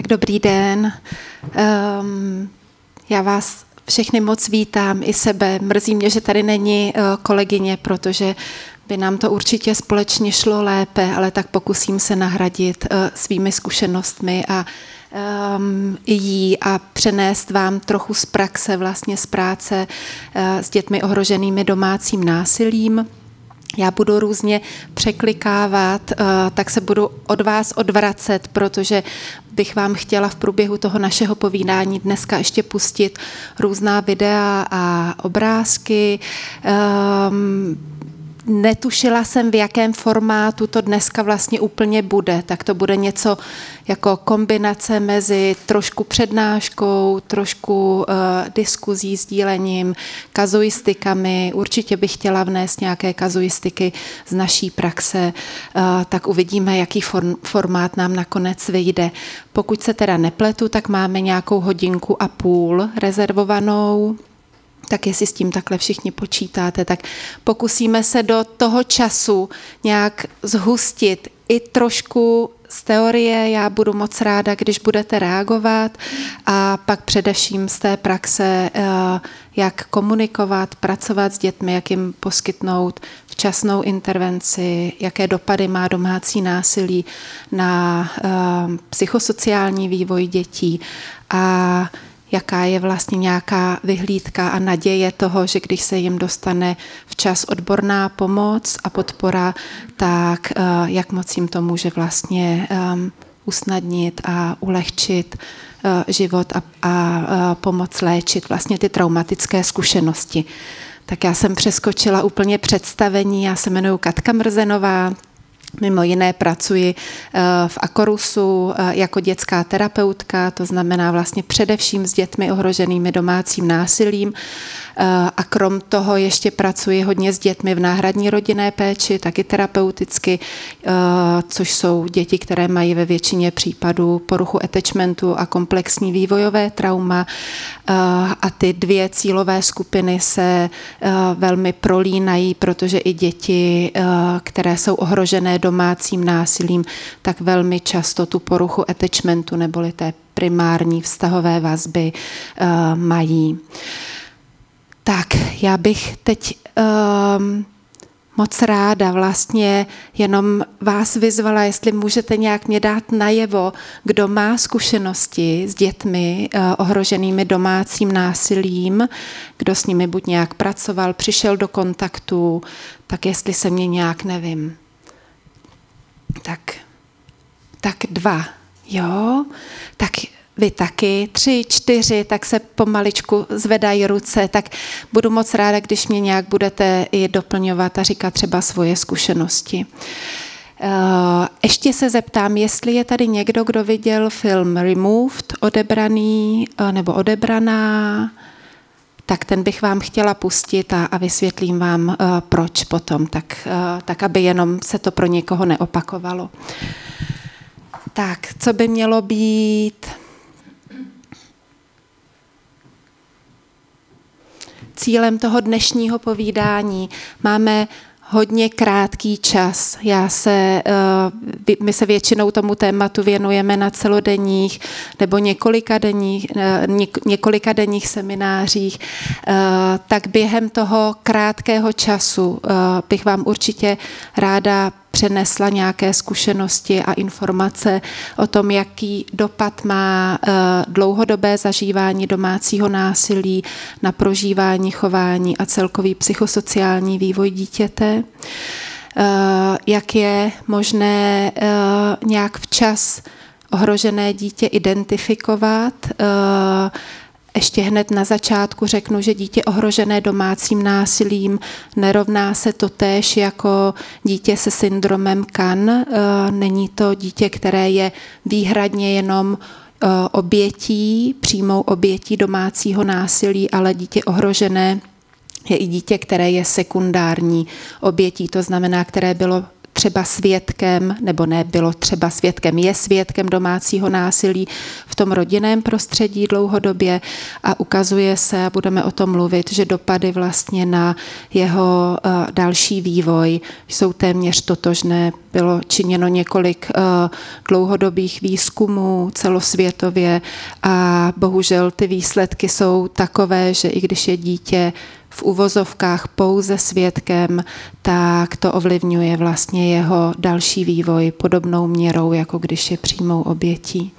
Dobrý den. Já vás všechny moc vítám, i sebe. Mrzí mě, že tady není kolegyně, protože by nám to určitě společně šlo lépe, ale tak pokusím se nahradit svými zkušenostmi a jí a přenést vám trochu z praxe, vlastně z práce s dětmi ohroženými domácím násilím. Já budu různě překlikávat, tak se budu od vás odvracet, protože bych vám chtěla v průběhu toho našeho povídání dneska ještě pustit různá videa a obrázky. Netušila jsem, v jakém formátu to dneska vlastně úplně bude, tak to bude něco jako kombinace mezi trošku přednáškou, trošku diskuzí, sdílením, kazuistikami. Určitě bych chtěla vnést nějaké kazuistiky z naší praxe, tak uvidíme, jaký formát nám nakonec vyjde. Pokud se teda nepletu, tak máme nějakou 1,5 hodiny rezervovanou. Tak jestli s tím takhle všichni počítáte, tak pokusíme se do toho času nějak zhustit i trošku z teorie. Já budu moc ráda, když budete reagovat, a pak především z té praxe, jak komunikovat, pracovat s dětmi, jak jim poskytnout včasnou intervenci, jaké dopady má domácí násilí na psychosociální vývoj dětí a jaká je vlastně nějaká vyhlídka a naděje toho, že když se jim dostane včas odborná pomoc a podpora, tak jak moc jim to může vlastně usnadnit a ulehčit život a pomoct léčit vlastně ty traumatické zkušenosti. Tak já jsem přeskočila úplně představení, já se jmenuji Katka Mrzenová. Mimo jiné pracuji v Akorusu jako dětská terapeutka, to znamená vlastně především s dětmi ohroženými domácím násilím. A krom toho ještě pracuji hodně s dětmi v náhradní rodinné péči, taky terapeuticky, což jsou děti, které mají ve většině případů poruchu attachmentu a komplexní vývojové trauma. A ty 2 cílové skupiny se velmi prolínají, protože i děti, které jsou ohrožené domácím násilím, tak velmi často tu poruchu attachmentu neboli té primární vztahové vazby mají. Tak, já bych teď moc ráda vlastně jenom vás vyzvala, jestli můžete nějak mě dát najevo, kdo má zkušenosti s dětmi ohroženými domácím násilím, kdo s nimi buď nějak pracoval, přišel do kontaktu, tak jestli se mě nějak, nevím. Tak 2, jo? Tak vy taky, 3, 4, tak se pomaličku zvedají ruce, tak budu moc ráda, když mě nějak budete i doplňovat a říkat třeba svoje zkušenosti. Ještě se zeptám, jestli je tady někdo, kdo viděl film Removed, odebraný nebo odebraná, tak ten bych vám chtěla pustit a vysvětlím vám, proč potom, tak aby jenom se to pro někoho neopakovalo. Tak, co by mělo být? Cílem toho dnešního povídání máme hodně krátký čas. My se většinou tomu tématu věnujeme na celodenních nebo několika denních seminářích. Tak během toho krátkého času bych vám určitě ráda přenesla nějaké zkušenosti a informace o tom, jaký dopad má dlouhodobé zažívání domácího násilí na prožívání, chování a celkový psychosociální vývoj dítěte. Jak je možné nějak včas ohrožené dítě identifikovat. Ještě hned na začátku řeknu, že dítě ohrožené domácím násilím nerovná se totéž jako dítě se syndromem Cannes. Není to dítě, které je výhradně jenom přímou obětí domácího násilí, ale dítě ohrožené je i dítě, které je sekundární obětí, to znamená, které bylo třeba svědkem, nebo nebylo třeba svědkem, je svědkem domácího násilí v tom rodinném prostředí dlouhodobě a ukazuje se, a budeme o tom mluvit, že dopady vlastně na jeho další vývoj jsou téměř totožné. Bylo činěno několik dlouhodobých výzkumů celosvětově a bohužel ty výsledky jsou takové, že i když je dítě v uvozovkách pouze svědkem, tak to ovlivňuje vlastně jeho další vývoj podobnou měrou, jako když je přímou obětí.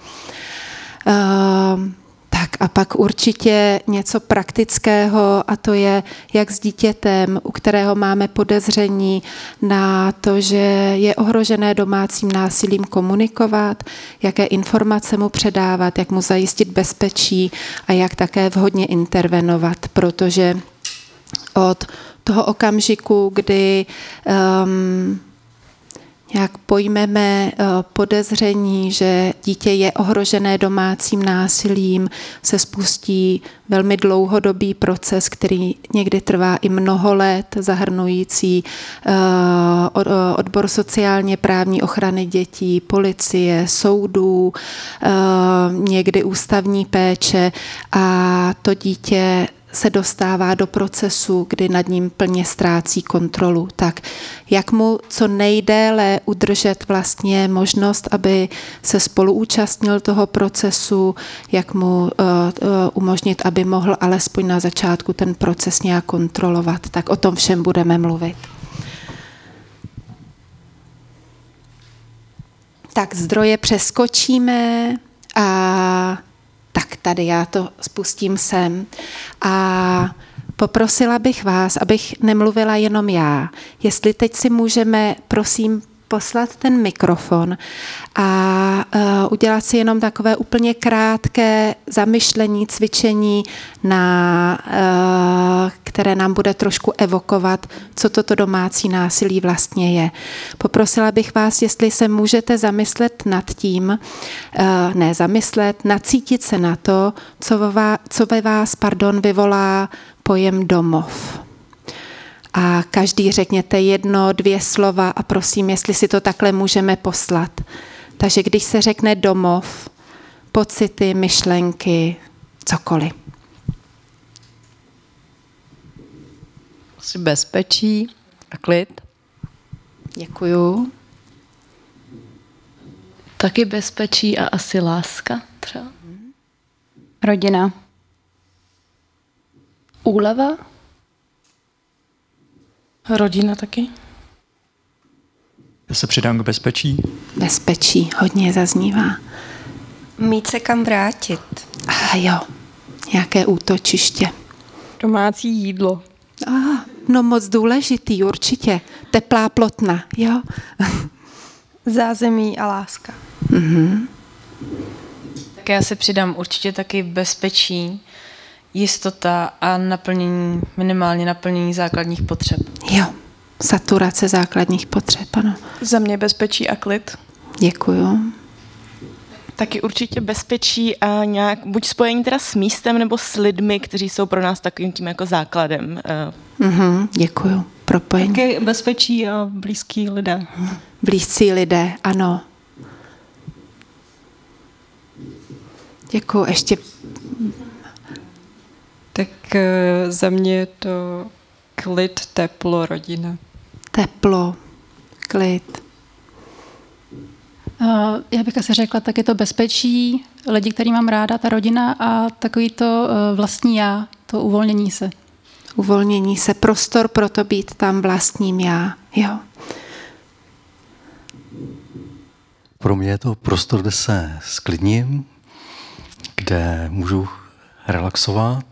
Tak a pak určitě něco praktického a to je, jak s dítětem, u kterého máme podezření na to, že je ohrožené domácím násilím, komunikovat, jaké informace mu předávat, jak mu zajistit bezpečí a jak také vhodně intervenovat, protože od toho okamžiku, kdy jak pojmeme podezření, že dítě je ohrožené domácím násilím, se spustí velmi dlouhodobý proces, který někdy trvá i mnoho let, zahrnující odbor sociálně právní ochrany dětí, policie, soudů, někdy ústavní péče a to dítě se dostává do procesu, kdy nad ním plně ztrácí kontrolu. Tak jak mu co nejdéle udržet vlastně možnost, aby se spoluúčastnil toho procesu, jak mu umožnit, aby mohl alespoň na začátku ten proces nějak kontrolovat. Tak o tom všem budeme mluvit. Tak zdroje přeskočíme a tak tady já to spustím sem a poprosila bych vás, abych nemluvila jenom já. Jestli teď si můžeme, prosím, poslat ten mikrofon a udělat si jenom takové úplně krátké zamyšlení, cvičení, které nám bude trošku evokovat, co toto domácí násilí vlastně je. Poprosila bych vás, jestli se můžete zamyslet nad tím, nacítit se na to, co ve vás vyvolá pojem domov. A každý řekněte 1, 2 slova a prosím, jestli si to takhle můžeme poslat. Takže když se řekne domov, pocity, myšlenky, cokoliv. Asi bezpečí a klid. Děkuju. Taky bezpečí a asi láska třeba. Rodina. Úleva. Rodina taky. Já se přidám k bezpečí. Bezpečí hodně zaznívá. Mít se kam vrátit. A jo, nějaké útočiště. Domácí jídlo. No moc důležitý, určitě. Teplá plotna, jo. Zázemí a láska. Mhm. Tak já se přidám určitě taky bezpečí, jistota a minimálně naplnění základních potřeb. Jo, saturace základních potřeb, ano. Za mě bezpečí a klid. Děkuju. Taky určitě bezpečí a nějak buď spojení teda s místem nebo s lidmi, kteří jsou pro nás takovým tím jako základem. Děkuju. Propojení. Taky bezpečí a blízký lidé. Blízcí lidé, ano. Děkuju. Ještě. Tak za mě je to klid, teplo, rodina. Teplo, klid. Já bych asi řekla taky to bezpečí, lidi, který mám ráda, ta rodina a takový to vlastní já, to uvolnění se. Uvolnění se, prostor pro to být tam vlastním já, jo. Pro mě je to prostor, kde se sklidním, kde můžu relaxovat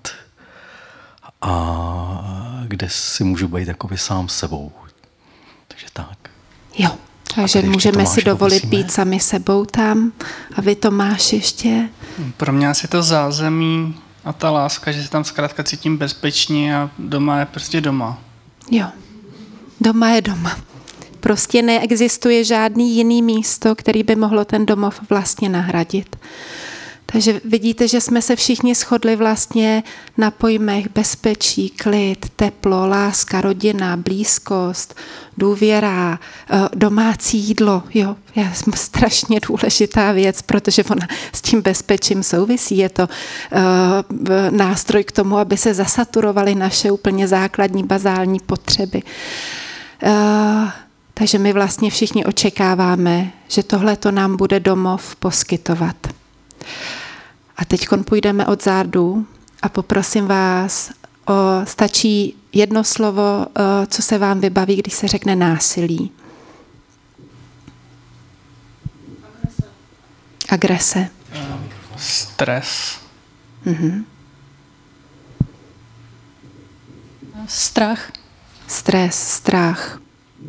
a kde si můžu být jakoby sám sebou. Takže tak. Jo, takže můžeme si dovolit být sami sebou tam. A vy, Tomáš, ještě? Pro mě asi to zázemí a ta láska, že se tam zkrátka cítím bezpečně a doma je prostě doma. Jo, doma je doma. Prostě neexistuje žádný jiný místo, který by mohlo ten domov vlastně nahradit. Takže vidíte, že jsme se všichni shodli vlastně na pojmech bezpečí, klid, teplo, láska, rodina, blízkost, důvěra, domácí jídlo. Jo, je strašně důležitá věc, protože ona s tím bezpečím souvisí. Je to nástroj k tomu, aby se zasaturovaly naše úplně základní, bazální potřeby. Takže my vlastně všichni očekáváme, že tohle to nám bude domov poskytovat. A teď půjdeme od zádu a poprosím vás, stačí jedno slovo, co se vám vybaví, když se řekne násilí. Agrese. Stres. Strach. Stres, strach.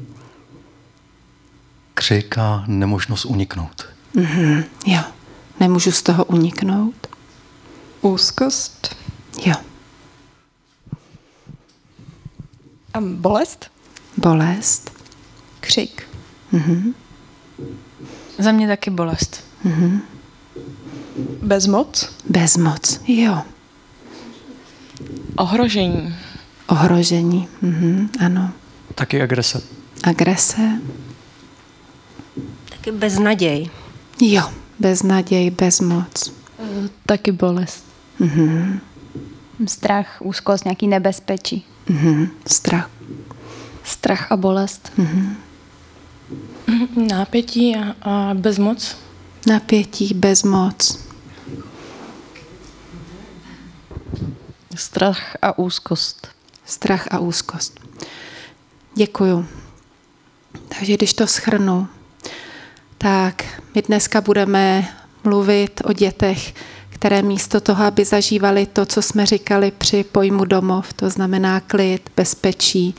Křik a nemožnost uniknout. Jo, nemůžu z toho uniknout. Úzkost. Jo. A bolest. Bolest. Křik. Za mě taky bolest. Bezmoc. Bezmoc. Jo. Ohrožení. Ohrožení. Ano. Taky agrese. Agrese. Taky beznaděj. Jo. Beznaděj, bezmoc. Taky bolest. Strach, úzkost, nějaký nebezpečí. Strach. Strach a bolest. Nápětí a bezmoc. Napětí, bezmoc. Strach a úzkost. Strach a úzkost. Děkuju. Takže když to shrnu, tak my dneska budeme mluvit o dětech, které místo toho, aby zažívali to, co jsme říkali při pojmu domov, to znamená klid, bezpečí,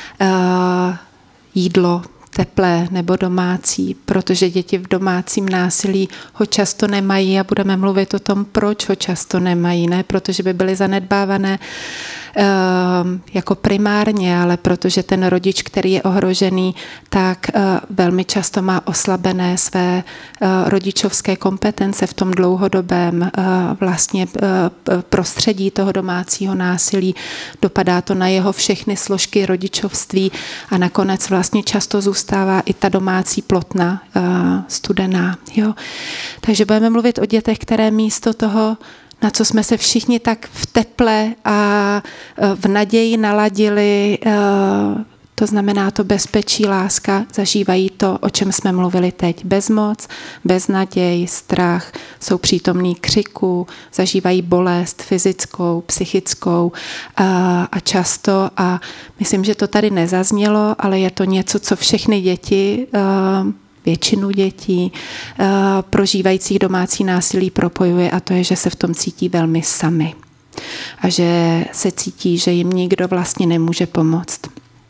jídlo, teplé nebo domácí, protože děti v domácím násilí ho často nemají a budeme mluvit o tom, proč ho často nemají. Ne protože by byly zanedbávané jako primárně, ale protože ten rodič, který je ohrožený, tak velmi často má oslabené své rodičovské kompetence v tom dlouhodobém vlastně prostředí toho domácího násilí. Dopadá to na jeho všechny složky rodičovství a nakonec vlastně často zůstává i ta domácí plotna studená. Jo? Takže budeme mluvit o dětech, které místo toho, na co jsme se všichni tak v teple a v naději naladili, to znamená to bezpečí, láska, zažívají to, o čem jsme mluvili teď. Bezmoc, beznaděj, strach, jsou přítomní křiku, zažívají bolest fyzickou, psychickou a často, a myslím, že to tady nezaznělo, ale je to něco, co všechny děti, většinu dětí prožívajících domácí násilí propojuje, a to je, že se v tom cítí velmi sami. A že se cítí, že jim nikdo vlastně nemůže pomoct.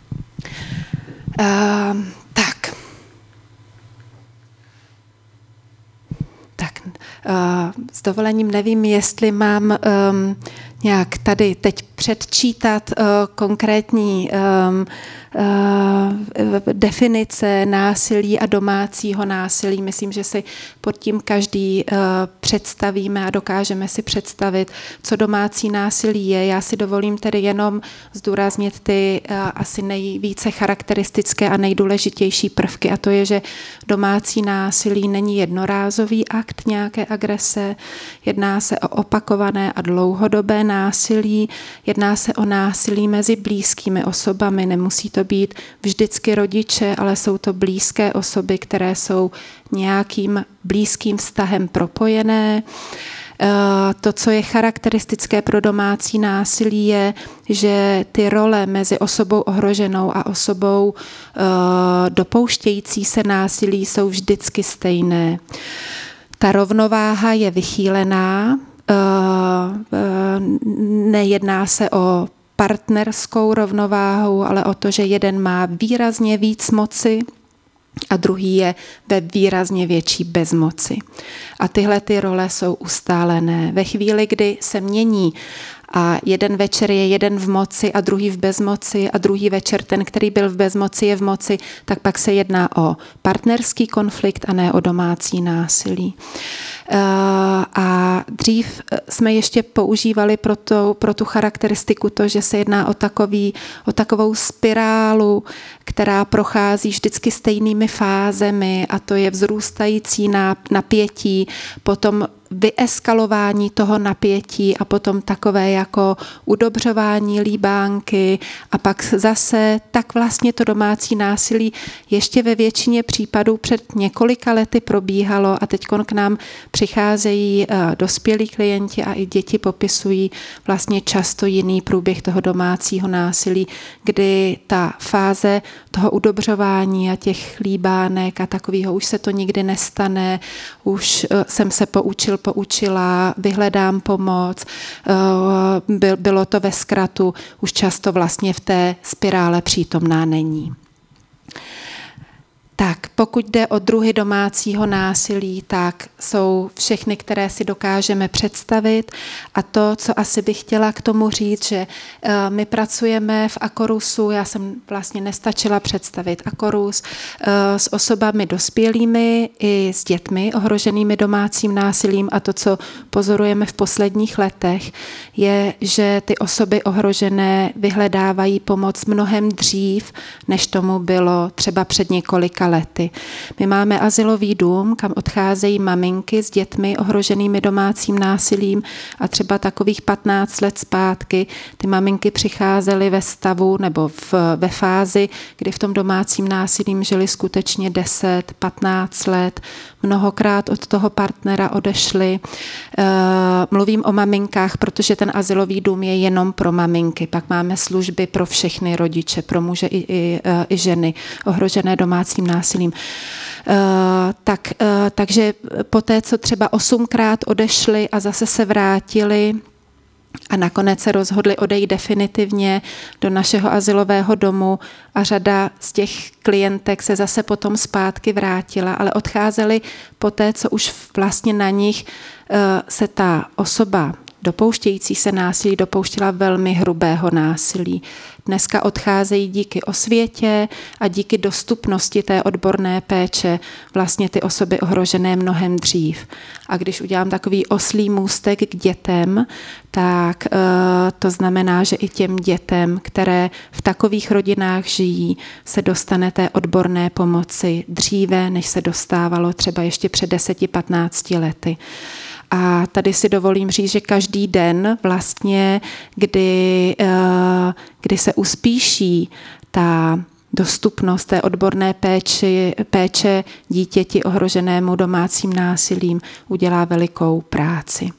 Tak. S dovolením nevím, jestli mám nějak tady teď předčítat konkrétní definice násilí a domácího násilí. Myslím, že si pod tím každý představíme a dokážeme si představit, co domácí násilí je. Já si dovolím tedy jenom zdůraznit ty asi nejvíce charakteristické a nejdůležitější prvky, a to je, že domácí násilí není jednorázový akt nějaké agrese, jedná se o opakované a dlouhodobé násilí, jedná se o násilí mezi blízkými osobami, nemusí to být vždycky rodiče, ale jsou to blízké osoby, které jsou nějakým blízkým vztahem propojené. To, co je charakteristické pro domácí násilí, je, že ty role mezi osobou ohroženou a osobou dopouštějící se násilí jsou vždycky stejné. Ta rovnováha je vychýlená, nejedná se o partnerskou rovnováhu, ale o to, že jeden má výrazně víc moci a druhý je ve výrazně větší bezmoci. A tyhle ty role jsou ustálené. Ve chvíli, kdy se mění a jeden večer je jeden v moci a druhý v bezmoci a druhý večer ten, který byl v bezmoci, je v moci, tak pak se jedná o partnerský konflikt a ne o domácí násilí. A dřív jsme ještě používali pro tu charakteristiku to, že se jedná o takovou spirálu, která prochází vždycky stejnými fázemi, a to je vzrůstající napětí, potom vyeskalování toho napětí a potom takové jako udobřování líbánky a pak zase tak vlastně to domácí násilí ještě ve většině případů před několika lety probíhalo a teď k nám přicházejí dospělí klienti a i děti popisují vlastně často jiný průběh toho domácího násilí, kdy ta fáze toho udobřování a těch líbánek a takového už se to nikdy nestane, už jsem se poučila, vyhledám pomoc, bylo to ve zkratu, už často vlastně v té spirále přítomná není. Tak, pokud jde o druhy domácího násilí, tak jsou všechny, které si dokážeme představit a to, co asi bych chtěla k tomu říct, že my pracujeme v Akorusu, já jsem vlastně nestačila představit Akorus, s osobami dospělými i s dětmi ohroženými domácím násilím a to, co pozorujeme v posledních letech, je, že ty osoby ohrožené vyhledávají pomoc mnohem dřív, než tomu bylo třeba před několika lety. My máme azylový dům, kam odcházejí maminky s dětmi ohroženými domácím násilím a třeba takových 15 let zpátky ty maminky přicházely ve stavu nebo ve fázi, kdy v tom domácím násilím žili skutečně 10-15 let, mnohokrát od toho partnera odešly. Mluvím o maminkách, protože ten azylový dům je jenom pro maminky. Pak máme služby pro všechny rodiče, pro muže i ženy ohrožené domácím násilím. Takže poté, co třeba 8krát odešli a zase se vrátili a nakonec se rozhodli odejít definitivně do našeho azylového domu a řada z těch klientek se zase potom zpátky vrátila, ale odcházeli poté, co už vlastně na nich se ta osoba dopouštějící se násilí dopouštěla velmi hrubého násilí. Dneska odcházejí díky osvětě a díky dostupnosti té odborné péče vlastně ty osoby ohrožené mnohem dřív. A když udělám takový oslí můstek k dětem, tak to znamená, že i těm dětem, které v takových rodinách žijí, se dostane té odborné pomoci dříve, než se dostávalo třeba ještě před 10-15 lety. A tady si dovolím říct, že každý den vlastně, kdy se uspíší ta dostupnost té odborné péče dítěti ohroženému domácím násilím, udělá velikou práci.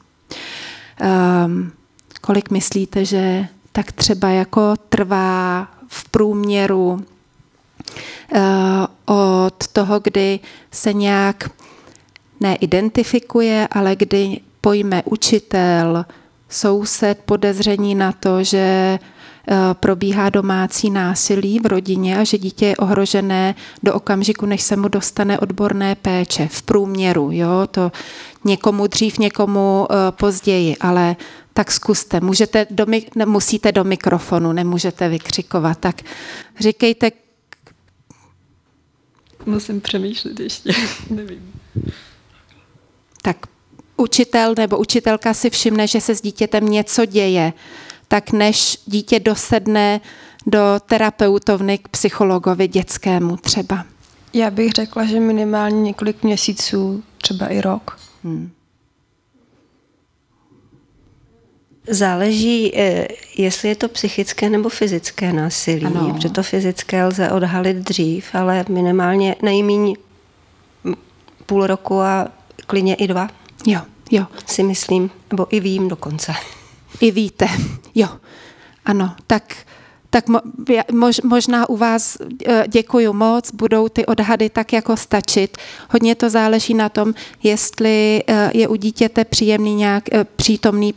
Kolik myslíte, že tak třeba jako trvá v průměru od toho, kdy se nějak neidentifikuje, ale kdy pojme učitel, soused podezření na to, že probíhá domácí násilí v rodině a že dítě je ohrožené do okamžiku, než se mu dostane odborné péče. V průměru, jo, to někomu dřív, někomu později, ale tak zkuste. Musíte do mikrofonu, nemůžete vykřikovat. Tak říkejte. Musím přemýšlet ještě, nevím. Tak učitel nebo učitelka si všimne, že se s dítětem něco děje, tak než dítě dosedne do terapeutovny k psychologovi dětskému třeba. Já bych řekla, že minimálně několik měsíců, třeba i rok. Záleží, jestli je to psychické nebo fyzické násilí. Ano. Protože to fyzické lze odhalit dřív, ale minimálně nejméně půl roku a klidně i 2. Jo. Si myslím, nebo i vím dokonce. I víte, jo. Ano, tak možná u vás, děkuju moc, budou ty odhady tak jako stačit. Hodně to záleží na tom, jestli je u dítěte přítomný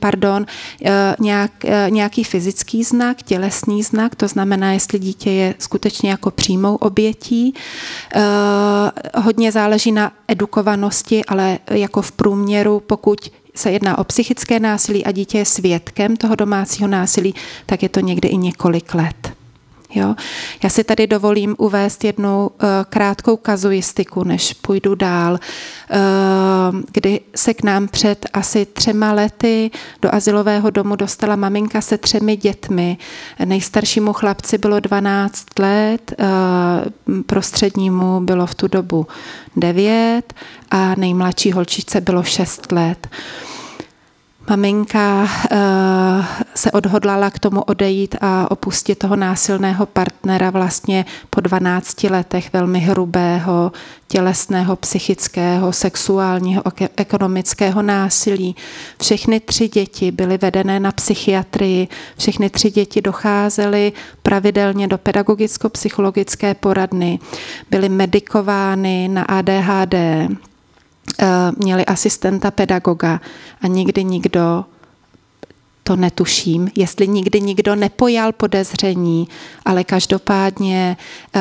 nějaký fyzický znak, tělesný znak, to znamená, jestli dítě je skutečně jako přímou obětí. Hodně záleží na edukovanosti, ale jako v průměru, pokud se jedná o psychické násilí a dítě je svědkem toho domácího násilí, tak je to někdy i několik let. Jo? Já si tady dovolím uvést jednu krátkou kazuistiku, než půjdu dál, kdy se k nám před asi 3 lety do azylového domu dostala maminka se 3 dětmi. Nejstaršímu chlapci bylo 12 let, prostřednímu bylo v tu dobu 9 a nejmladší holčičce bylo 6 let. Maminka se odhodlala k tomu odejít a opustit toho násilného partnera vlastně po 12 letech velmi hrubého, tělesného, psychického, sexuálního, ekonomického násilí. Všechny 3 děti byly vedené na psychiatrii, všechny 3 děti docházely pravidelně do pedagogicko-psychologické poradny, byly medikovány na ADHD, měli asistenta pedagoga a nikdy nikdo, to netuším, jestli nikdy nikdo nepojal podezření, ale každopádně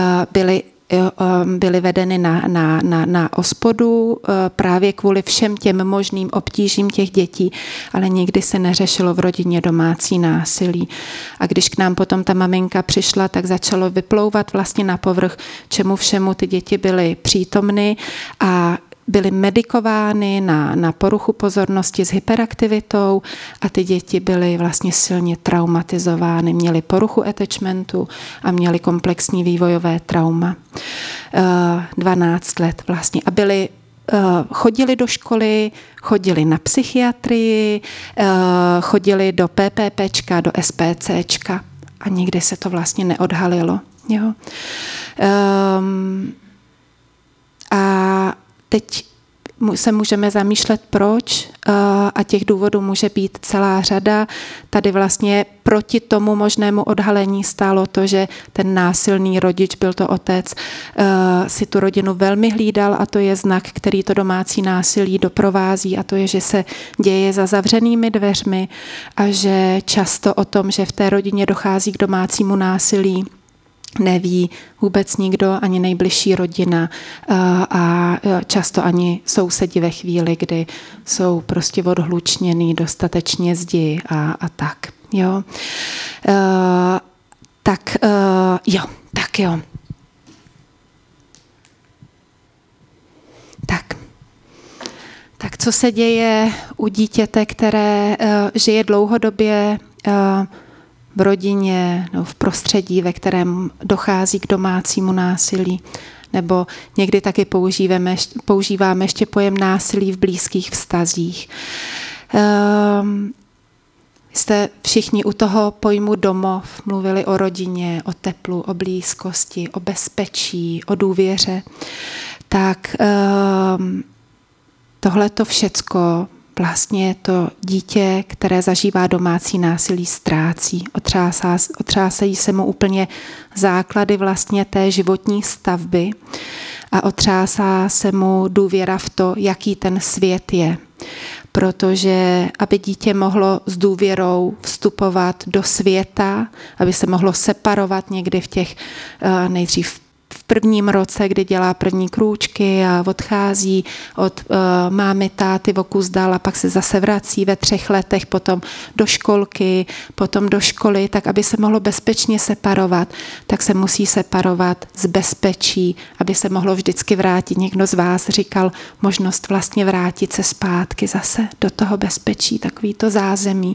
byly vedeny na OSPODu právě kvůli všem těm možným obtížím těch dětí, ale nikdy se neřešilo v rodině domácí násilí. A když k nám potom ta maminka přišla, tak začalo vyplouvat vlastně na povrch, čemu všemu ty děti byly přítomny a byly medikovány na poruchu pozornosti s hyperaktivitou a ty děti byly vlastně silně traumatizovány. Měly poruchu attachmentu a měly komplexní vývojové trauma. 12 let vlastně. A chodili do školy, chodili na psychiatrii, chodili do PPPčka, do SPCčka a nikdy se to vlastně neodhalilo. Jo. A teď se můžeme zamýšlet, proč, a těch důvodů může být celá řada. Tady vlastně proti tomu možnému odhalení stálo to, že ten násilný rodič, byl to otec, si tu rodinu velmi hlídal a to je znak, který to domácí násilí doprovází a to je, že se děje za zavřenými dveřmi a že často o tom, že v té rodině dochází k domácímu násilí, neví vůbec nikdo, ani nejbližší rodina a často ani sousedi ve chvíli, kdy jsou prostě odhlučněný dostatečně zdi a tak. Jo. Tak jo. Tak co se děje u dítěte, které žije dlouhodobě v rodině, no, v prostředí, ve kterém dochází k domácímu násilí. Nebo někdy taky používáme ještě pojem násilí v blízkých vztazích. Jste všichni u toho pojmu domov mluvili o rodině, o teplu, o blízkosti, o bezpečí, o důvěře. Tak tohleto všecko vlastně to dítě, které zažívá domácí násilí, ztrácí. Otřásají se mu úplně základy vlastně té životní stavby a otřásá se mu důvěra v to, jaký ten svět je. Protože aby dítě mohlo s důvěrou vstupovat do světa, aby se mohlo separovat někdy v těch nejdřív v prvním roce, kdy dělá první krůčky a odchází od mámy, táty o kus dál a pak se zase vrací ve 3 letech, potom do školky, potom do školy, tak aby se mohlo bezpečně separovat, tak se musí separovat z bezpečí, aby se mohlo vždycky vrátit. Někdo z vás říkal možnost vlastně vrátit se zpátky zase do toho bezpečí, takový to zázemí.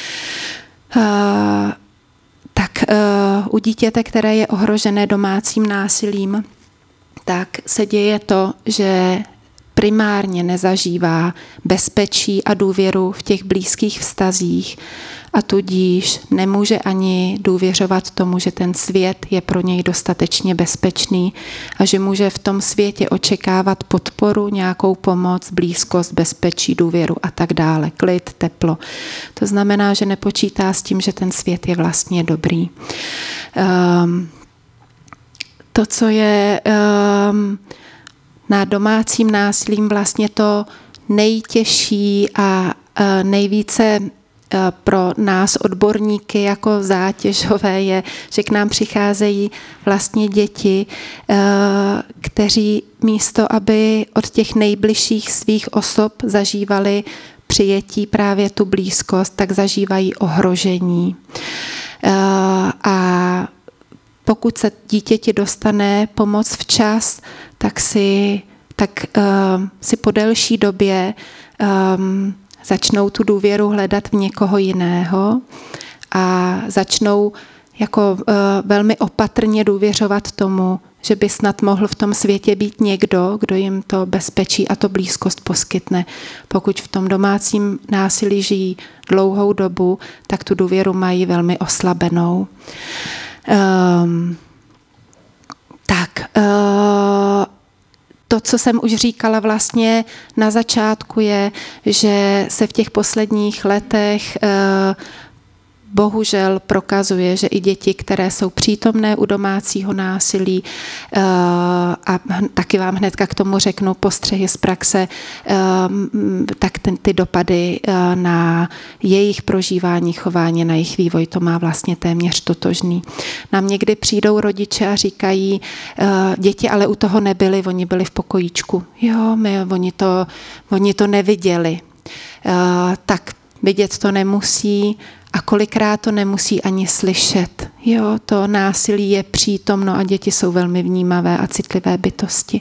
Tak u dítěte, které je ohrožené domácím násilím, tak se děje to, že primárně nezažívá bezpečí a důvěru v těch blízkých vztazích a tudíž nemůže ani důvěřovat tomu, že ten svět je pro něj dostatečně bezpečný a že může v tom světě očekávat podporu, nějakou pomoc, blízkost, bezpečí, důvěru a tak dále, klid, teplo. To znamená, že nepočítá s tím, že ten svět je vlastně dobrý. To, co je na domácím násilím vlastně to nejtěžší a nejvíce pro nás odborníky jako zátěžové je, že k nám přicházejí vlastně děti, kteří místo, aby od těch nejbližších svých osob zažívali přijetí právě tu blízkost, tak zažívají ohrožení. A pokud se dítěti dostane pomoc včas, tak si po delší době začnou tu důvěru hledat v někoho jiného a začnou jako velmi opatrně důvěřovat tomu, že by snad mohl v tom světě být někdo, kdo jim to bezpečí a to blízkost poskytne. Pokud v tom domácím násilí žijí dlouhou dobu, tak tu důvěru mají velmi oslabenou. To, co jsem už říkala vlastně na začátku, je, že se v těch posledních letech bohužel prokazuje, že i děti, které jsou přítomné u domácího násilí, a taky vám hnedka k tomu řeknu postřehy z praxe, tak ty dopady na jejich prožívání, chování, na jejich vývoj, to má vlastně téměř totožný. Nám někdy přijdou rodiče a říkají, děti ale u toho nebyly, oni byli v pokojíčku. Jo, oni to neviděli. Tak vidět to nemusí, a kolikrát to nemusí ani slyšet. Jo, to násilí je přítomno a děti jsou velmi vnímavé a citlivé bytosti.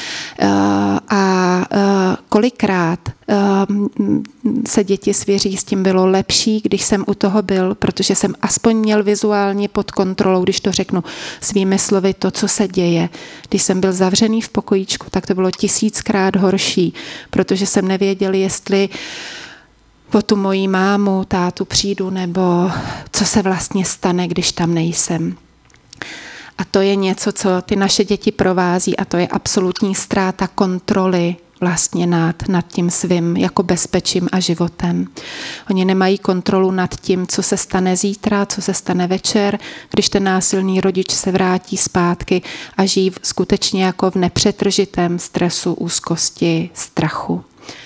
Kolikrát se děti svěří, s tím bylo lepší, když jsem u toho byl, protože jsem aspoň měl vizuálně pod kontrolou, když to řeknu svými slovy, to, co se děje. Když jsem byl zavřený v pokojíčku, tak to bylo 1000krát horší, protože jsem nevěděl, jestli po tu moji mámu, tátu přijdu, nebo co se vlastně stane, když tam nejsem. A to je něco, co ty naše děti provází a to je absolutní ztráta kontroly vlastně nad tím svým jako bezpečím a životem. Oni nemají kontrolu nad tím, co se stane zítra, co se stane večer, když ten násilný rodič se vrátí zpátky a žijí skutečně jako v nepřetržitém stresu, úzkosti, strachu.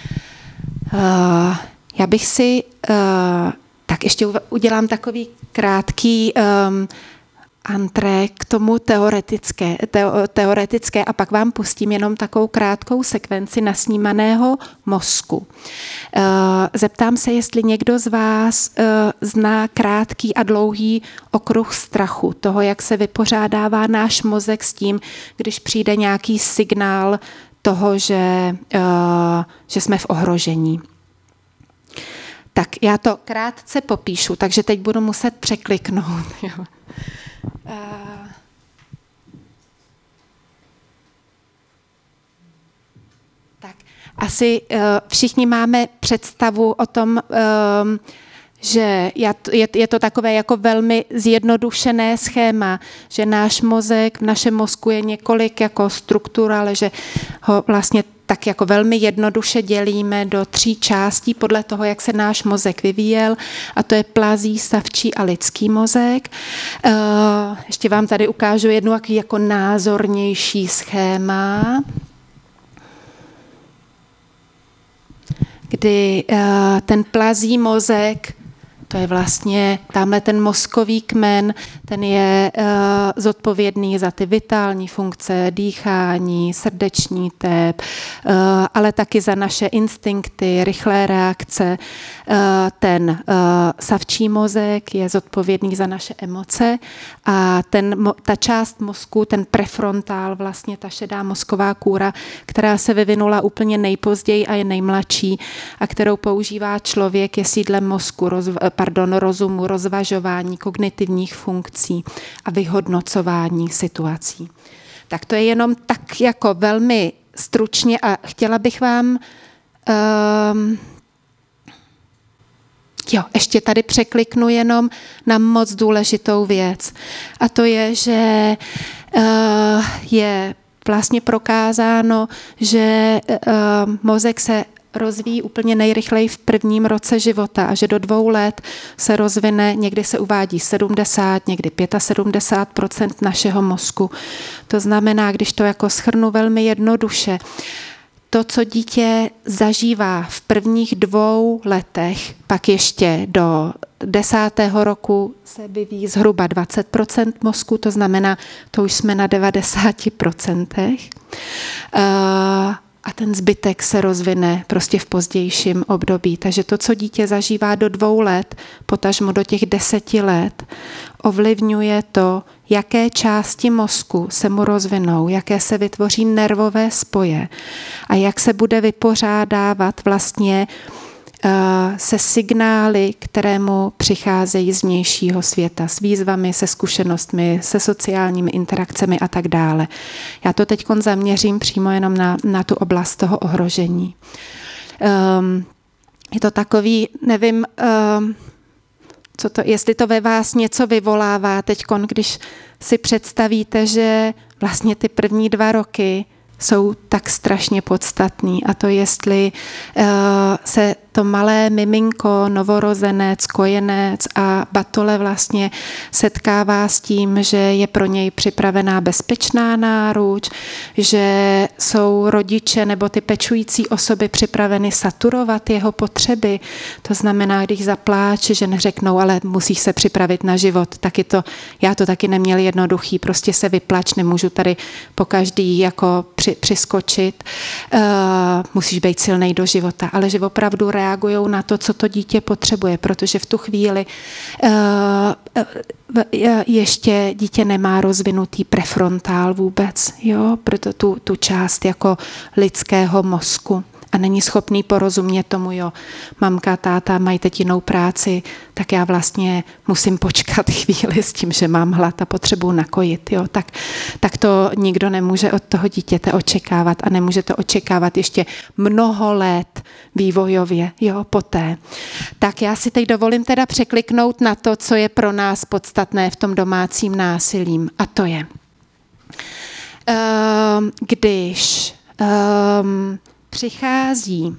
Já bych si, tak ještě udělám takový krátký antré k tomu teoretické a pak vám pustím jenom takovou krátkou sekvenci nasnímaného mozku. Zeptám se, jestli někdo z vás zná krátký a dlouhý okruh strachu, toho, jak se vypořádává náš mozek s tím, když přijde nějaký signál toho, že jsme v ohrožení. Tak já to krátce popíšu, takže teď budu muset překliknout. Jo. Tak asi všichni máme představu o tom, že je to takové jako velmi zjednodušené schéma, že náš mozek, v našem mozku je několik jako struktur, ale že ho vlastně tak jako velmi jednoduše dělíme do 3 částí podle toho, jak se náš mozek vyvíjel, a to je plazí, savčí a lidský mozek. Ještě vám tady ukážu jednu jako názornější schéma, kdy ten plazí mozek, to je vlastně tamhle ten mozkový kmen, ten je zodpovědný za ty vitální funkce, dýchání, srdeční tep, ale taky za naše instinkty, rychlé reakce. Ten savčí mozek je zodpovědný za naše emoce a ta část mozku, ten prefrontál, vlastně ta šedá mozková kůra, která se vyvinula úplně nejpozději a je nejmladší a kterou používá člověk, je sídlem mozku, rozumu, rozvažování, kognitivních funkcí a vyhodnocování situací. Tak to je jenom tak jako velmi stručně a chtěla bych vám ještě tady překliknu jenom na moc důležitou věc. A to je, že je vlastně prokázáno, že mozek se rozvíjí úplně nejrychleji v prvním roce života a že do 2 let se rozvine, někdy se uvádí 70, někdy 75% našeho mozku. To znamená, když to jako shrnu velmi jednoduše, to, co dítě zažívá v prvních 2 letech, pak ještě do 10. roku se vyvíjí zhruba 20% mozku, to znamená, to už jsme na 90%. a ten zbytek se rozvine prostě v pozdějším období. Takže to, co dítě zažívá do 2 let, potažmo do těch 10 let, ovlivňuje to, jaké části mozku se mu rozvinou, jaké se vytvoří nervové spoje a jak se bude vypořádávat vlastně se signály, které mu přicházejí z vnějšího světa, s výzvami, se zkušenostmi, se sociálními interakcemi a tak dále. Já to teď zaměřím přímo jenom na tu oblast toho ohrožení. Je to takový, nevím, jestli to ve vás něco vyvolává teď, když si představíte, že vlastně ty první 2 roky jsou tak strašně podstatný. A to jestli se to malé miminko, novorozenec, kojenec a batole vlastně setkává s tím, že je pro něj připravená bezpečná náruč, že jsou rodiče nebo ty pečující osoby připraveny saturovat jeho potřeby. To znamená, když zapláče, že neřeknou, ale musíš se připravit na život. Taky to, já to taky neměl jednoduchý, prostě se vyplač, nemůžu tady po každý jako přiskočit. Musíš být silnej do života, ale že opravdu reagují na to, co to dítě potřebuje, protože v tu chvíli ještě dítě nemá rozvinutý prefrontál vůbec, jo, proto tu část jako lidského mozku a není schopný porozumět tomu, jo, mamka, táta mají teď jinou práci, tak já vlastně musím počkat chvíli s tím, že mám hlad a potřebuji nakojit, jo, tak to nikdo nemůže od toho dítěte očekávat a nemůže to očekávat ještě mnoho let vývojově, jo, poté. Tak já si teď dovolím teda překliknout na to, co je pro nás podstatné v tom domácím násilím, a to je, když přichází,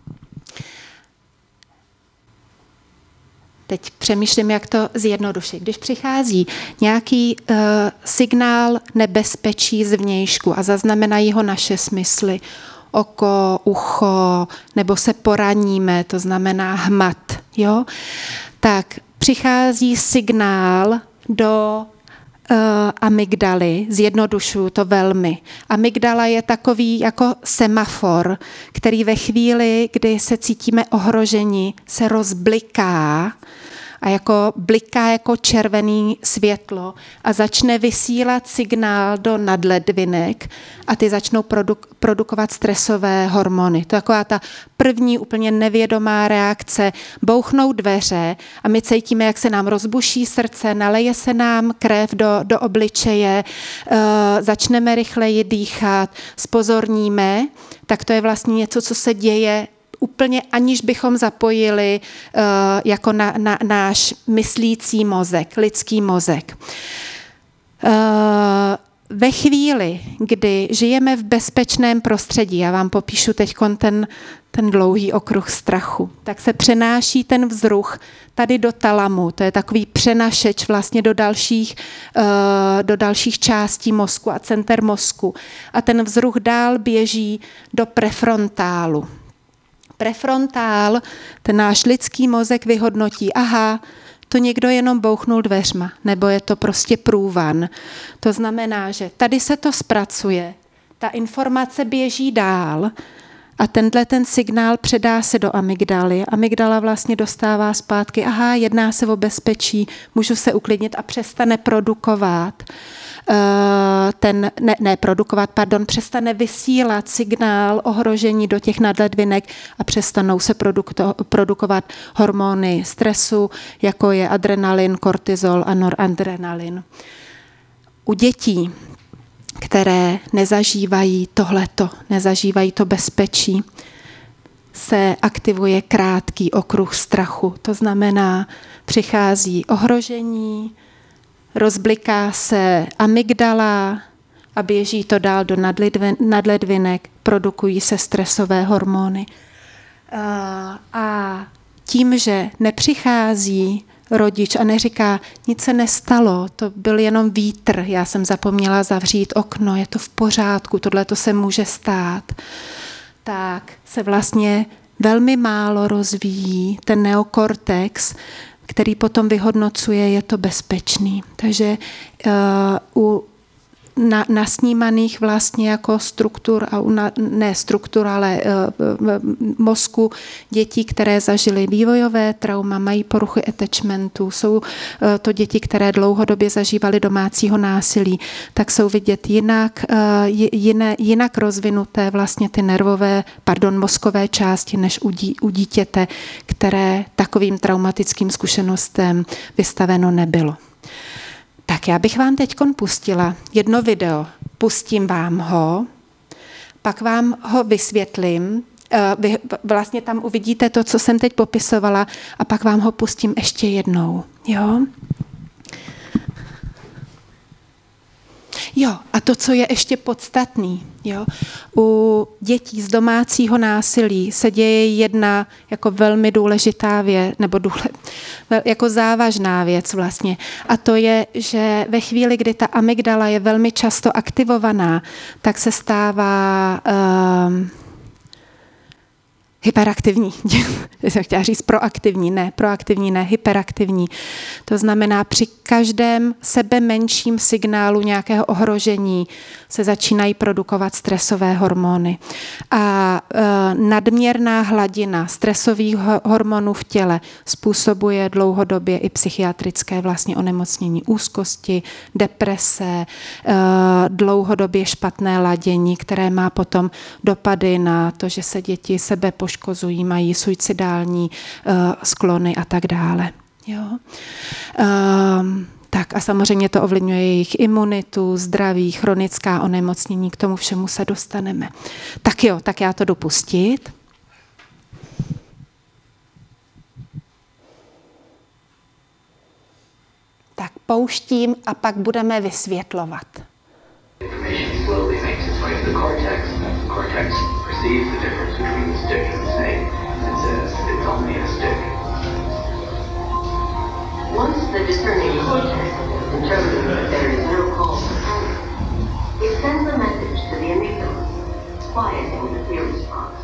teď přemýšlím, jak to zjednodušit, když přichází nějaký signál nebezpečí zvnějšku a zaznamenají ho naše smysly, oko, ucho, nebo se poraníme, to znamená hmat, jo, tak přichází signál do amygdaly, zjednodušuju to velmi. Amygdala je takový jako semafor, který ve chvíli, kdy se cítíme ohroženi, se rozbliká a jako bliká jako červený světlo a začne vysílat signál do nadledvinek a ty začnou produkovat stresové hormony. To je taková ta první úplně nevědomá reakce. Bouchnou dveře a my cítíme, jak se nám rozbuší srdce, naleje se nám krev do obličeje, začneme rychleji dýchat, zpozorníme, tak to je vlastně něco, co se děje úplně aniž bychom zapojili jako na náš myslící mozek, lidský mozek. Ve chvíli, kdy žijeme v bezpečném prostředí, já vám popíšu teď ten dlouhý okruh strachu, tak se přenáší ten vzruch tady do talamu, to je takový přenašeč vlastně do dalších částí mozku a center mozku. A ten vzruch dál běží do prefrontálu. Prefrontál, ten náš lidský mozek vyhodnotí, aha, to někdo jenom bouchnul dveřma, nebo je to prostě průvan. To znamená, že tady se to zpracuje, ta informace běží dál a ten signál předá se do amygdaly. Amygdala vlastně dostává zpátky, aha, jedná se o bezpečí, můžu se uklidnit a přestane produkovat. Přestane vysílat signál ohrožení do těch nadledvinek a přestanou se produkovat hormony stresu, jako je adrenalin, kortizol a noradrenalin. U dětí, které nezažívají tohleto, nezažívají to bezpečí, se aktivuje krátký okruh strachu. To znamená, přichází ohrožení, rozbliká se amygdala a běží to dál do nadledvinek, produkují se stresové hormony. A tím, že nepřichází rodič a neříká, nic se nestalo, to byl jenom vítr, já jsem zapomněla zavřít okno, je to v pořádku, tohle to se může stát, tak se vlastně velmi málo rozvíjí ten neokortex, který potom vyhodnocuje, je to bezpečný. Takže u nasnímaných vlastně jako struktur, ne struktur, ale mozku dětí, které zažily vývojové trauma, mají poruchy attachmentu, jsou to děti, které dlouhodobě zažívaly domácího násilí, tak jsou vidět jinak rozvinuté vlastně ty mozkové části než u dítěte, které takovým traumatickým zkušenostem vystaveno nebylo. Tak já bych vám teď pustila jedno video. Pustím vám ho, pak vám ho vysvětlím. Vy vlastně tam uvidíte to, co jsem teď popisovala, a pak vám ho pustím ještě jednou. Jo, a to, co je ještě podstatný, u dětí z domácího násilí se děje jedna jako velmi důležitá věc, nebo jako závažná věc vlastně. A to je, že ve chvíli, kdy ta amygdala je velmi často aktivovaná, tak se stává hyperaktivní. Jsem chtěla říct proaktivní, ne, hyperaktivní. To znamená, při každém sebe menším signálu nějakého ohrožení se začínají produkovat stresové hormony. A nadměrná hladina stresových hormonů v těle způsobuje dlouhodobě i psychiatrické vlastně onemocnění úzkosti, deprese, dlouhodobě špatné ladění, které má potom dopady na to, že se děti sebe poškozují, mají suicidální sklony a tak dále. Tak a samozřejmě to ovlivňuje jejich imunitu, zdraví, chronická onemocnění, k tomu všemu se dostaneme. Tak jo, tak já to jdu pustit. Tak pouštím a pak budeme vysvětlovat. Once the discerning cortex determines that there is no cause for panic, it sends a message to the amygdala, quieting the fear response.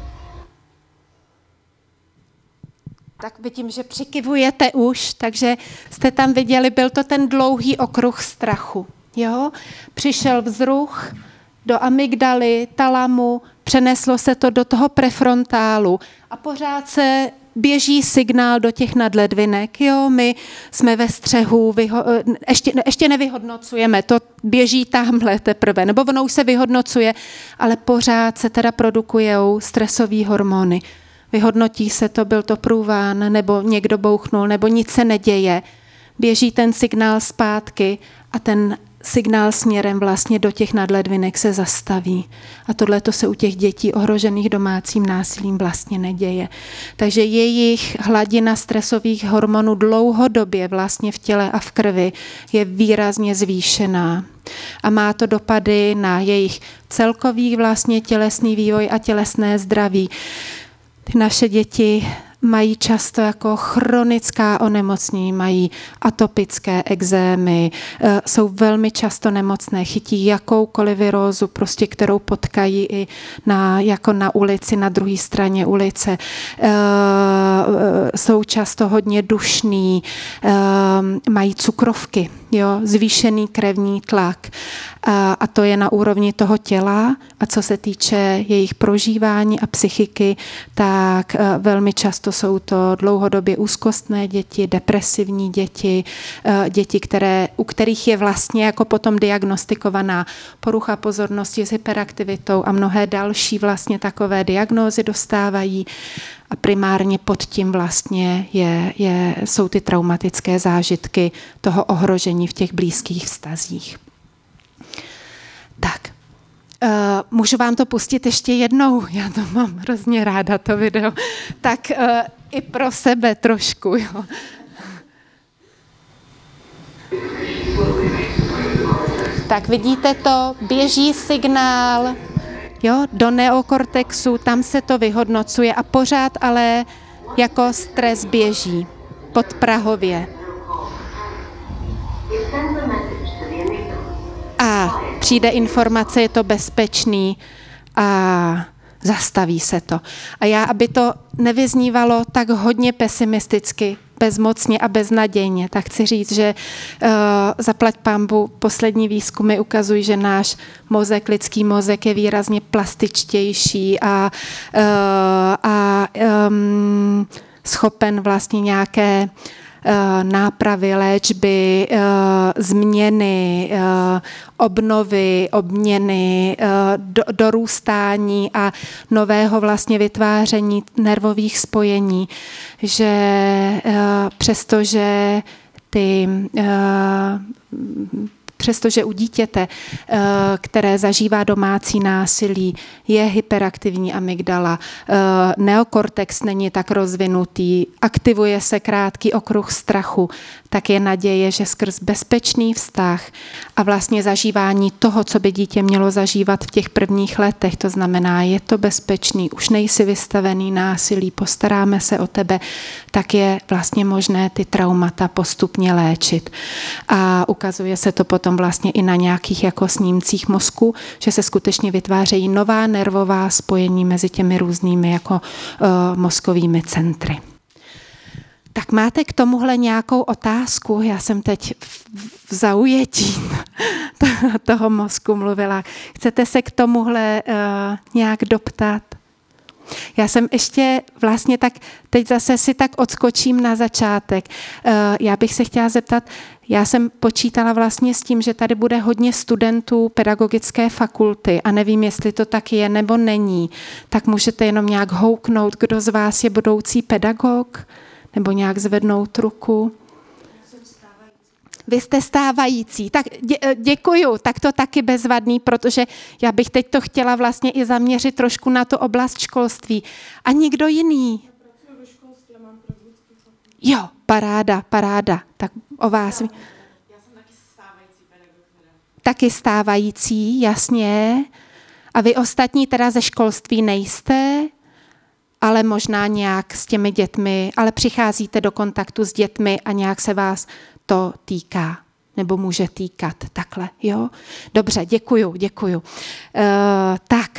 Tak vidím, že přikivujete už, takže jste tam viděli, byl to ten dlouhý okruh strachu. Přišel vzruch do amygdaly, talamu, přeneslo se to do toho prefrontálu a pořád se běží signál do těch nadledvinek. My jsme ve střehu, ještě nevyhodnocujeme, to běží tamhle teprve, nebo ono už se vyhodnocuje, ale pořád se teda produkujou stresové hormony. Vyhodnotí se to, byl to průván, nebo někdo bouchnul, nebo nic se neděje. Běží ten signál zpátky a ten signál směrem vlastně do těch nadledvinek se zastaví. A tohle to se u těch dětí ohrožených domácím násilím vlastně neděje. Takže jejich hladina stresových hormonů dlouhodobě vlastně v těle a v krvi je výrazně zvýšená. A má to dopady na jejich celkový vlastně tělesný vývoj a tělesné zdraví. Ty naše děti mají často jako chronická onemocnění, mají atopické ekzémy, jsou velmi často nemocné, chytí jakoukoliv virózu, prostě kterou potkají i jako na ulici, na druhé straně ulice. Jsou často hodně dušní, mají cukrovky, zvýšený krevní tlak. A to je na úrovni toho těla. A co se týče jejich prožívání a psychiky, tak velmi často jsou to dlouhodobě úzkostné děti, depresivní děti, u kterých je vlastně jako potom diagnostikovaná porucha pozornosti s hyperaktivitou a mnohé další vlastně takové diagnózy dostávají. A primárně pod tím vlastně jsou ty traumatické zážitky toho ohrožení v těch blízkých vztazích. Tak, můžu vám to pustit ještě jednou? Já to mám hrozně ráda, to video. Tak i pro sebe trošku, Tak vidíte to, běží signál, do neokortexu, tam se to vyhodnocuje a pořád ale jako stres běží podprahově. A přijde informace, je to bezpečný a zastaví se to. A já, aby to nevyznívalo tak hodně pesimisticky, bezmocně a beznadějně. Tak chci říct, že zaplať pánbu, poslední výzkumy ukazují, že náš mozek, lidský mozek je výrazně plastičtější a schopen vlastně nějaké nápravy, léčby, změny, obnovy, obměny, dorůstání a nového vlastně vytváření nervových spojení, že přestože u dítěte, které zažívá domácí násilí, je hyperaktivní amygdala, neokortex není tak rozvinutý, aktivuje se krátký okruh strachu, tak je naděje, že skrz bezpečný vztah a vlastně zažívání toho, co by dítě mělo zažívat v těch prvních letech, to znamená, je to bezpečný, už nejsi vystavený násilí, postaráme se o tebe, tak je vlastně možné ty traumata postupně léčit. A ukazuje se to potom vlastně i na nějakých jako snímcích mozku, že se skutečně vytvářejí nová nervová spojení mezi těmi různými jako mozkovými centry. Tak máte k tomuhle nějakou otázku? Já jsem teď v zaujetí toho mozku mluvila. Chcete se k tomuhle nějak doptat? Já jsem ještě vlastně tak, teď zase si tak odskočím na začátek. Já bych se chtěla zeptat, já jsem počítala vlastně s tím, že tady bude hodně studentů pedagogické fakulty a nevím, jestli to tak je nebo není. Tak můžete jenom nějak houknout, kdo z vás je budoucí pedagog? Nebo nějak zvednout ruku? Vy jste stávající. Tak děkuju, tak to taky bezvadný, protože já bych teď to chtěla vlastně i zaměřit trošku na tu oblast školství. A nikdo jiný? Jo, paráda. Tak o vás. Já jsem taky stávající pedagog. Taky stávající, jasně. A vy ostatní teda ze školství nejste? Ale možná nějak s těmi dětmi, ale přicházíte do kontaktu s dětmi a nějak se vás to týká, nebo může týkat takhle, jo? Dobře, děkuju. Tak.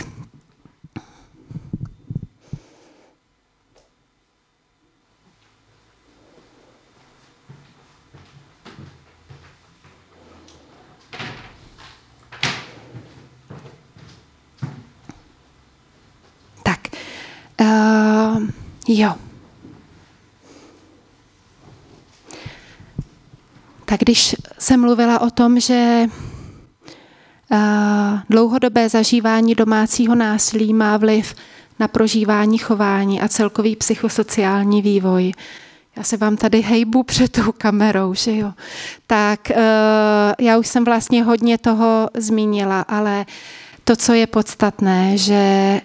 Jo. Tak když jsem mluvila o tom, že dlouhodobé zažívání domácího násilí má vliv na prožívání chování a celkový psychosociální vývoj. Já se vám tady hejbu před tou kamerou, že jo. Tak já už jsem vlastně hodně toho zmínila, ale to, co je podstatné, že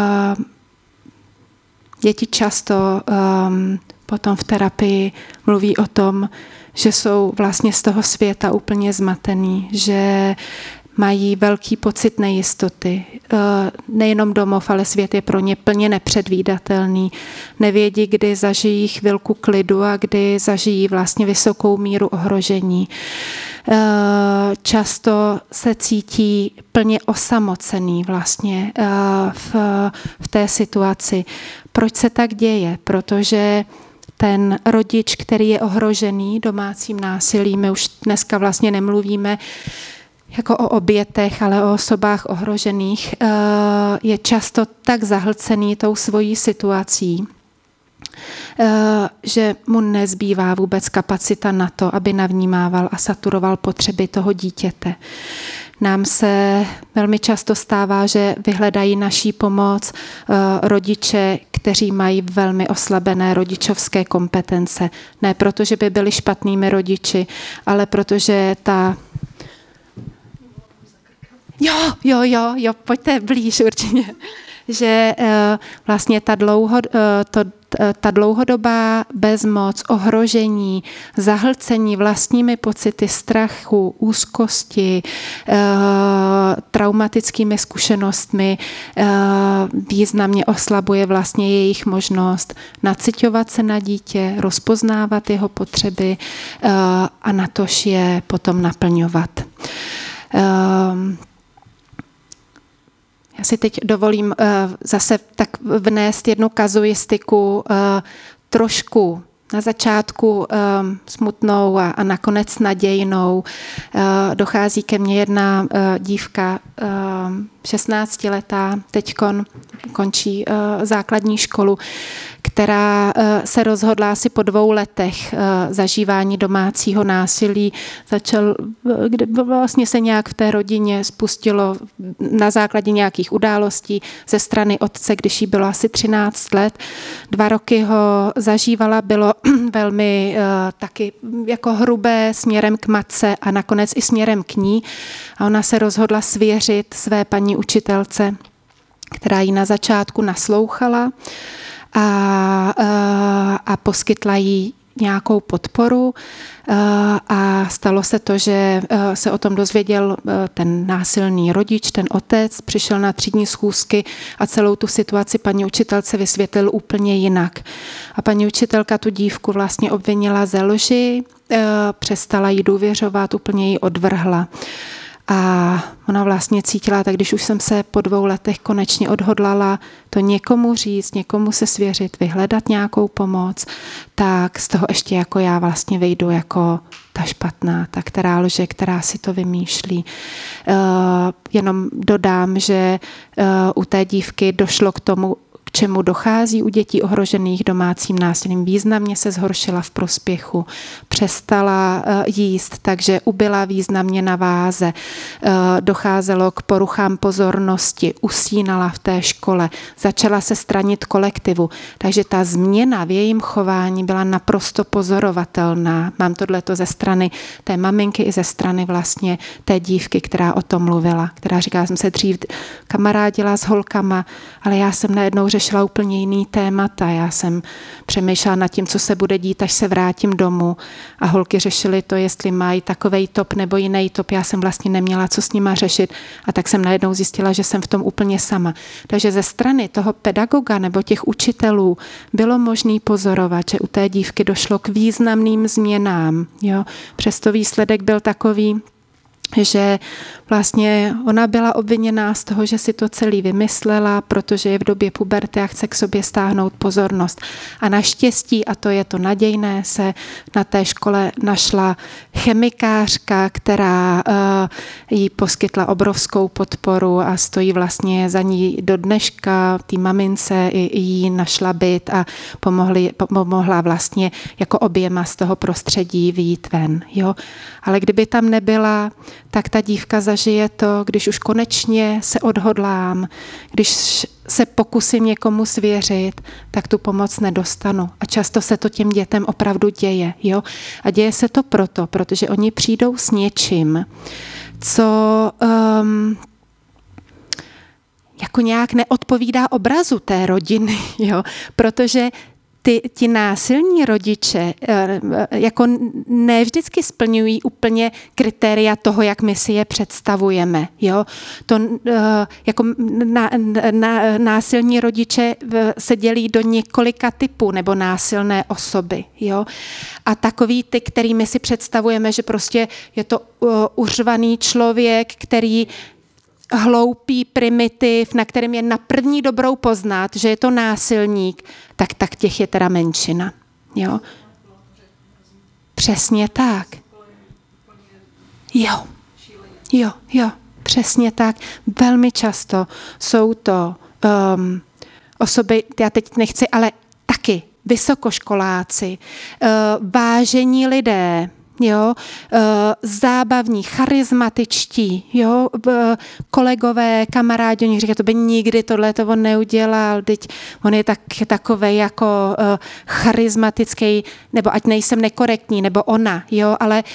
děti často potom v terapii mluví o tom, že jsou vlastně z toho světa úplně zmatený, že mají velký pocit nejistoty. Nejenom domov, ale svět je pro ně plně nepředvídatelný. Nevědí, kdy zažijí chvilku klidu a kdy zažijí vlastně vysokou míru ohrožení. Často se cítí plně osamocený vlastně v té situaci. Proč se tak děje? Protože ten rodič, který je ohrožený domácím násilím, my už dneska vlastně nemluvíme jako o obětech, ale o osobách ohrožených, je často tak zahlcený tou svojí situací, že mu nezbývá vůbec kapacita na to, aby navnímával a saturoval potřeby toho dítěte. Nám se velmi často stává, že vyhledají naší pomoc rodiče, kteří mají velmi oslabené rodičovské kompetence. Ne proto, že by byli špatnými rodiči, ale protože ta... Jo, pojďte blíž určitě. Že vlastně ta dlouhodobá bezmoc, ohrožení, zahlcení vlastními pocity strachu, úzkosti, traumatickými zkušenostmi významně oslabuje vlastně jejich možnost naciťovat se na dítě, rozpoznávat jeho potřeby a natož je potom naplňovat. Já si teď dovolím zase tak vnést jednu kazuistiku trošku na začátku smutnou a nakonec nadějnou. Dochází ke mně jedna dívka, 16letá, teďkon končí základní školu, která se rozhodla asi po 2 letech zažívání domácího násilí. Kde vlastně se nějak v té rodině spustilo na základě nějakých událostí ze strany otce, když jí bylo asi 13 let. 2 roky ho zažívala, bylo velmi taky jako hrubé směrem k matce a nakonec i směrem k ní. A ona se rozhodla svěřit své paní učitelce, která jí na začátku naslouchala a poskytla jí nějakou podporu a stalo se to, že se o tom dozvěděl ten násilný rodič, ten otec, přišel na třídní schůzky a celou tu situaci paní učitelce vysvětlil úplně jinak. A paní učitelka tu dívku vlastně obvinila ze lži, přestala jí důvěřovat, úplně ji odvrhla. A ona vlastně cítila, tak když už jsem se po 2 letech konečně odhodlala to někomu říct, někomu se svěřit, vyhledat nějakou pomoc, tak z toho ještě jako já vlastně vejdu jako ta špatná, ta, která lže, která si to vymýšlí. Jenom dodám, že u té dívky došlo k tomu, k čemu dochází u dětí ohrožených domácím násilím. Významně se zhoršila v prospěchu, přestala jíst, takže ubyla významně na váze, docházelo k poruchám pozornosti, usínala v té škole, začala se stranit kolektivu. Takže ta změna v jejím chování byla naprosto pozorovatelná. Mám tohleto ze strany té maminky i ze strany vlastně té dívky, která o tom mluvila, která říká, já jsem se dřív kamarádila s holkama, ale já jsem najednou řešila úplně jiný témata. Já jsem přemýšlela nad tím, co se bude dít, až se vrátím domů. A holky řešily to, jestli mají takovej top nebo jiný top. Já jsem vlastně neměla co s nima řešit. A tak jsem najednou zjistila, že jsem v tom úplně sama. Takže ze strany toho pedagoga nebo těch učitelů bylo možné pozorovat, že u té dívky došlo k významným změnám. Jo? Přesto výsledek byl takový, že vlastně ona byla obviněná z toho, že si to celý vymyslela, protože je v době puberty a chce k sobě stáhnout pozornost. A naštěstí, a to je to nadějné, se na té škole našla chemikářka, která jí poskytla obrovskou podporu a stojí vlastně za ní do dneška. Tý mamince jí našla byt a pomohla vlastně jako oběma z toho prostředí vyjít ven. Jo? Ale kdyby tam nebyla, tak ta dívka zažije to, když už konečně se odhodlám, když se pokusím někomu svěřit, tak tu pomoc nedostanu. A často se to těm dětem opravdu děje. Jo? A děje se to protože oni přijdou s něčím, co jako nějak neodpovídá obrazu té rodiny. Jo? Protože ti násilní rodiče jako ne vždycky splňují úplně kritéria toho, jak my si je představujeme. Jo? To, jako násilní rodiče se dělí do několika typů nebo násilné osoby. Jo? A takový ty, kterými si představujeme, že prostě je to uřvaný člověk, který hloupý primitiv, na kterém je na první dobrou poznat, že je to násilník, tak těch je teda menšina. Jo? Přesně tak. Jo, přesně tak. Velmi často jsou to osoby, já teď nechci, ale taky vysokoškoláci, vážení lidé, jo, zábavní, charismatičtí, jo, kolegové, kamarádi, oni říkají, to by nikdy tohleto on neudělal, teď on je takovej jako charismatický, nebo ať nejsem nekorektní, nebo ona, jo, ale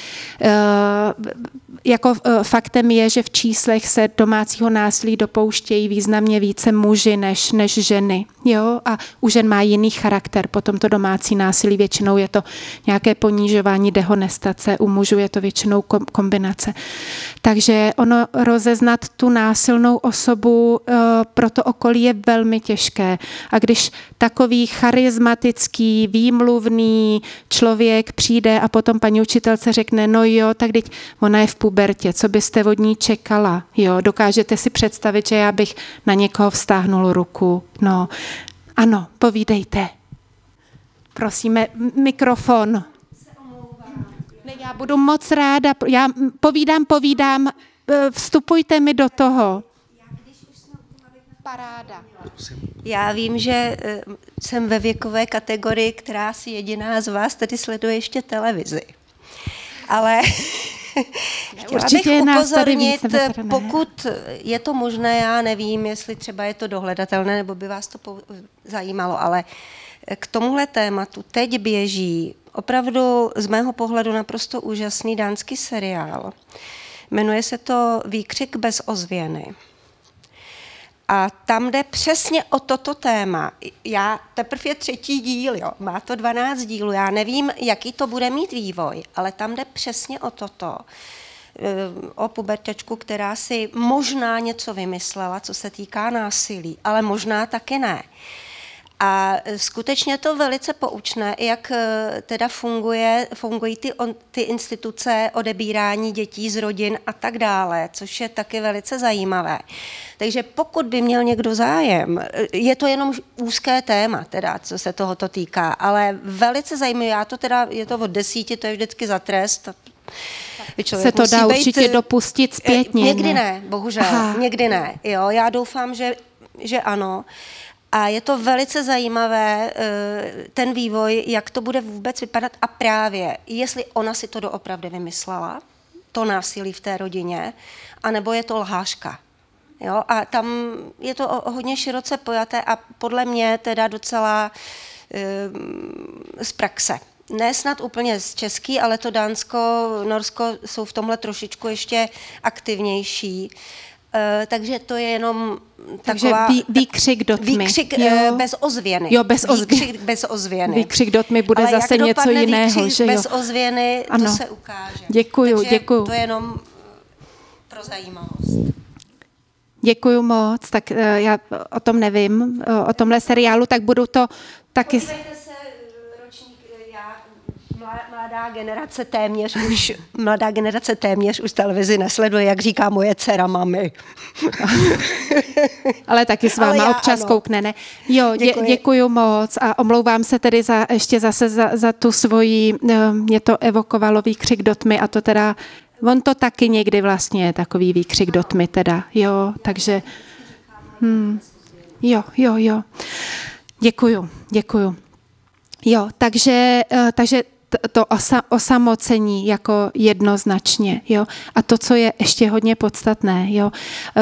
jako faktem je, že v číslech se domácího násilí dopouštějí významně více muži než ženy, jo, a u žen má jiný charakter, potom to domácí násilí většinou je to nějaké ponížování, dehonestace, u mužů je to většinou kombinace. Takže ono rozeznat tu násilnou osobu pro to okolí je velmi těžké. A když takový charismatický, výmluvný člověk přijde a potom paní učitelce řekne, no jo, tak teď ona je v pubertě, co byste od ní čekala? Jo, dokážete si představit, že já bych na někoho vztáhnul ruku? No, ano, povídejte. Prosíme, mikrofon. Ne, já budu moc ráda, já povídám, vstupujte mi do toho. Paráda. Já vím, že jsem ve věkové kategorii, která si jediná z vás tady sleduje ještě televizi. Ale chtěla bych upozornit, pokud je to možné, já nevím, jestli třeba je to dohledatelné, nebo by vás to zajímalo, ale k tomuhle tématu teď běží opravdu z mého pohledu naprosto úžasný dánský seriál. Jmenuje se to Výkřik bez ozvěny. A tam jde přesně o toto téma. Teprve je 3. díl, jo. Má to 12 dílů, já nevím, jaký to bude mít vývoj, ale tam jde přesně o toto. O puberťačku, která si možná něco vymyslela, co se týká násilí, ale možná taky ne. A skutečně to velice poučné, jak teda fungují ty instituce odebírání dětí z rodin a tak dále, což je taky velice zajímavé. Takže pokud by měl někdo zájem, je to jenom úzké téma, teda, co se tohoto týká, ale velice zajímavé, je to od 10, to je vždycky za trest. Se to dá určitě dopustit zpětně. Někdy ne, bohužel, někdy ne. Jo, já doufám, že ano. A je to velice zajímavé, ten vývoj, jak to bude vůbec vypadat a právě, jestli ona si to doopravdy vymyslela, to násilí v té rodině, anebo je to lhářka. Jo? A tam je to hodně široce pojaté a podle mě teda docela z praxe. Ne snad úplně z český, ale to Dánsko, Norsko jsou v tomhle trošičku ještě aktivnější. Takže to je jenom taková... Výkřik do tmy. Výkřik bez ozvěny. Jo, bez ozvěny. Výkřik bez ozvěny. Výkřik do tmy bude ale zase něco jiného. Že bez ozvěny, ano. To se ukáže. Děkuju. To je jenom pro zajímavost. Děkuju moc. Tak já o tom nevím, o tomhle seriálu, tak budu to taky... Podívejte se, ročník, mladá generace téměř už televizi nesleduje, jak říká moje dcera mami. Ale taky s váma občas koukne, ne? Jo, děkuju moc a omlouvám se tedy ještě zase za tu svoji, mě to evokovalo výkřik do tmy a to teda, on to taky někdy vlastně je takový výkřik do tmy teda, jo, takže jo. Děkuju. Jo, takže to osamocení jako jednoznačně, jo. A to, co je ještě hodně podstatné, jo.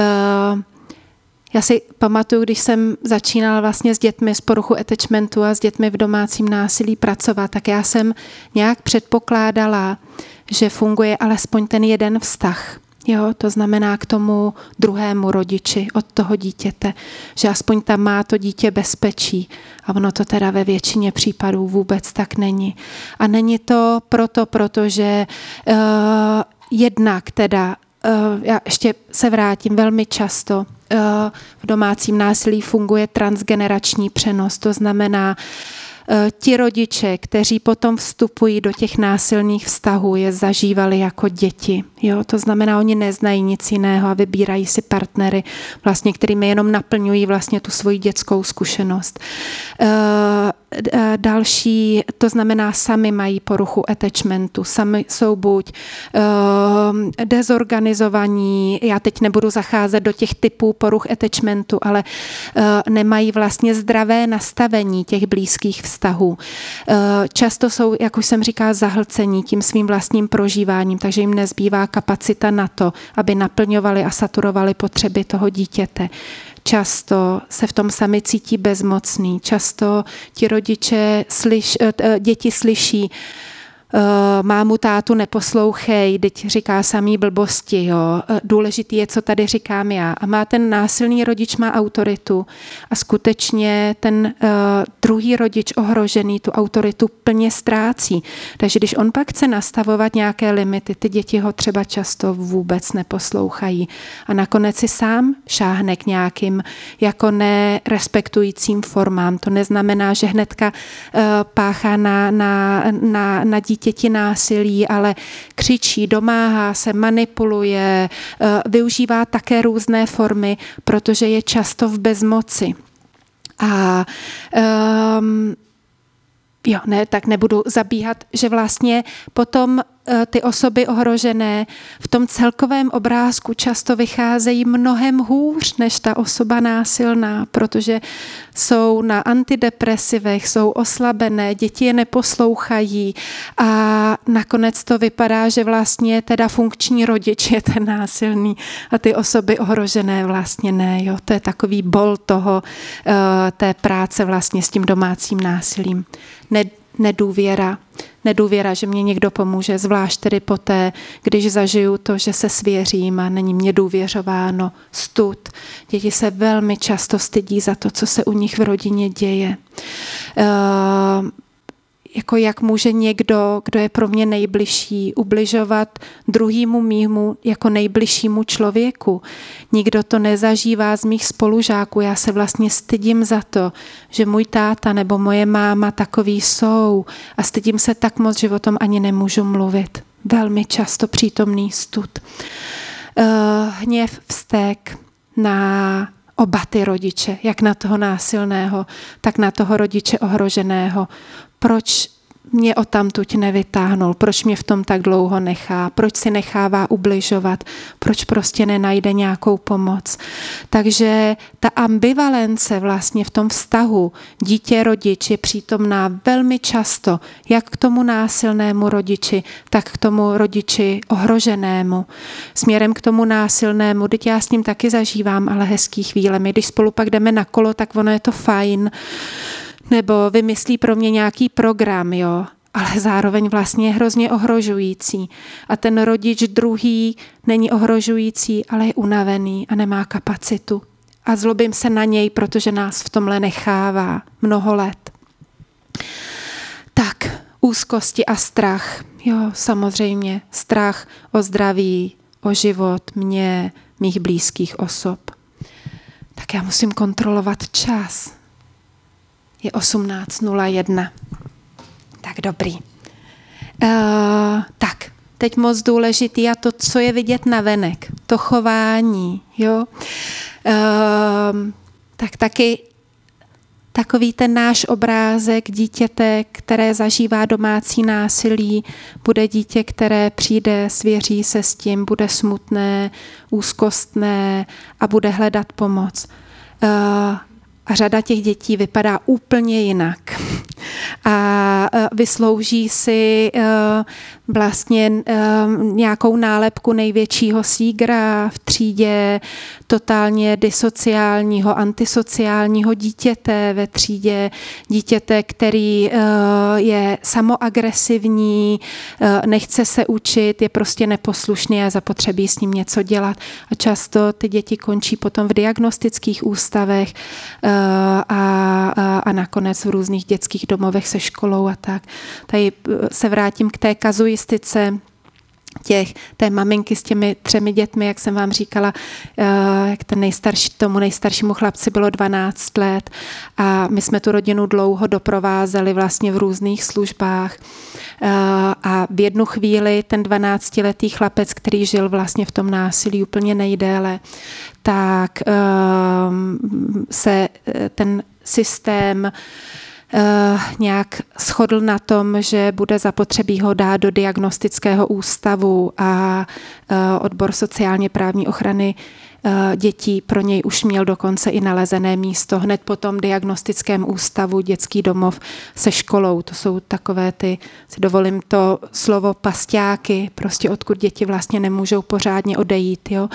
Já si pamatuju, když jsem začínala vlastně s dětmi z poruchu attachmentu a s dětmi v domácím násilí pracovat, tak já jsem nějak předpokládala, že funguje alespoň ten jeden vztah. Jo, to znamená k tomu druhému rodiči od toho dítěte, že aspoň tam má to dítě bezpečí a ono to teda ve většině případů vůbec tak není. A není to protože jednak teda, já ještě se vrátím, velmi často v domácím násilí funguje transgenerační přenos, to znamená, ti rodiče, kteří potom vstupují do těch násilných vztahů, je zažívali jako děti. Jo? To znamená, oni neznají nic jiného a vybírají si partnery, vlastně, kterými jenom naplňují vlastně tu svoji dětskou zkušenost. Další, to znamená, sami mají poruchu attachmentu, sami jsou buď dezorganizovaní, já teď nebudu zacházet do těch typů poruch attachmentu, ale nemají vlastně zdravé nastavení těch blízkých vztahů. Často jsou, jak už jsem říkala, zahlcení tím svým vlastním prožíváním, takže jim nezbývá kapacita na to, aby naplňovali a saturovali potřeby toho dítěte. Často se v tom sami cítí bezmocný, často ti rodiče, děti slyší, mámu, tátu, neposlouchej, teď říká samý blbosti, jo. Důležitý je, co tady říkám já. A má ten násilný rodič, má autoritu a skutečně ten druhý rodič ohrožený tu autoritu plně ztrácí. Takže když on pak chce nastavovat nějaké limity, ty děti ho třeba často vůbec neposlouchají. A nakonec si sám šáhne k nějakým jako nerespektujícím formám. To neznamená, že hnedka páchá na dítěti násilí, ale křičí, domáhá se, manipuluje, využívá také různé formy, protože je často v bezmoci. A tak nebudu zabíhat, že vlastně potom ty osoby ohrožené v tom celkovém obrázku často vycházejí mnohem hůř než ta osoba násilná, protože jsou na antidepresivech, jsou oslabené, děti je neposlouchají a nakonec to vypadá, že vlastně teda funkční rodič je ten násilný a ty osoby ohrožené vlastně ne. Jo? To je takový bol toho, té práce vlastně s tím domácím násilím. Nedůvěra, že mě někdo pomůže, zvlášť tedy poté, když zažiju to, že se svěřím a není mě důvěřováno. Stud. Děti se velmi často stydí za to, co se u nich v rodině děje. Jako jak může někdo, kdo je pro mě nejbližší, ubližovat druhýmu mýmu jako nejbližšímu člověku. Nikdo to nezažívá z mých spolužáků. Já se vlastně stydím za to, že můj táta nebo moje máma takový jsou a stydím se tak moc, že o tom ani nemůžu mluvit. Velmi často přítomný stud. Hněv, vztek na oba ty rodiče, jak na toho násilného, tak na toho rodiče ohroženého. Proč mě odtamtud nevytáhnul, proč mě v tom tak dlouho nechá, proč si nechává ubližovat, proč prostě nenajde nějakou pomoc. Takže ta ambivalence vlastně v tom vztahu dítě-rodič je přítomná velmi často, jak k tomu násilnému rodiči, tak k tomu rodiči ohroženému. Směrem k tomu násilnému, teď já s ním taky zažívám, ale hezký chvíle. My když spolu pak jdeme na kolo, tak ono je to fajn, nebo vymyslí pro mě nějaký program, jo, ale zároveň vlastně je hrozně ohrožující. A ten rodič druhý není ohrožující, ale je unavený a nemá kapacitu. A zlobím se na něj, protože nás v tomhle nechává mnoho let. Tak, úzkosti a strach. Jo, samozřejmě, strach o zdraví, o život mě, mých blízkých osob. Tak já musím kontrolovat čas. Je 18:01. Tak dobrý. Tak, teď moc důležitý a to, co je vidět navenek. To chování, jo. Tak taky takový ten náš obrázek dítěte, které zažívá domácí násilí, bude dítě, které přijde, svěří se s tím, bude smutné, úzkostné a bude hledat pomoc. A řada těch dětí vypadá úplně jinak. A vyslouží si vlastně nějakou nálepku největšího sígra v třídě, totálně disociálního, antisociálního dítěte ve třídě, dítěte, který je samoagresivní, nechce se učit, je prostě neposlušný a zapotřebí s ním něco dělat. A často ty děti končí potom v diagnostických ústavech a nakonec v různých dětských domovech se školou a tak. Tady se vrátím k té kazuistice té maminky s těmi 3 dětmi, jak jsem vám říkala, jak tomu nejstaršímu chlapci bylo 12 let a my jsme tu rodinu dlouho doprovázeli vlastně v různých službách a v jednu chvíli ten 12letý chlapec, který žil vlastně v tom násilí úplně nejdéle, tak se ten systém nějak shodl na tom, že bude zapotřebí ho dát do diagnostického ústavu a odbor sociálně právní ochrany dětí pro něj už měl dokonce i nalezené místo. Hned po tom diagnostickém ústavu dětský domov se školou. To jsou takové si dovolím to slovo pasťáky, prostě odkud děti vlastně nemůžou pořádně odejít. Jo?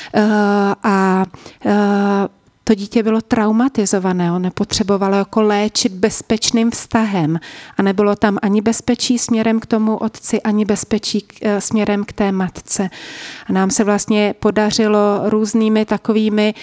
To dítě bylo traumatizované, on nepotřebovalo jako léčit bezpečným vztahem a nebylo tam ani bezpečí směrem k tomu otci, ani bezpečí směrem k té matce. A nám se vlastně podařilo různými takovými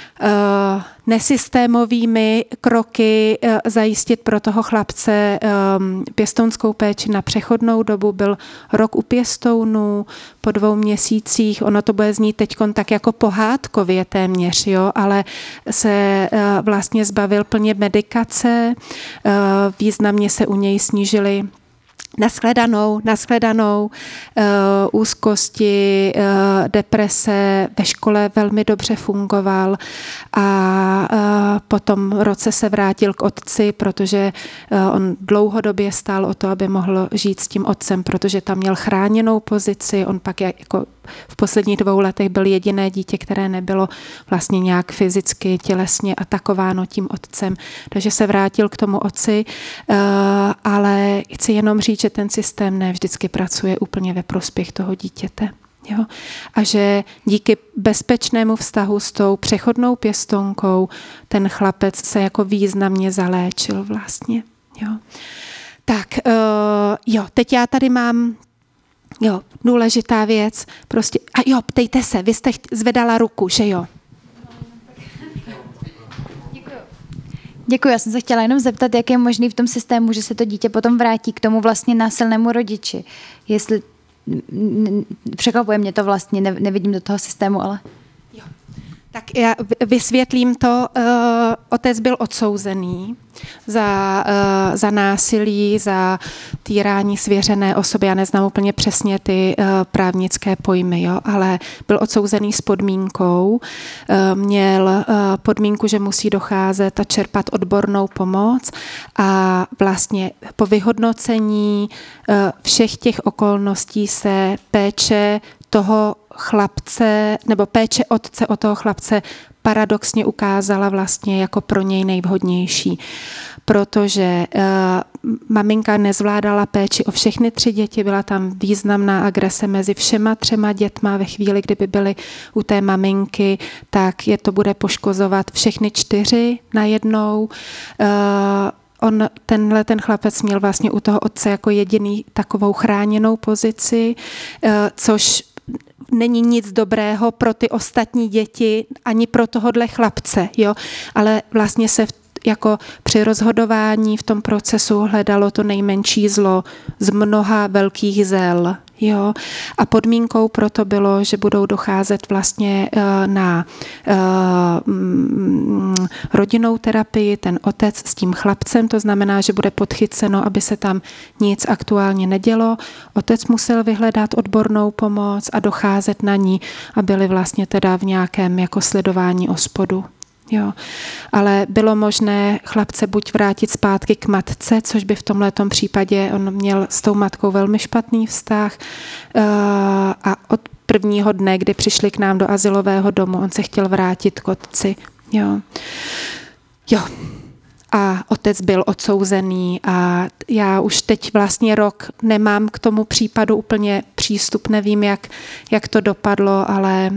nesystémovými kroky zajistit pro toho chlapce pěstounskou péči na přechodnou dobu. Byl rok u pěstounů, po 2 měsících, ono to bude znít teďkon tak jako pohádkově téměř, jo, ale se vlastně zbavil plně medikace, významně se u něj snížily Nashledanou, úzkosti, deprese, ve škole velmi dobře fungoval a po tom roce se vrátil k otci, protože on dlouhodobě stál o to, aby mohl žít s tím otcem, protože tam měl chráněnou pozici, on pak jako v posledních 2 letech byl jediné dítě, které nebylo vlastně nějak fyzicky, tělesně atakováno tím otcem, takže se vrátil k tomu otci, ale chci jenom říct, že ten systém ne vždycky pracuje úplně ve prospěch toho dítěte. Jo? A že díky bezpečnému vztahu s tou přechodnou pěstounkou ten chlapec se jako významně zaléčil vlastně. Jo? Tak jo, teď já tady mám důležitá věc. Prostě, a jo, ptejte se, vy jste zvedala ruku, že jo? Děkuji, já jsem se chtěla jenom zeptat, jak je možný v tom systému, že se to dítě potom vrátí k tomu vlastně násilnému rodiči. Jestli překvapuje mě to vlastně, nevidím do toho systému, ale... Jo. Tak já vysvětlím to. Otec byl odsouzený za násilí, za týrání svěřené osoby. Já neznám úplně přesně ty právnické pojmy, jo, ale byl odsouzený s podmínkou. Měl podmínku, že musí docházet a čerpat odbornou pomoc a vlastně po vyhodnocení všech těch okolností se péče toho chlapce nebo péče otce o toho chlapce paradoxně ukázala vlastně jako pro něj nejvhodnější, protože maminka nezvládala péči o všechny 3 děti, byla tam významná agrese mezi všema 3 dětma. Ve chvíli, kdyby byly u té maminky, tak je to bude poškozovat všechny 4 najednou. Ten chlapec měl vlastně u toho otce jako jediný takovou chráněnou pozici, což není nic dobrého pro ty ostatní děti, ani pro tohodle chlapce, jo? Ale vlastně se jako při rozhodování v tom procesu hledalo to nejmenší zlo z mnoha velkých zel. Jo? A podmínkou pro to bylo, že budou docházet vlastně na rodinnou terapii ten otec s tím chlapcem, to znamená, že bude podchyceno, aby se tam nic aktuálně nedělo. Otec musel vyhledat odbornou pomoc a docházet na ní a byli vlastně teda v nějakém jako sledování OSPODu. Jo. Ale bylo možné chlapce buď vrátit zpátky k matce, což by v tomhletom případě on měl s tou matkou velmi špatný vztah a od prvního dne, kdy přišli k nám do azylového domu, on se chtěl vrátit k otci. Jo. A otec byl odsouzený a já už teď vlastně rok nemám k tomu případu úplně přístup, nevím, jak to dopadlo, ale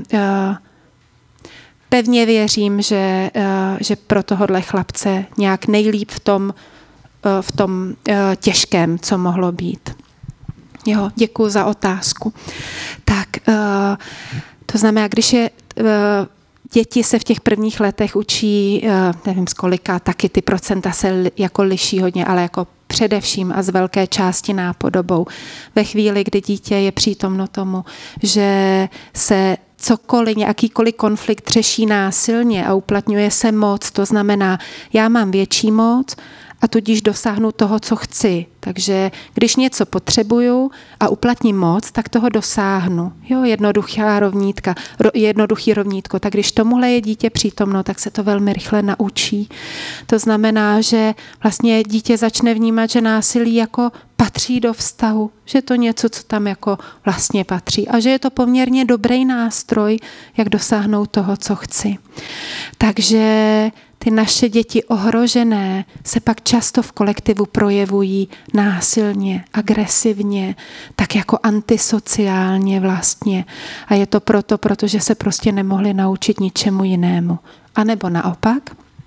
pevně věřím, že pro tohohle chlapce nějak nejlíp v tom těžkém, co mohlo být. Jo, děkuji za otázku. Tak, to znamená, když je děti se v těch prvních letech učí, nevím z kolika, taky ty procenta se jako liší hodně, ale jako především a z velké části nápodobou. Ve chvíli, kdy dítě je přítomno tomu, že se cokoliv, jakýkoliv konflikt řeší násilně a uplatňuje se moc, to znamená, já mám větší moc a tudíž dosáhnu toho, co chci. Takže když něco potřebuju a uplatním moc, tak toho dosáhnu. Jo, jednoduchý rovnítko. Tak když tomuhle je dítě přítomno, tak se to velmi rychle naučí. To znamená, že vlastně dítě začne vnímat, že násilí jako patří do vztahu, že to něco, co tam jako vlastně patří a že je to poměrně dobrý nástroj, jak dosáhnout toho, co chci. Takže ty naše děti ohrožené se pak často v kolektivu projevují násilně, agresivně, tak jako antisociálně vlastně. A je to protože se prostě nemohli naučit ničemu jinému. A nebo naopak,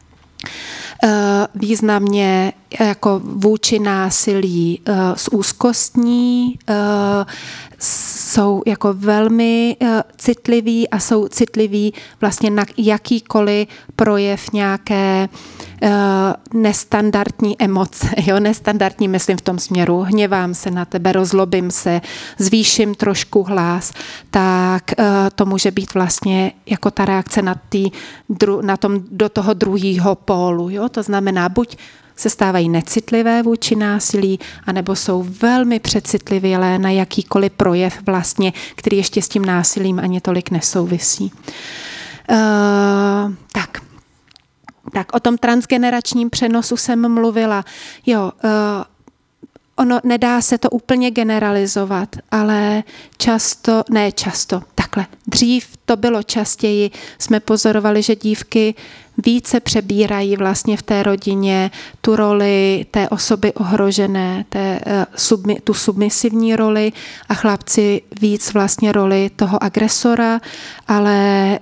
významně jako vůči násilí zúzkostní, jsou jako velmi citliví a jsou citliví vlastně na jakýkoliv projev nějaké nestandardní emoce. Jo? Nestandardní myslím v tom směru, hněvám se na tebe, rozlobím se, zvýším trošku hlas, tak to může být vlastně jako ta reakce na tom do toho druhého pólu. Jo? To znamená, buď se stávají necitlivé vůči násilí, anebo jsou velmi přecitlivělé na jakýkoliv projev vlastně, který ještě s tím násilím ani tolik nesouvisí. Tak o tom transgeneračním přenosu jsem mluvila. Ono nedá se to úplně generalizovat, ale dřív to bylo častěji, jsme pozorovali, že dívky více přebírají vlastně v té rodině tu roli té osoby ohrožené, tu submisivní roli a chlapci víc vlastně roli toho agresora, ale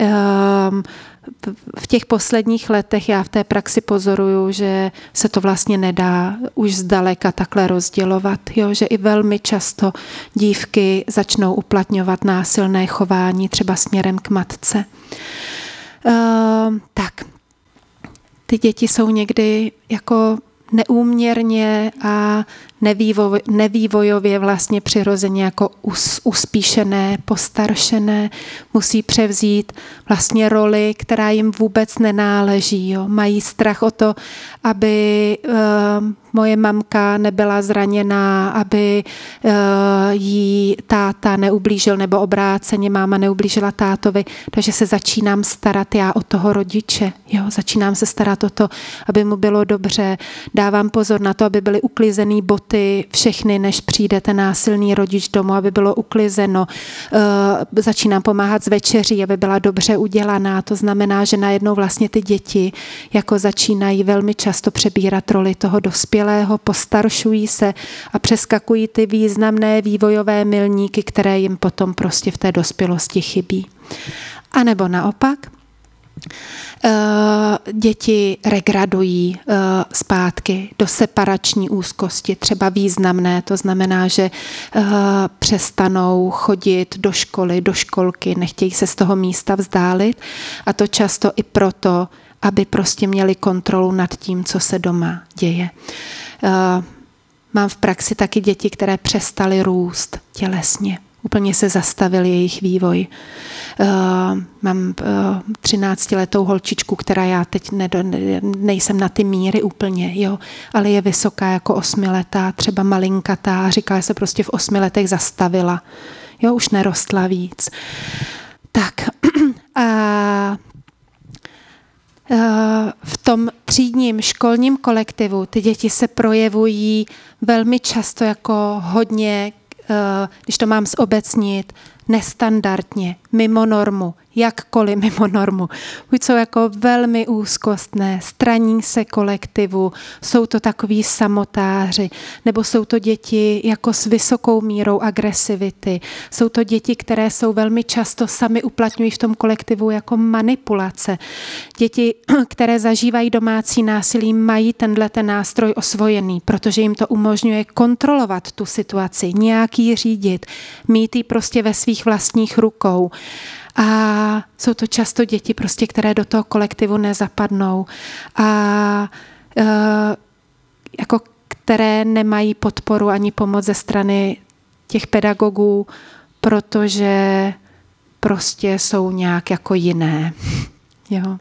v těch posledních letech já v té praxi pozoruju, že se to vlastně nedá už zdaleka takhle rozdělovat, že i velmi často dívky začnou uplatňovat násilné chování třeba směrem k matce. Ty děti jsou někdy jako neúměrně a nevývojově vlastně přirozeně jako uspíšené, postaršené, musí převzít vlastně roli, která jim vůbec nenáleží. Mají strach o to, aby moje mamka nebyla zraněná, aby jí táta neublížil, nebo obráceně máma neublížila tátovi, takže se začínám starat já o toho rodiče. Začínám se starat o to, aby mu bylo dobře, dávám pozor na to, aby byly uklizený boty všechny, než přijde ten násilný rodič domů, aby bylo uklizeno. Začínám pomáhat s večeří, aby byla dobře udělaná. To znamená, že najednou vlastně ty děti jako začínají velmi často přebírat roli toho dospělého, postaršují se a přeskakují ty významné vývojové milníky, které jim potom prostě v té dospělosti chybí. A nebo naopak, děti regradují zpátky do separační úzkosti, třeba významné, to znamená, že přestanou chodit do školy, do školky, nechtějí se z toho místa vzdálit a to často i proto, aby prostě měli kontrolu nad tím, co se doma děje. Mám v praxi taky děti, které přestaly růst tělesně. Úplně se zastavil jejich vývoj. Mám 13letou holčičku, která já teď nejsem na ty míry úplně, ale je vysoká jako 8letá, třeba malinkatá. Říká se prostě v 8 letech zastavila. Už nerostla víc. Tak a v tom třídním školním kolektivu ty děti se projevují velmi často jako hodně, když to mám zobecnit, nestandardně, mimo normu, jakkoliv mimo normu. Buď jsou jako velmi úzkostné, straní se kolektivu, jsou to takový samotáři, nebo jsou to děti jako s vysokou mírou agresivity. Jsou to děti, které jsou velmi často sami uplatňují v tom kolektivu jako manipulace. Děti, které zažívají domácí násilí, mají ten nástroj osvojený, protože jim to umožňuje kontrolovat tu situaci, nějak ji řídit, mít ji prostě ve svých vlastních rukou. A jsou to často děti, prostě, které do toho kolektivu nezapadnou a jako které nemají podporu ani pomoc ze strany těch pedagogů, protože prostě jsou nějak jako jiné. Jo.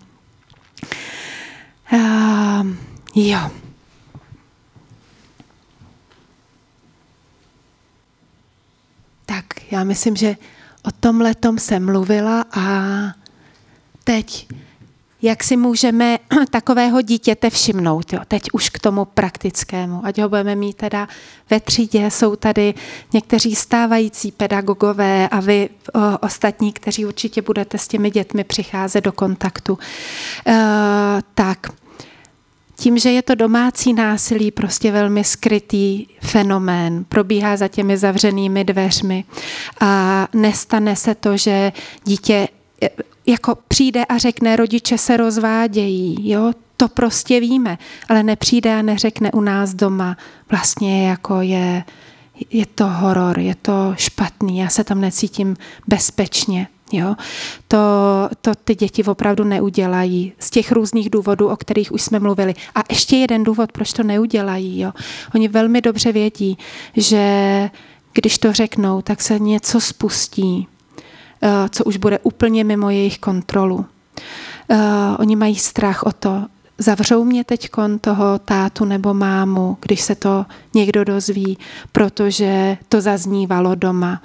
Tak, já myslím, že o tomhletom jsem mluvila a teď, jak si můžeme takového dítěte všimnout, teď už k tomu praktickému, ať ho budeme mít teda ve třídě, jsou tady někteří stávající pedagogové a vy ostatní, kteří určitě budete s těmi dětmi přicházet do kontaktu. Tak, tím, že je to domácí násilí, prostě velmi skrytý fenomén, probíhá za těmi zavřenými dveřmi a nestane se to, že dítě jako přijde a řekne, rodiče se rozvádějí, to prostě víme, ale nepřijde a neřekne u nás doma, vlastně jako je to horor, je to špatný, já se tam necítím bezpečně. To ty děti opravdu neudělají z těch různých důvodů, o kterých už jsme mluvili. A ještě jeden důvod, proč to neudělají. Oni velmi dobře vědí, že když to řeknou, tak se něco spustí, co už bude úplně mimo jejich kontrolu. Oni mají strach o to, zavřou mě teďkon toho tátu nebo mámu, když se to někdo dozví, protože to zaznívalo doma.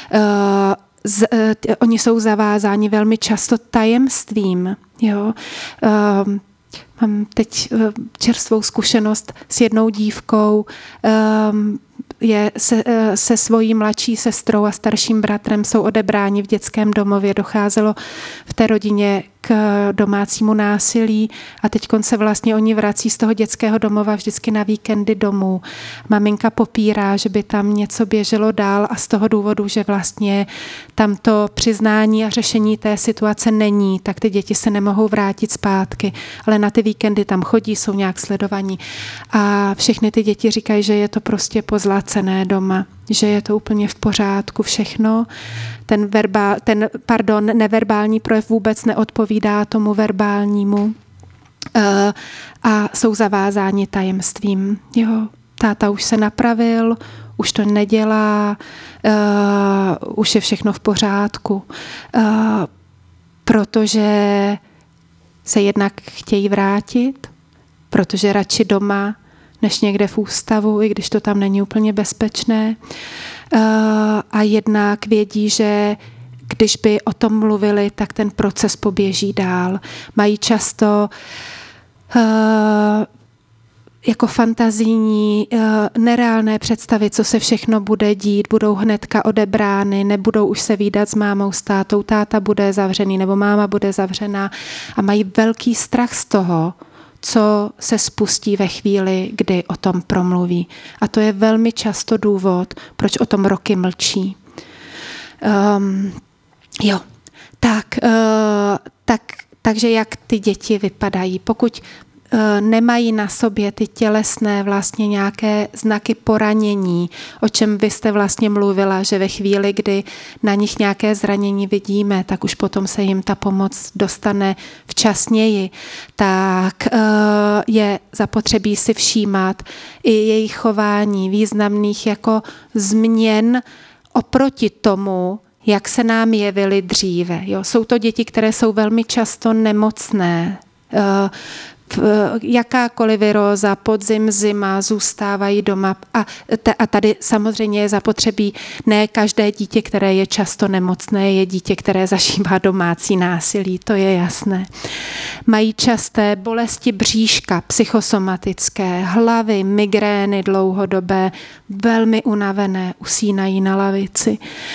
Oni jsou zavázáni velmi často tajemstvím. Jo? Mám teď čerstvou zkušenost s jednou dívkou, je se svojí mladší sestrou a starším bratrem jsou odebráni v dětském domově. Docházelo v té rodině k domácímu násilí a teď se vlastně oni vrací z toho dětského domova vždycky na víkendy domů. Maminka popírá, že by tam něco běželo dál a z toho důvodu, že vlastně tam to přiznání a řešení té situace není, tak ty děti se nemohou vrátit zpátky, ale na ty víkendy tam chodí, jsou nějak sledovaní a všechny ty děti říkají, že je to prostě pozlacené doma, že je to úplně v pořádku všechno. Ten neverbální projev vůbec neodpovídá tomu verbálnímu a jsou zavázáni tajemstvím. Jo, táta už se napravil, už to nedělá, už je všechno v pořádku, protože se jednak chtějí vrátit, protože radši doma, než někde v ústavu, i když to tam není úplně bezpečné. A jednak vědí, že když by o tom mluvili, tak ten proces poběží dál. Mají často jako fantazijní, nereálné představy, co se všechno bude dít, budou hnedka odebrány, nebudou už se vídat s mámou, s tátou, táta bude zavřený nebo máma bude zavřená a mají velký strach z toho, co se spustí ve chvíli, kdy o tom promluví. A to je velmi často důvod, proč o tom roky mlčí. Takže jak ty děti vypadají? Pokud nemají na sobě ty tělesné vlastně nějaké znaky poranění, o čem vy jste vlastně mluvila, že ve chvíli, kdy na nich nějaké zranění vidíme, tak už potom se jim ta pomoc dostane včasněji, tak je zapotřebí si všímat i jejich chování významných jako změn oproti tomu, jak se nám jevily dříve. Jo, jsou to děti, které jsou velmi často nemocné, jakákoliv viróza, podzim, zima, zůstávají doma. A tady samozřejmě je zapotřebí, ne každé dítě, které je často nemocné, je dítě, které zažívá domácí násilí, to je jasné. Mají časté bolesti bříška, psychosomatické, hlavy, migrény dlouhodobé, velmi unavené, usínají na lavici.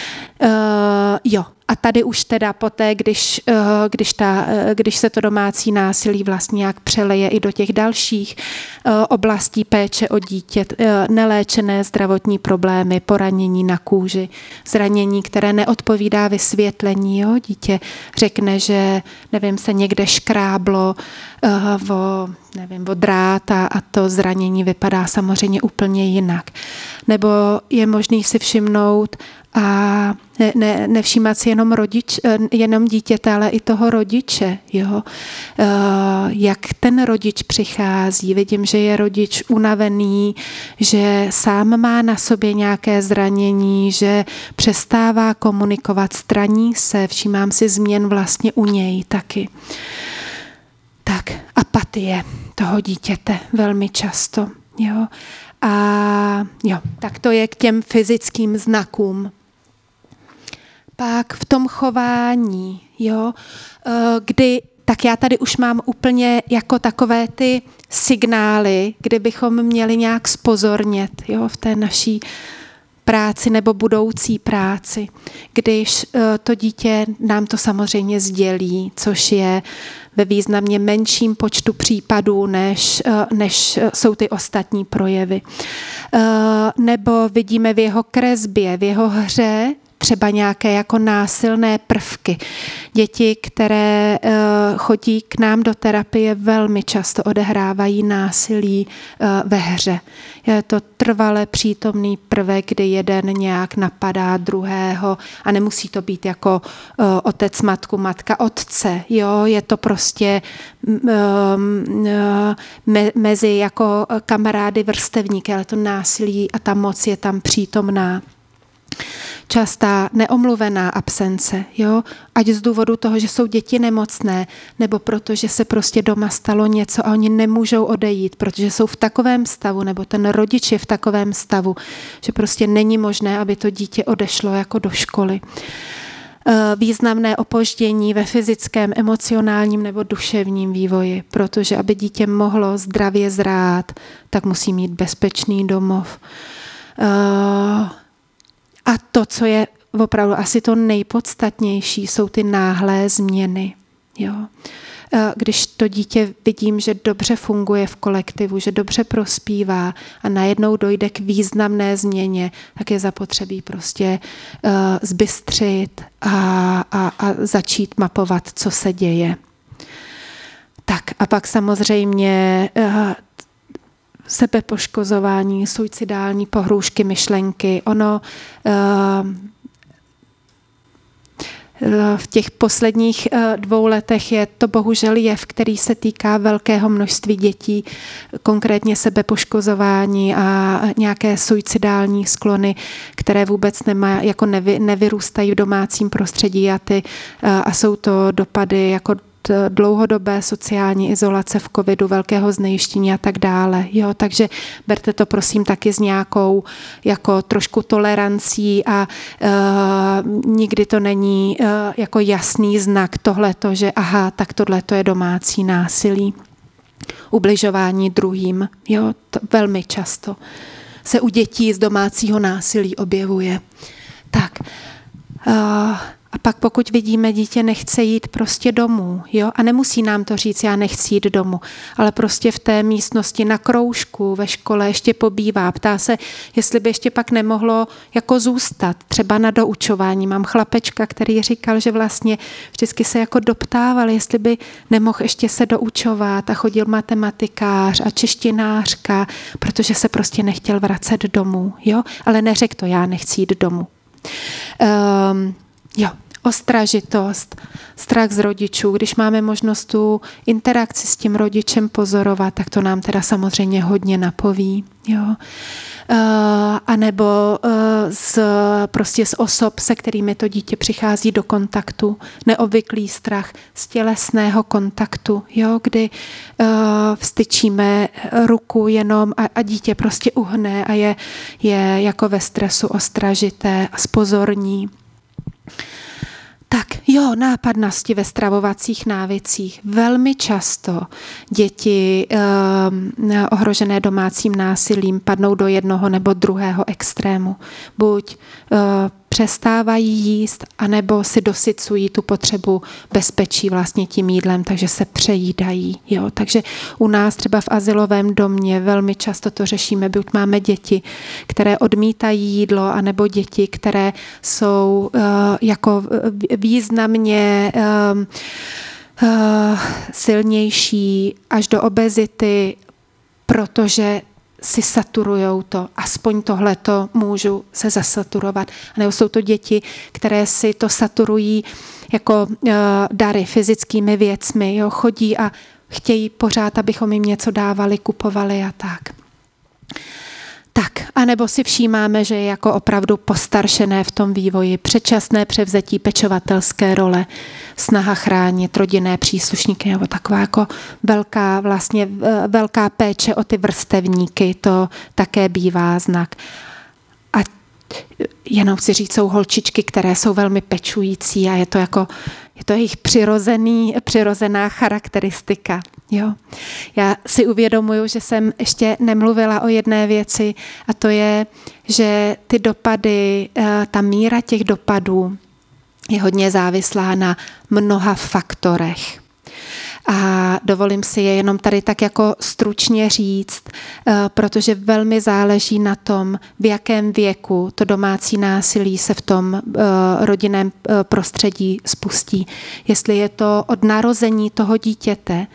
A tady už teda poté, když se to domácí násilí vlastně nějak přeleje i do těch dalších oblastí péče o dítě, neléčené zdravotní problémy, poranění na kůži, zranění, které neodpovídá vysvětlení. Jo? Dítě řekne, že se někde škráblo o drát a to zranění vypadá samozřejmě úplně jinak. Nebo je možný si všimnout a nevšímat si jenom dítěte, ale i toho rodiče. Jo? Jak ten rodič přichází. Vidím, že je rodič unavený, že sám má na sobě nějaké zranění, že přestává komunikovat, straní se, všímám si změn vlastně u něj taky. Tak, apatie toho dítěte velmi často. Jo? Tak to je k těm fyzickým znakům. Pak v tom chování, tak já tady už mám úplně jako takové ty signály, kdy bychom měli nějak zpozornět v té naší práci nebo budoucí práci, když to dítě nám to samozřejmě sdělí, což je ve významně menším počtu případů, než jsou ty ostatní projevy. Nebo vidíme v jeho kresbě, v jeho hře třeba nějaké jako násilné prvky. Děti, které chodí k nám do terapie, velmi často odehrávají násilí ve hře. Je to trvale přítomný prvek, kdy jeden nějak napadá druhého a nemusí to být jako otec, matku, matka, otce. Jo? Je to prostě mezi jako kamarády, vrstevníky, ale to násilí a ta moc je tam přítomná. častá neomluvená absence, jo? Ať z důvodu toho, že jsou děti nemocné, nebo protože se prostě doma stalo něco a oni nemůžou odejít, protože jsou v takovém stavu, nebo ten rodič je v takovém stavu, že prostě není možné, aby to dítě odešlo jako do školy. Významné opoždění ve fyzickém, emocionálním nebo duševním vývoji, protože aby dítě mohlo zdravě zrát, tak musí mít bezpečný domov. A to, co je opravdu asi to nejpodstatnější, jsou ty náhlé změny. Jo. Když to dítě vidím, že dobře funguje v kolektivu, že dobře prospívá a najednou dojde k významné změně, tak je zapotřebí prostě zbystřit a začít mapovat, co se děje. Tak a pak samozřejmě sebepoškozování, suicidální pohrůžky, myšlenky. Ono v těch posledních 2 letech je to bohužel jev, který se týká velkého množství dětí, konkrétně sebepoškozování a nějaké suicidální sklony, které vůbec nevyrůstají v domácím prostředí a jsou to dopady jako dlouhodobé sociální izolace v covidu, velkého znejištění a tak dále. Jo, takže berte to prosím taky s nějakou jako trošku tolerancí a nikdy to není jako jasný znak tohleto, že aha, tak tohleto je domácí násilí. Ubližování druhým, jo, to velmi často se u dětí z domácího násilí objevuje. Tak, a pak pokud vidíme, dítě nechce jít prostě domů, jo, a nemusí nám to říct, já nechci jít domů, ale prostě v té místnosti na kroužku ve škole ještě pobývá, ptá se, jestli by ještě pak nemohlo jako zůstat, třeba na doučování. Mám chlapečka, který říkal, že vlastně vždycky se jako doptával, jestli by nemohl ještě se doučovat a chodil matematikář a češtinářka, protože se prostě nechtěl vracet domů, jo, ale neřekl to, já nechci jít domů. Jo, ostražitost, strach z rodičů, když máme možnost tu interakci s tím rodičem pozorovat, tak to nám teda samozřejmě hodně napoví. Jo. A nebo prostě z osob, se kterými to dítě přichází do kontaktu, neobvyklý strach z tělesného kontaktu, jo, kdy vstyčíme ruku jenom a dítě prostě uhne a je jako ve stresu, ostražité a zpozorní. Tak jo, nápadnosti ve stravovacích návycích. Velmi často děti ohrožené domácím násilím padnou do jednoho nebo druhého extrému. Buď přestávají jíst, anebo si dosycují tu potřebu bezpečí vlastně tím jídlem, takže se přejídají. Jo? Takže u nás třeba v azylovém domě velmi často to řešíme, buď máme děti, které odmítají jídlo, anebo děti, které jsou jako významně silnější až do obezity, protože si saturujou to, aspoň tohleto můžu se zasaturovat. A nebo jsou to děti, které si to saturují jako dary, fyzickými věcmi, jo, chodí a chtějí pořád, abychom jim něco dávali, kupovali a tak. Tak, anebo si všímáme, že je jako opravdu postaršené v tom vývoji, předčasné převzetí pečovatelské role, snaha chránit rodinné příslušníky, nebo taková jako velká péče o ty vrstevníky, to také bývá znak. A jenom chci říct, jsou holčičky, které jsou velmi pečující a je to jejich přirozená charakteristika. Jo. Já si uvědomuju, že jsem ještě nemluvila o jedné věci a to je, že ty dopady, ta míra těch dopadů je hodně závislá na mnoha faktorech. A dovolím si je jenom tady tak jako stručně říct, protože velmi záleží na tom, v jakém věku to domácí násilí se v tom rodinném prostředí spustí. Jestli je to od narození toho dítěte,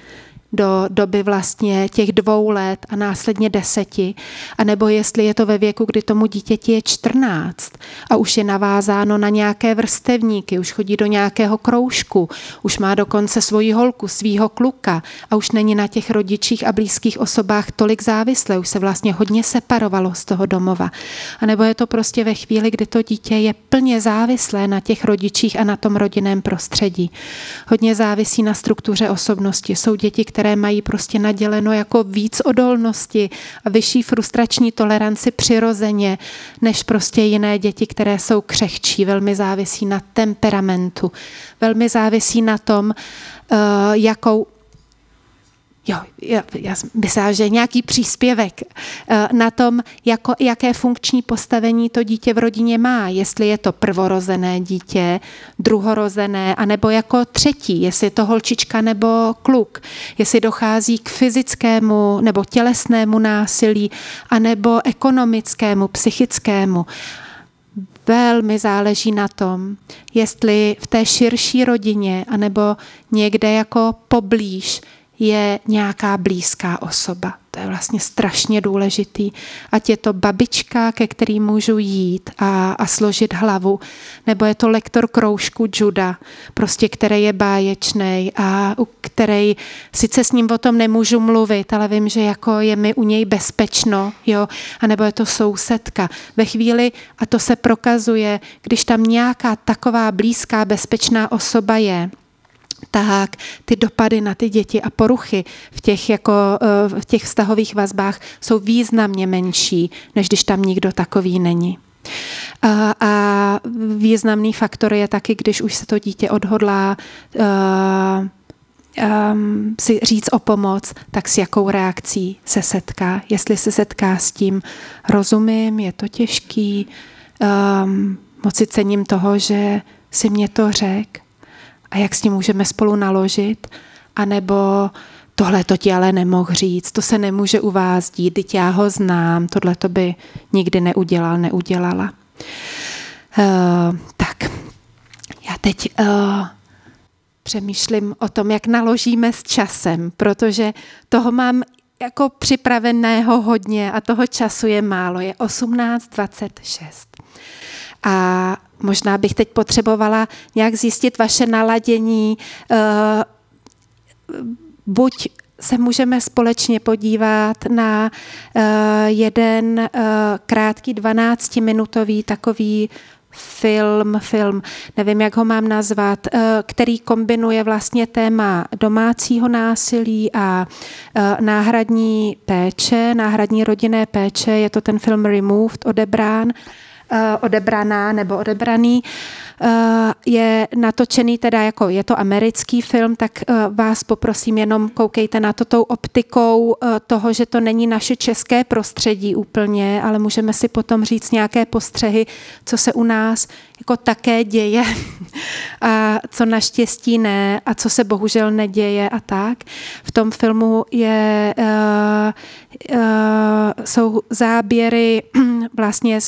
do doby vlastně těch 2 let a následně 10, anebo jestli je to ve věku, kdy tomu dítěti je 14 a už je navázáno na nějaké vrstevníky, už chodí do nějakého kroužku, už má dokonce svoji holku, svýho kluka a už není na těch rodičích a blízkých osobách tolik závislé, už se vlastně hodně separovalo z toho domova. A nebo je to prostě ve chvíli, kdy to dítě je plně závislé na těch rodičích a na tom rodinném prostředí. Hodně závisí na struktuře osobnosti. Jsou děti, které mají prostě naděleno jako víc odolnosti a vyšší frustrační toleranci přirozeně, než prostě jiné děti, které jsou křehčí. Velmi závisí na temperamentu. Velmi závisí na tom, jakou... Já myslím, že nějaký příspěvek na tom, jaké funkční postavení to dítě v rodině má. Jestli je to prvorozené dítě, druhorozené, anebo jako třetí, jestli je to holčička nebo kluk. Jestli dochází k fyzickému nebo tělesnému násilí, anebo ekonomickému, psychickému. Velmi záleží na tom, jestli v té širší rodině, anebo někde jako poblíž je nějaká blízká osoba. To je vlastně strašně důležitý. Ať je to babička, ke který můžu jít a složit hlavu, nebo je to lektor kroužku juda, prostě který je báječnej a který sice s ním o tom nemůžu mluvit, ale vím, že jako je mi u něj bezpečno, jo, a nebo je to sousedka. Ve chvíli, a to se prokazuje, když tam nějaká taková blízká bezpečná osoba je, tak ty dopady na ty děti a poruchy v těch vztahových vazbách jsou významně menší, než když tam nikdo takový není. A významný faktor je taky, když už se to dítě odhodlá si říct o pomoc, tak s jakou reakcí se setká. Jestli se setká s tím, rozumím, je to těžký, moc si cením toho, že si mě to řekl, a jak s tím můžeme spolu naložit, anebo tohle to ti ale nemohl říct, to se nemůže u vás dít, teď já ho znám, tohle to by nikdy neudělala. Tak, já teď přemýšlím o tom, jak naložíme s časem, protože toho mám jako připraveného hodně a toho času je málo, je 18:26. A možná bych teď potřebovala nějak zjistit vaše naladění. Buď se můžeme společně podívat na jeden krátký 12-minutový takový film, nevím, jak ho mám nazvat, který kombinuje vlastně téma domácího násilí a náhradní rodinné péče. Je to ten film Removed, odebraná nebo odebraný, je natočený teda jako, je to americký film, tak vás poprosím, jenom koukejte na to tou optikou toho, že to není naše české prostředí úplně, ale můžeme si potom říct nějaké postřehy, co se u nás jako také děje a co naštěstí ne a co se bohužel neděje a tak. V tom filmu jsou záběry vlastně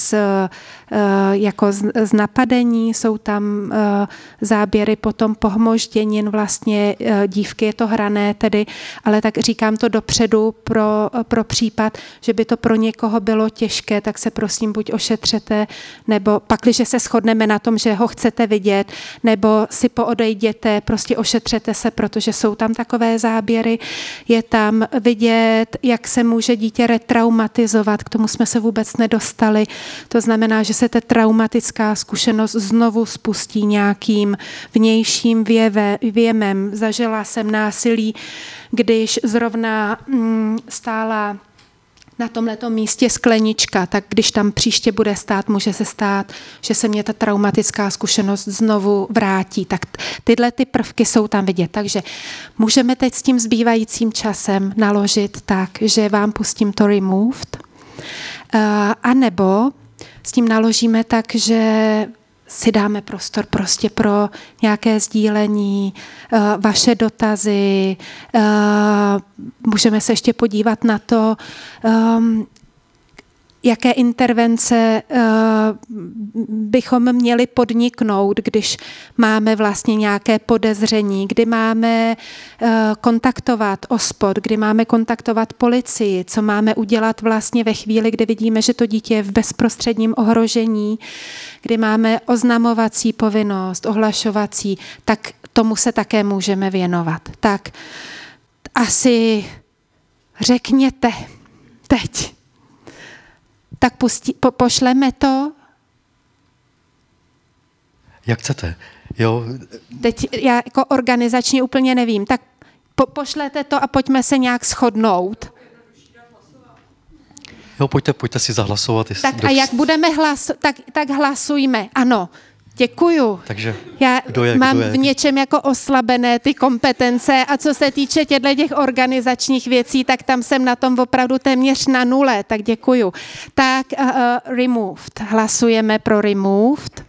z napadení, jsou tam záběry potom pohmožděnin vlastně dívky, je to hrané tedy, ale tak říkám to dopředu pro případ, že by to pro někoho bylo těžké, tak se prosím buď ošetřete, nebo pakliže se shodneme na tom, že ho chcete vidět, nebo si poodejděte, prostě ošetřete se, protože jsou tam takové záběry, je tam vidět, jak se může dítě retraumatizovat, k tomu jsme se vůbec nedostali, to znamená, že se ta traumatická zkušenost znovu spustí nějakým vnějším věmem. Zažila jsem násilí, když zrovna stála na tomhletom místě sklenička, tak když tam příště bude stát, může se stát, že se mě ta traumatická zkušenost znovu vrátí. Tak tyhle ty prvky jsou tam vidět. Takže můžeme teď s tím zbývajícím časem naložit tak, že vám pustím to Removed, a nebo s tím naložíme tak, že si dáme prostor prostě pro nějaké sdílení, vaše dotazy, můžeme se ještě podívat na to, jaké intervence bychom měli podniknout, když máme vlastně nějaké podezření, kdy máme kontaktovat OSPOD, kdy máme kontaktovat policii, co máme udělat vlastně ve chvíli, kdy vidíme, že to dítě je v bezprostředním ohrožení, kdy máme oznamovací povinnost, ohlašovací, tak tomu se také můžeme věnovat. Tak asi řekněte teď. Tak pošleme to? Jak chcete. Jo. Teď já jako organizačně úplně nevím. Tak pošlete to a pojďme se nějak shodnout. Jo, pojďte si zahlasovat. Tak a jak budeme hlasovat, tak hlasujme. Ano, děkuju. Takže já mám v něčem jako oslabené ty kompetence a co se týče těch organizačních věcí, tak tam jsem na tom opravdu téměř na nule, tak děkuju. Tak removed. Hlasujeme pro removed.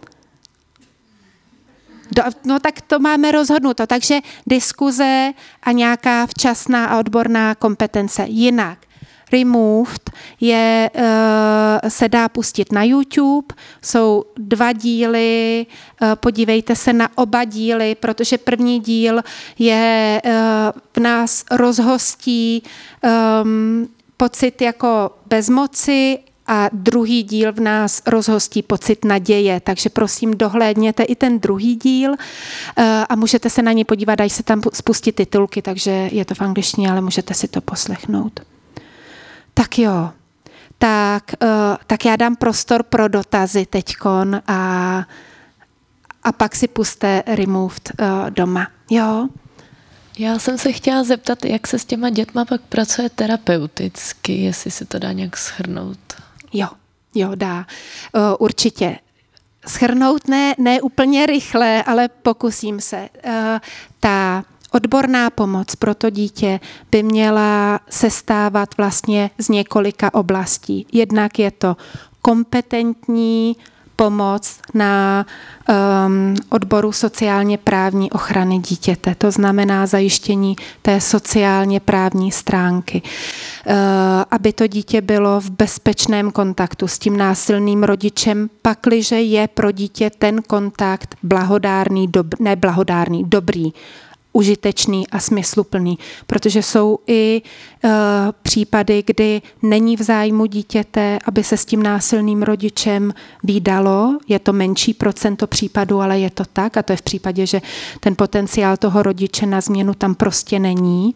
No tak to máme rozhodnuto. Takže diskuze a nějaká včasná a odborná kompetence. Jinak. Removed se dá pustit na YouTube, jsou 2 díly, podívejte se na oba díly, protože první díl je v nás rozhostí pocit jako bezmoci a druhý díl v nás rozhostí pocit naděje, takže prosím dohlédněte i ten druhý díl a můžete se na něj podívat, dají se tam spustit titulky, takže je to v angličtině, ale můžete si to poslechnout. Tak jo, tak já dám prostor pro dotazy teďkon a pak si puste removed doma. Jo? Já jsem se chtěla zeptat, jak se s těma dětma pak pracuje terapeuticky, jestli se to dá nějak shrnout. Jo, dá. Určitě. Shrnout ne úplně rychle, ale pokusím se. Ta odborná pomoc pro to dítě by měla sestávat vlastně z několika oblastí. Jednak je to kompetentní pomoc na odboru sociálně právní ochrany dítěte. To znamená zajištění té sociálně právní stránky. Aby to dítě bylo v bezpečném kontaktu s tím násilným rodičem, pakliže je pro dítě ten kontakt dobrý, užitečný a smysluplný, protože jsou i případy, kdy není v zájmu dítěte, aby se s tím násilným rodičem vídalo. Je to menší procento případů, ale je to tak a to je v případě, že ten potenciál toho rodiče na změnu tam prostě není.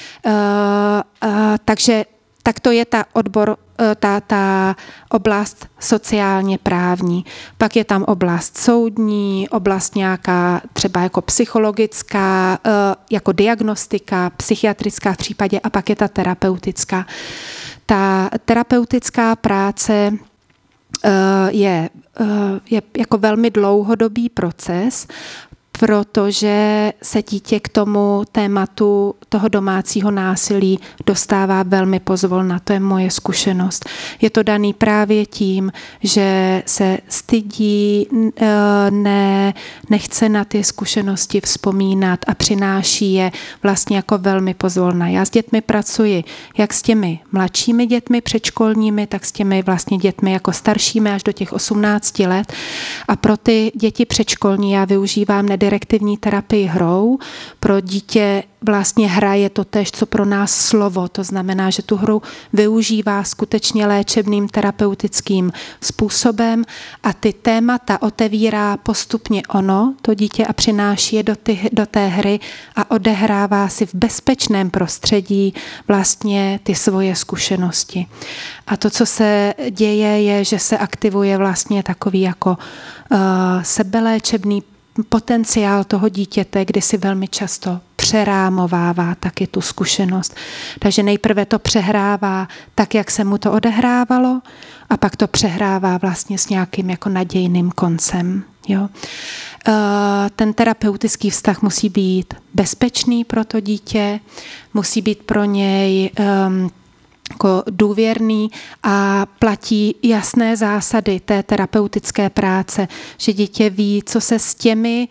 Takže tak to je ta oblast sociálně právní. Pak je tam oblast soudní, oblast nějaká třeba jako psychologická, jako diagnostika, psychiatrická v případě a pak je ta terapeutická. Ta terapeutická práce je jako velmi dlouhodobý proces, protože se dítě k tomu tématu toho domácího násilí dostává velmi pozvolna. To je moje zkušenost. Je to daný právě tím, že se stydí, nechce na ty zkušenosti vzpomínat a přináší je vlastně jako velmi pozvolna. Já s dětmi pracuji jak s těmi mladšími dětmi předškolními, tak s těmi vlastně dětmi jako staršími až do těch 18 let. A pro ty děti předškolní já využívám direktivní terapii hrou. Pro dítě vlastně hra je to též, co pro nás slovo. To znamená, že tu hru využívá skutečně léčebným terapeutickým způsobem a ty témata otevírá postupně to dítě a přináší je do té hry a odehrává si v bezpečném prostředí vlastně ty svoje zkušenosti. A to, co se děje, je, že se aktivuje vlastně takový jako sebeléčebný potenciál toho dítěte, kdy si velmi často přerámovává taky tu zkušenost. Takže nejprve to přehrává tak, jak se mu to odehrávalo a pak to přehrává vlastně s nějakým jako nadějným koncem. Jo? Ten terapeutický vztah musí být bezpečný pro to dítě, musí být pro něj jako důvěrný a platí jasné zásady té terapeutické práce, že dítě ví, co se s těmi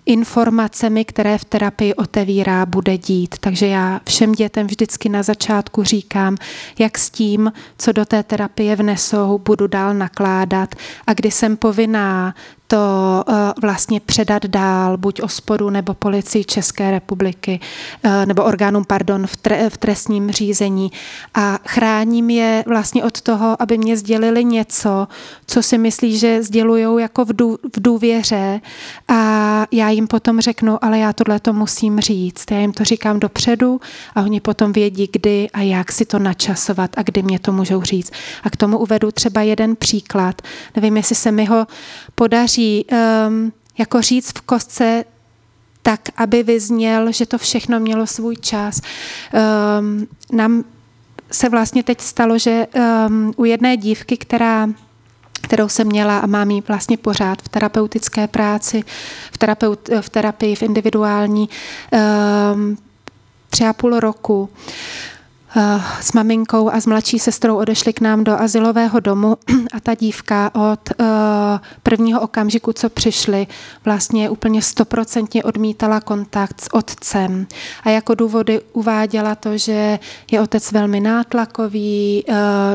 informacemi, které v terapii otevírá, bude dít. Takže já všem dětem vždycky na začátku říkám, jak s tím, co do té terapie vnesou, budu dál nakládat a kdy jsem povinná to vlastně předat dál, buď OSPODu nebo Policii České republiky, nebo orgánům, v trestním řízení. A chráním je vlastně od toho, aby mě sdělili něco, co si myslí, že sdělujou jako v důvěře a já jim potom řeknu, ale já tohleto musím říct. Já jim to říkám dopředu a oni potom vědí, kdy a jak si to načasovat a kdy mě to můžou říct. A k tomu uvedu třeba jeden příklad. Nevím, jestli se mi ho podaří jako říct v kostce tak, aby vyzněl, že to všechno mělo svůj čas. Nám se vlastně teď stalo, že u jedné dívky, kterou jsem měla a mám ji vlastně pořád v terapeutické práci, v terapii, v individuální, 3,5 roku, s maminkou a s mladší sestrou odešli k nám do azylového domu a ta dívka od prvního okamžiku, co přišli, vlastně úplně 100% odmítala kontakt s otcem. A jako důvody uváděla to, že je otec velmi nátlakový,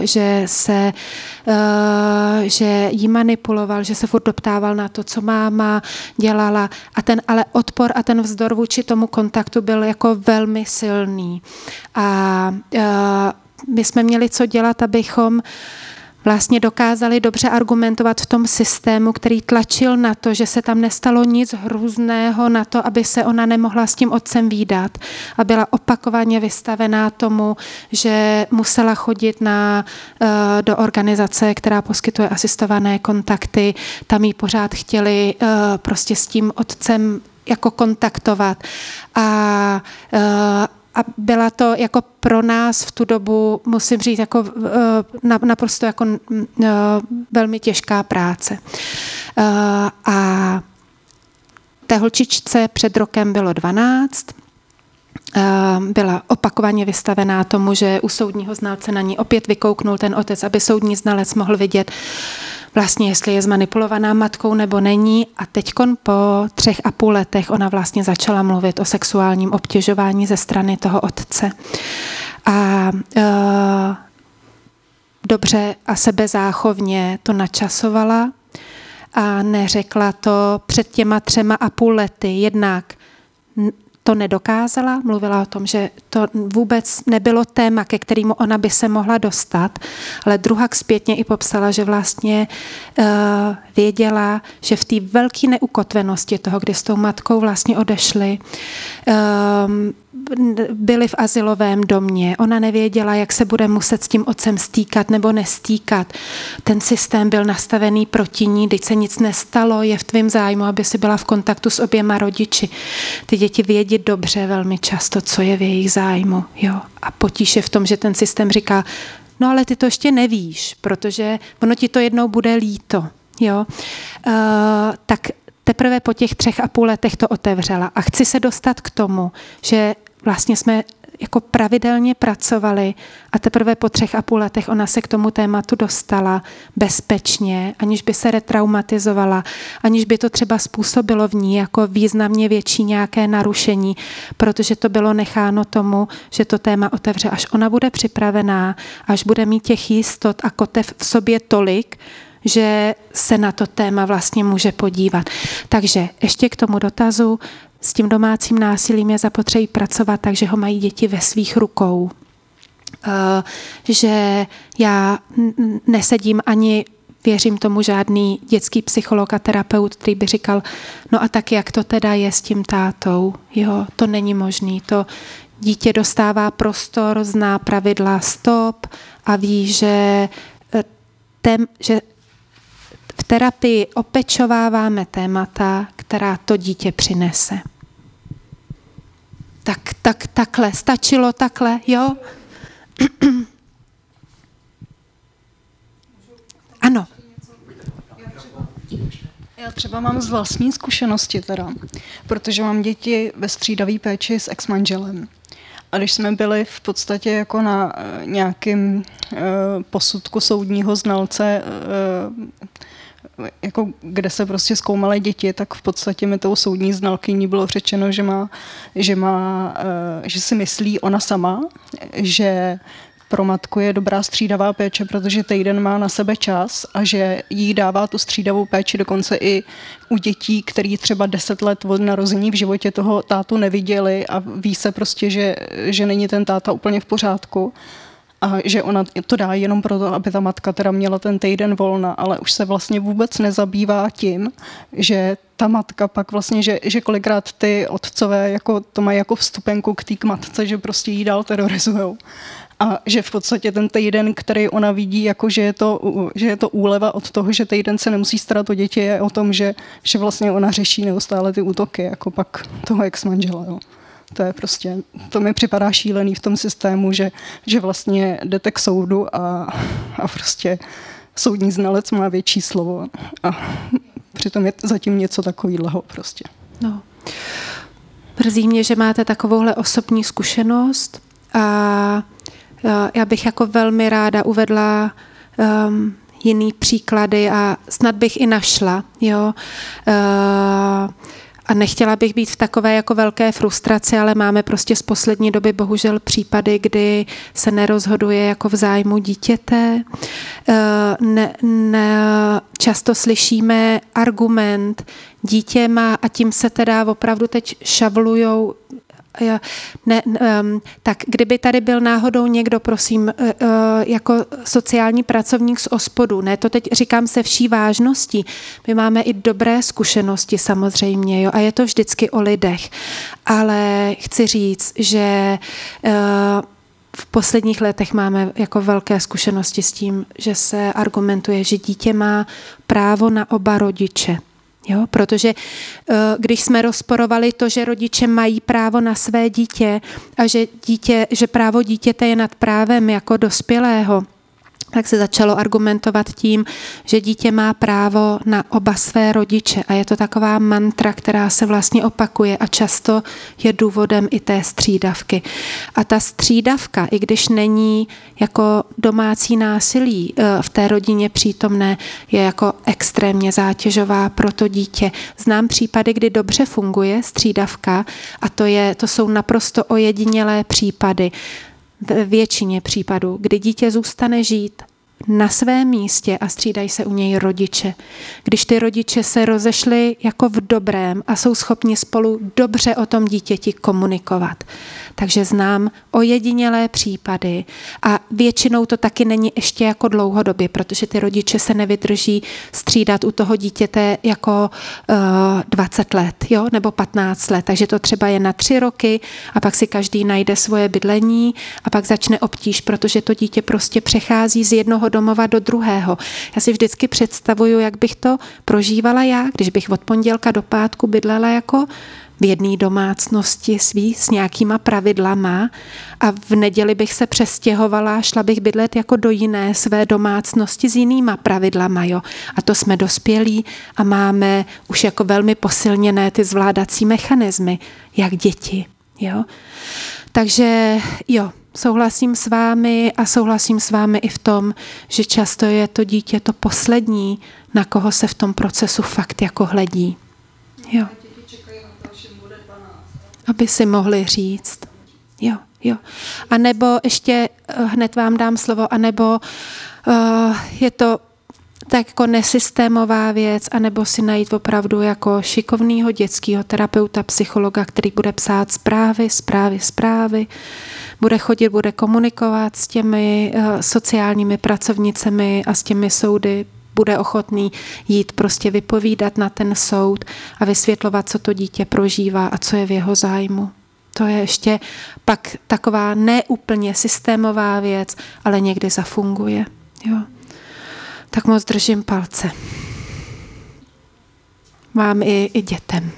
že jí manipuloval, že se furt doptával na to, co máma dělala. Ale odpor a ten vzdor vůči tomu kontaktu byl jako velmi silný. A my jsme měli co dělat, abychom vlastně dokázali dobře argumentovat v tom systému, který tlačil na to, že se tam nestalo nic hrůzného na to, aby se ona nemohla s tím otcem vídat a byla opakovaně vystavená tomu, že musela chodit do organizace, která poskytuje asistované kontakty. Tam jí pořád chtěli prostě s tím otcem jako kontaktovat a byla to jako pro nás v tu dobu, musím říct, jako naprosto jako velmi těžká práce. A té holčičce před rokem bylo 12. Byla opakovaně vystavená tomu, že u soudního znalce na ní opět vykouknul ten otec, aby soudní znalec mohl vidět vlastně, jestli je zmanipulovaná matkou nebo není. A teďkon po 3,5 letech ona vlastně začala mluvit o sexuálním obtěžování ze strany toho otce. A dobře a sebezáchovně to načasovala a neřekla to před těma 3,5 lety. Jednak to nedokázala, mluvila o tom, že to vůbec nebylo téma, ke kterému ona by se mohla dostat, ale druhak zpětně i popsala, že vlastně věděla, že v té velké neukotvenosti toho, kdy s tou matkou vlastně odešli, byli v azylovém domě. Ona nevěděla, jak se bude muset s tím otcem stýkat nebo nestýkat. Ten systém byl nastavený proti ní, když se nic nestalo, je v tvém zájmu, aby si byla v kontaktu s oběma rodiči. Ty děti vědí dobře velmi často, co je v jejich zájmu. Jo? A potíž je v tom, že ten systém říká, no ale ty to ještě nevíš, protože ono ti to jednou bude líto. Jo? Tak teprve po těch 3,5 letech to otevřela. A chci se dostat k tomu, že vlastně jsme jako pravidelně pracovali a teprve po 3,5 letech ona se k tomu tématu dostala bezpečně, aniž by se retraumatizovala, aniž by to třeba způsobilo v ní jako významně větší nějaké narušení, protože to bylo necháno tomu, že to téma otevře, až ona bude připravená, až bude mít těch jistot a kotev v sobě tolik, že se na to téma vlastně může podívat. Takže ještě k tomu dotazu, s tím domácím násilím je zapotřebí pracovat, takže ho mají děti ve svých rukou. Že já nesedím ani, věřím tomu, žádný dětský psycholog a terapeut, který by říkal, no a tak jak to teda je s tím tátou? Jo, to není možný. To dítě dostává prostor, zná pravidla stop a ví, že v terapii opečováváme témata, která to dítě přinese. Takhle, stačilo takhle, jo? Ano. Já třeba mám z vlastní zkušenosti teda, protože mám děti ve střídavé péči s exmanželem. A když jsme byli v podstatě jako na nějakém posudku soudního znalce jako kde se prostě zkoumaly děti, tak v podstatě mi tou soudní znalkyní bylo řečeno, že si myslí ona sama, že pro matku je dobrá střídavá péče, protože týden má na sebe čas a že jí dává tu střídavou péči dokonce i u dětí, který třeba 10 let od narození v životě toho tátu neviděli a ví se prostě, že není ten táta úplně v pořádku a že ona to dá jenom proto, aby ta matka teda měla ten týden volna, ale už se vlastně vůbec nezabývá tím, že ta matka pak vlastně, že kolikrát ty otcové jako to mají jako vstupenku k té matce, že prostě jí dál terorizujou. A že v podstatě ten týden, který ona vidí, jako že je to úleva od toho, že týden se nemusí starat o děti, je o tom, že vlastně ona řeší neustále ty útoky, jako pak toho ex-manžela. Jo. To je prostě, to mi připadá šílený v tom systému, že vlastně jdete k soudu a prostě soudní znalec má větší slovo a přitom je zatím něco takového prostě. No. Mrzí mě, že máte takovouhle osobní zkušenost a já bych jako velmi ráda uvedla jiný příklady a snad bych i našla, jo. A nechtěla bych být v takové jako velké frustraci, ale máme prostě z poslední doby bohužel případy, kdy se nerozhoduje jako v zájmu dítěte. Často slyšíme argument, dítě má, a tím se teda opravdu teď šavlujou. Tak kdyby tady byl náhodou někdo, prosím, jako sociální pracovník z OSPODu, ne, to teď říkám se vší vážností, my máme i dobré zkušenosti samozřejmě, jo, a je to vždycky o lidech, ale chci říct, že v posledních letech máme jako velké zkušenosti s tím, že se argumentuje, že dítě má právo na oba rodiče. Jo, protože když jsme rozporovali to, že rodiče mají právo na své dítě a že právo dítěte je nad právem jako dospělého, tak se začalo argumentovat tím, že dítě má právo na oba své rodiče a je to taková mantra, která se vlastně opakuje a často je důvodem i té střídavky. A ta střídavka, i když není jako domácí násilí v té rodině přítomné, je jako extrémně zátěžová pro to dítě. Znám případy, kdy dobře funguje střídavka a to jsou naprosto ojedinělé případy. Ve většině případů, kdy dítě zůstane žít na svém místě a střídají se u něj rodiče. Když ty rodiče se rozešli jako v dobrém a jsou schopni spolu dobře o tom dítěti komunikovat. Takže znám ojedinělé případy a většinou to taky není ještě jako dlouhodobě, protože ty rodiče se nevydrží střídat u toho dítěte jako 20 let, jo, nebo 15 let. Takže to třeba je na 3 roky a pak si každý najde svoje bydlení a pak začne obtíž, protože to dítě prostě přechází z jednoho domova do druhého. Já si vždycky představuju, jak bych to prožívala já, když bych od pondělka do pátku bydlela jako v jedné domácnosti s nějakýma pravidlama a v neděli bych se přestěhovala, šla bych bydlet jako do jiné své domácnosti s jinýma pravidlama, jo. A to jsme dospělí a máme už jako velmi posilněné ty zvládací mechanismy, jak děti, jo. Takže jo, souhlasím s vámi a souhlasím s vámi i v tom, že často je to dítě to poslední, na koho se v tom procesu fakt jako hledí. Jo. Aby si mohli říct. Jo. A nebo ještě hned vám dám slovo, anebo je to tak jako nesystémová věc, anebo si najít opravdu jako šikovného dětského terapeuta, psychologa, který bude psát zprávy, bude chodit, bude komunikovat s těmi sociálními pracovnicemi a s těmi soudy, bude ochotný jít prostě vypovídat na ten soud a vysvětlovat, co to dítě prožívá a co je v jeho zájmu. To je ještě pak taková neúplně systémová věc, ale někdy zafunguje. Jo. Tak moc držím palce. Mám i dětem.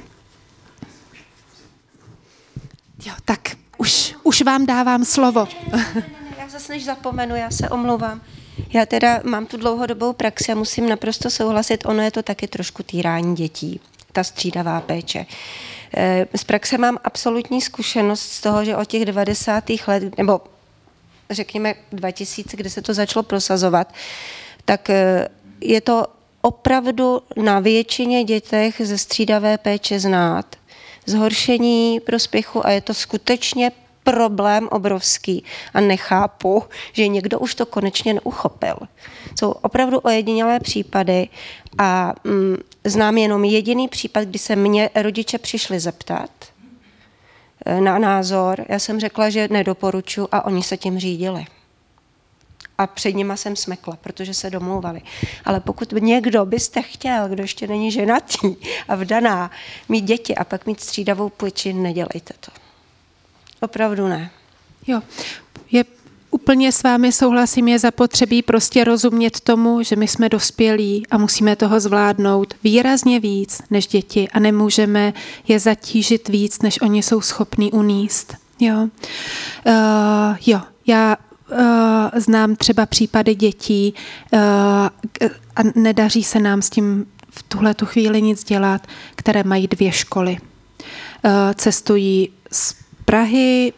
Jo, tak už vám dávám slovo. Ne, já zase než zapomenu, já se omlouvám. Já teda mám tu dlouhodobou praxi a musím naprosto souhlasit, ono je to taky trošku týrání dětí, ta střídavá péče. Z praxe mám absolutní zkušenost z toho, že od těch 90. let, nebo řekněme 2000, kdy se to začalo prosazovat, tak je to opravdu na většině dětech ze střídavé péče znát zhoršení prospěchu a je to skutečně problém obrovský a nechápu, že někdo už to konečně neuchopil. Jsou opravdu ojedinělé případy a znám jenom jediný případ, kdy se mě rodiče přišli zeptat na názor. Já jsem řekla, že nedoporučuji a oni se tím řídili. A před nima jsem smekla, protože se domlouvali. Ale pokud někdo byste chtěl, kdo ještě není ženatý a vdaná, mít děti a pak mít střídavou péči, nedělejte to. Opravdu ne. Jo, úplně s vámi souhlasím, je zapotřebí prostě rozumět tomu, že my jsme dospělí a musíme toho zvládnout výrazně víc než děti a nemůžeme je zatížit víc, než oni jsou schopní unést. Jo, já znám třeba případy dětí a nedaří se nám s tím v tuhletu chvíli nic dělat, které mají 2 školy. Cestují z Prahy,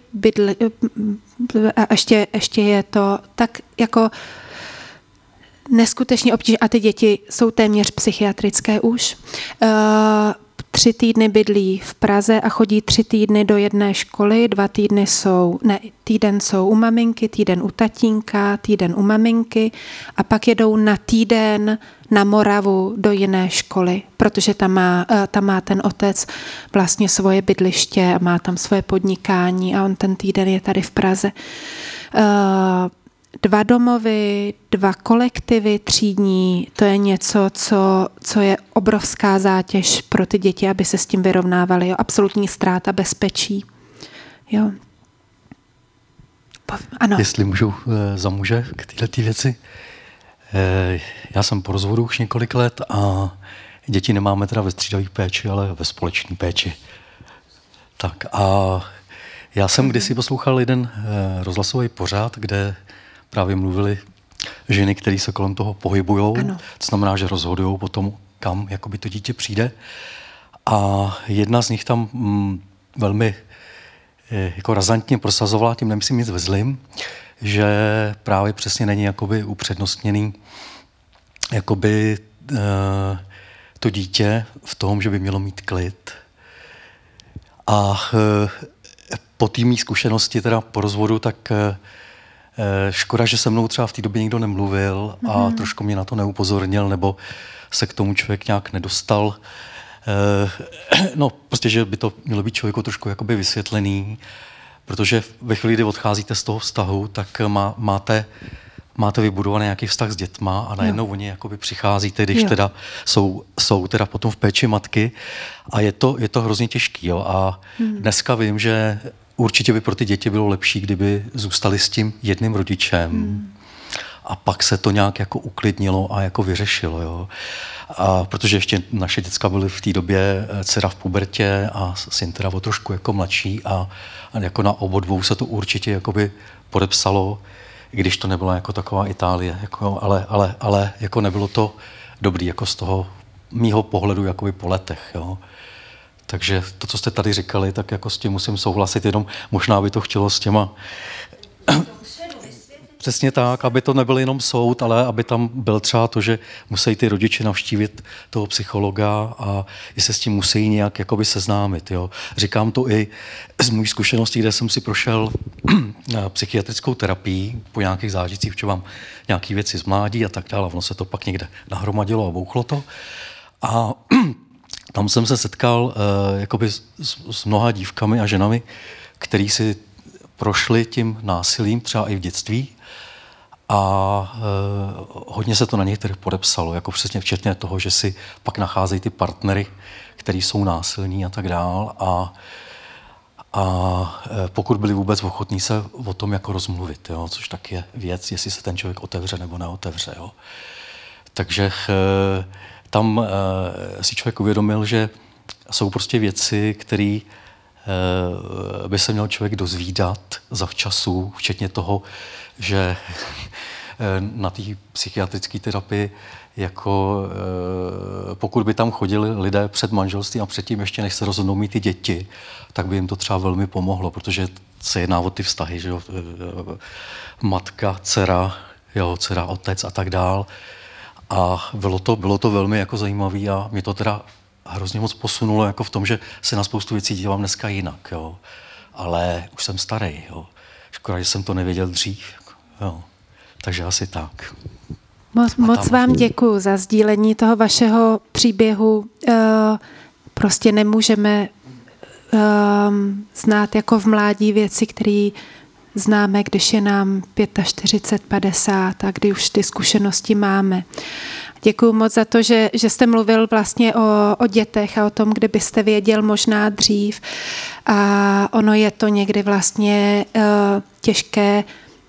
a ještě je to tak jako neskutečně obtížné. A ty děti jsou téměř psychiatrické už. 3 týdny bydlí v Praze a chodí 3 týdny do jedné školy, 2 týdny týden jsou u maminky, týden u tatínka, týden u maminky a pak jedou na týden na Moravu do jiné školy, protože tam má ten otec vlastně svoje bydliště a má tam svoje podnikání a on ten týden je tady v Praze. 2 domovy, 2 kolektivy třídní, to je něco, co je obrovská zátěž pro ty děti, aby se s tím vyrovnávali. Jo? Absolutní ztráta bezpečí. Jo. Ano. Jestli můžu za muže k této věci. Já jsem po rozvodu už několik let a děti nemáme teda ve střídavé péči, ale ve společné péči. Tak a já jsem kdysi poslouchal jeden rozhlasový pořad, kde právě mluvili ženy, které se kolem toho pohybujou, to znamená, že rozhodují potom, kam jakoby to dítě přijde. A jedna z nich tam velmi jako razantně prosazovala, tím nemyslím nic ve zlým, že právě přesně není jakoby upřednostněný jakoby to dítě v tom, že by mělo mít klid. A po té mý zkušenosti teda po rozvodu, tak škoda, že se mnou třeba v té době nikdo nemluvil a trošku mě na to neupozornil, nebo se k tomu člověk nějak nedostal. No, prostě, že by to mělo být člověku trošku jakoby vysvětlený, protože ve chvíli, kdy odcházíte z toho vztahu, tak máte vybudovaný nějaký vztah s dětma a najednou oni jakoby přicházíte, když teda jsou teda potom v péči matky a je to hrozně těžký. Jo? A dneska vím, že určitě by pro ty děti bylo lepší, kdyby zůstali s tím jedným rodičem a pak se to nějak jako uklidnilo a jako vyřešilo. Jo? A protože ještě naše děcka byly v té době dcera v pubertě a syn teda o trošku jako mladší a jako na obou se to určitě jakoby podepsalo, i když to nebyla jako taková Itálie, jako, ale jako nebylo to dobrý jako z toho mýho pohledu jakoby po letech. Jo? Takže to, co jste tady říkali, tak jako s tím musím souhlasit, jenom možná by to chtělo s těma... Přesně tak, aby to nebyl jenom soud, ale aby tam byl třeba to, že musí ty rodiče navštívit toho psychologa a se s tím musí nějak jakoby seznámit. Jo. Říkám to i z mojí zkušenosti, kde jsem si prošel psychiatrickou terapii po nějakých zážitcích, protože mám nějaké věci z mládí a tak dále. Ono se to pak někde nahromadilo a bouchlo to. A tam jsem se setkal jakoby s mnoha dívkami a ženami, který si prošli tím násilím třeba i v dětství a hodně se to na nich tedy podepsalo, jako přesně včetně toho, že si pak nacházejí ty partnery, který jsou násilní a tak dál a pokud byli vůbec ochotní se o tom jako rozmluvit, jo, což tak je věc, jestli se ten člověk otevře nebo neotevře. Jo. Takže tam si člověk uvědomil, že jsou prostě věci, které by se měl člověk dozvídat zavčasu, včetně toho, že na té psychiatrické terapii, jako pokud by tam chodili lidé před manželstvím a předtím ještě než se rozhodnou mít ty děti, tak by jim to třeba velmi pomohlo, protože se jedná o ty vztahy, že jo, matka, dcera, otec a tak dál. A bylo to velmi jako zajímavé a mě to teda hrozně moc posunulo jako v tom, že se na spoustu věcí dívám dneska jinak, jo. Ale už jsem starý, jo. Škoda, že jsem to nevěděl dřív, jo. Takže asi tak. Moc vám děkuju za sdílení toho vašeho příběhu. Prostě nemůžeme znát jako v mládí věci, které známe, když je nám 45, 50 a kdy už ty zkušenosti máme. Děkuju moc za to, že jste mluvil vlastně o dětech a o tom, kde byste věděl možná dřív. A ono je to někdy vlastně těžké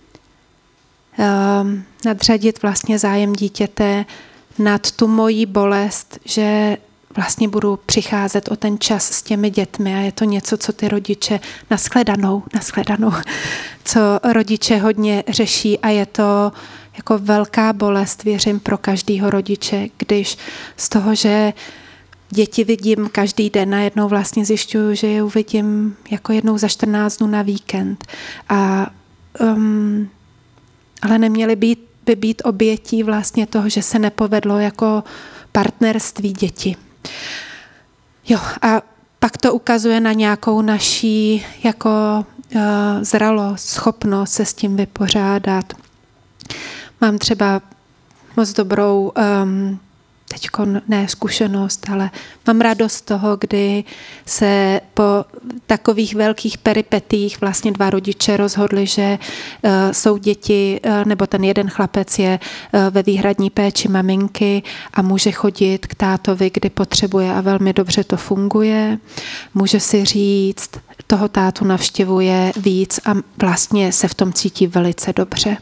nadřadit vlastně zájem dítěte nad tu moji bolest, že vlastně budu přicházet o ten čas s těmi dětmi a je to něco, co ty rodiče nashledanou, co rodiče hodně řeší a je to jako velká bolest, věřím, pro každýho rodiče, když z toho, že děti vidím každý den, najednou vlastně zjišťuju, že je uvidím jako jednou za 14 dnů na víkend. Ale neměly by být obětí vlastně toho, že se nepovedlo jako partnerství děti. Jo, a pak to ukazuje na nějakou naší jako zralost, schopnost se s tím vypořádat. Mám třeba moc dobrou teďko ne zkušenost, ale mám radost toho, kdy se po takových velkých peripetích vlastně 2 rodiče rozhodli, že jsou děti, nebo ten jeden chlapec je ve výhradní péči maminky a může chodit k tátovi, kdy potřebuje a velmi dobře to funguje. Může si říct, toho tátu navštěvuje víc a vlastně se v tom cítí velice dobře.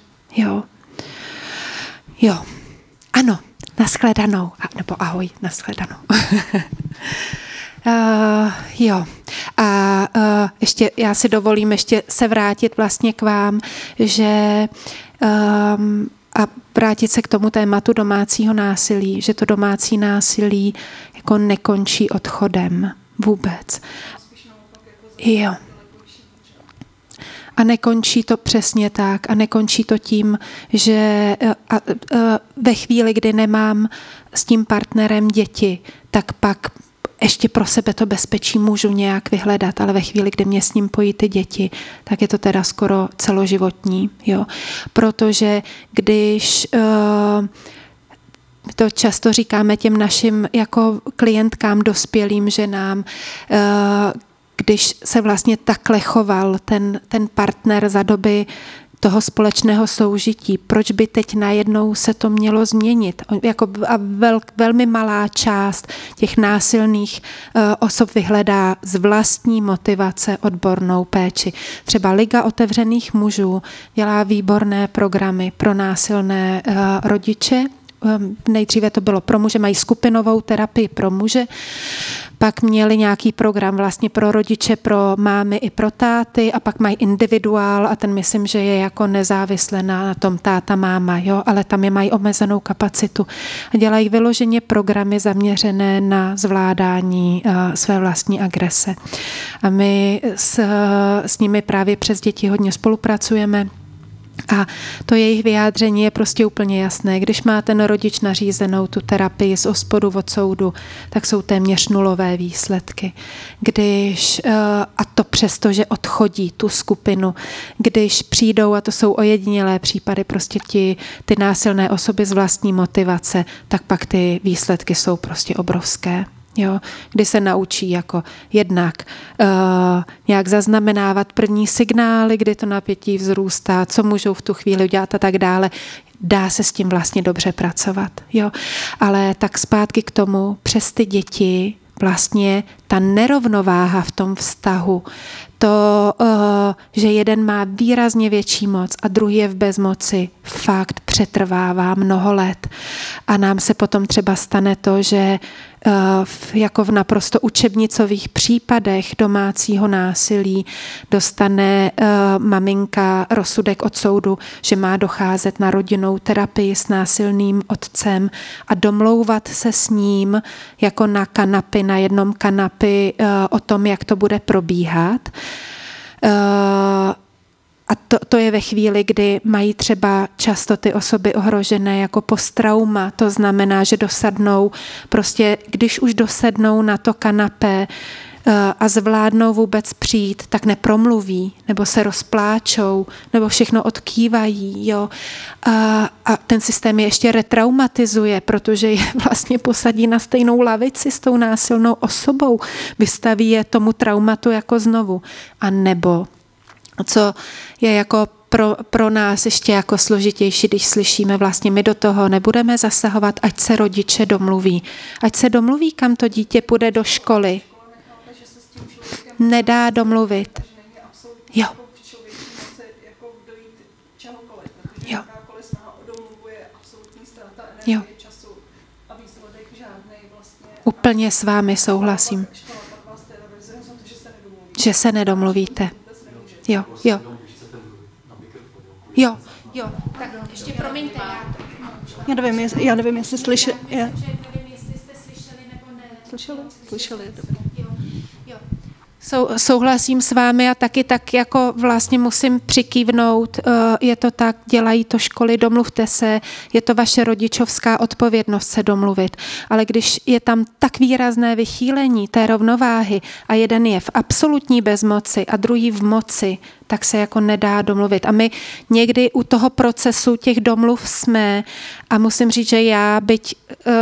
Jo. Ano. Nashledanou, nebo ahoj, nashledanou. Jo. A ještě já si dovolím ještě se vrátit vlastně k vám, že a vrátit se k tomu tématu domácího násilí, že to domácí násilí jako nekončí odchodem vůbec. Jo. A nekončí to přesně tak. A nekončí to tím, že ve chvíli, kdy nemám s tím partnerem děti, tak pak ještě pro sebe to bezpečí můžu nějak vyhledat, ale ve chvíli, kdy mě s ním pojí ty děti, tak je to teda skoro celoživotní. Jo? Protože když to často říkáme těm našim jako klientkám, dospělým ženám, když se vlastně takhle choval ten partner za doby toho společného soužití, proč by teď najednou se to mělo změnit? A velmi malá část těch násilných osob vyhledá z vlastní motivace odbornou péči. Třeba Liga otevřených mužů dělá výborné programy pro násilné rodiče. Nejdříve to bylo pro muže, mají skupinovou terapii pro muže, pak měli nějaký program vlastně pro rodiče, pro mámy i pro táty a pak mají individuál a ten myslím, že je jako nezávisle na tom táta, máma, jo, ale tam je mají omezenou kapacitu a dělají vyloženě programy zaměřené na zvládání své vlastní agrese. A my s nimi právě přes děti hodně spolupracujeme. A to jejich vyjádření je prostě úplně jasné. Když má ten rodič nařízenou tu terapii z ospodu od soudu, tak jsou téměř nulové výsledky. A to přesto, že odchodí tu skupinu, když přijdou, a to jsou ojedinělé případy, prostě ty násilné osoby z vlastní motivace, tak pak ty výsledky jsou prostě obrovské. Jo, kdy se naučí jako jednak nějak zaznamenávat první signály, kdy to napětí vzrůstá, co můžou v tu chvíli udělat a tak dále. Dá se s tím vlastně dobře pracovat. Jo. Ale tak zpátky k tomu, přes ty děti vlastně ta nerovnováha v tom vztahu, to, že jeden má výrazně větší moc a druhý je v bezmoci, fakt přetrvává mnoho let. A nám se potom třeba stane to, že jako v naprosto učebnicových případech domácího násilí dostane maminka rozsudek od soudu, že má docházet na rodinnou terapii s násilným otcem a domlouvat se s ním jako na jednom kanapy o tom, jak to bude probíhat. to je ve chvíli, kdy mají třeba často ty osoby ohrožené jako posttrauma. To znamená, že dosadnou, prostě když už dosednou na to kanapé a zvládnou vůbec přijít, tak nepromluví, nebo se rozpláčou, nebo všechno odkývají. Jo. A ten systém je ještě retraumatizuje, protože je vlastně posadí na stejnou lavici s tou násilnou osobou. Vystaví je tomu traumatu jako znovu. A nebo co je jako pro nás ještě jako složitější, když slyšíme vlastně my do toho nebudeme zasahovat, ať se rodiče domluví. Ať se domluví, kam to dítě půjde do školy. Nedá domluvit. Jo. Jo. Jo. Úplně s vámi souhlasím. Že se nedomluvíte. Jo, jo. Jo, jo. Tak ještě promiňte, Já nevím, jestli slyšeli. Nevím, jestli jste slyšeli nebo ne. Slyšeli. Jo. Souhlasím s vámi a taky tak jako vlastně musím přikývnout, je to tak, dělají to školy, domluvte se, je to vaše rodičovská odpovědnost se domluvit, ale když je tam tak výrazné vychýlení té rovnováhy a jeden je v absolutní bezmoci a druhý v moci, tak se jako nedá domluvit. A my někdy u toho procesu těch domluv jsme a musím říct, že já byť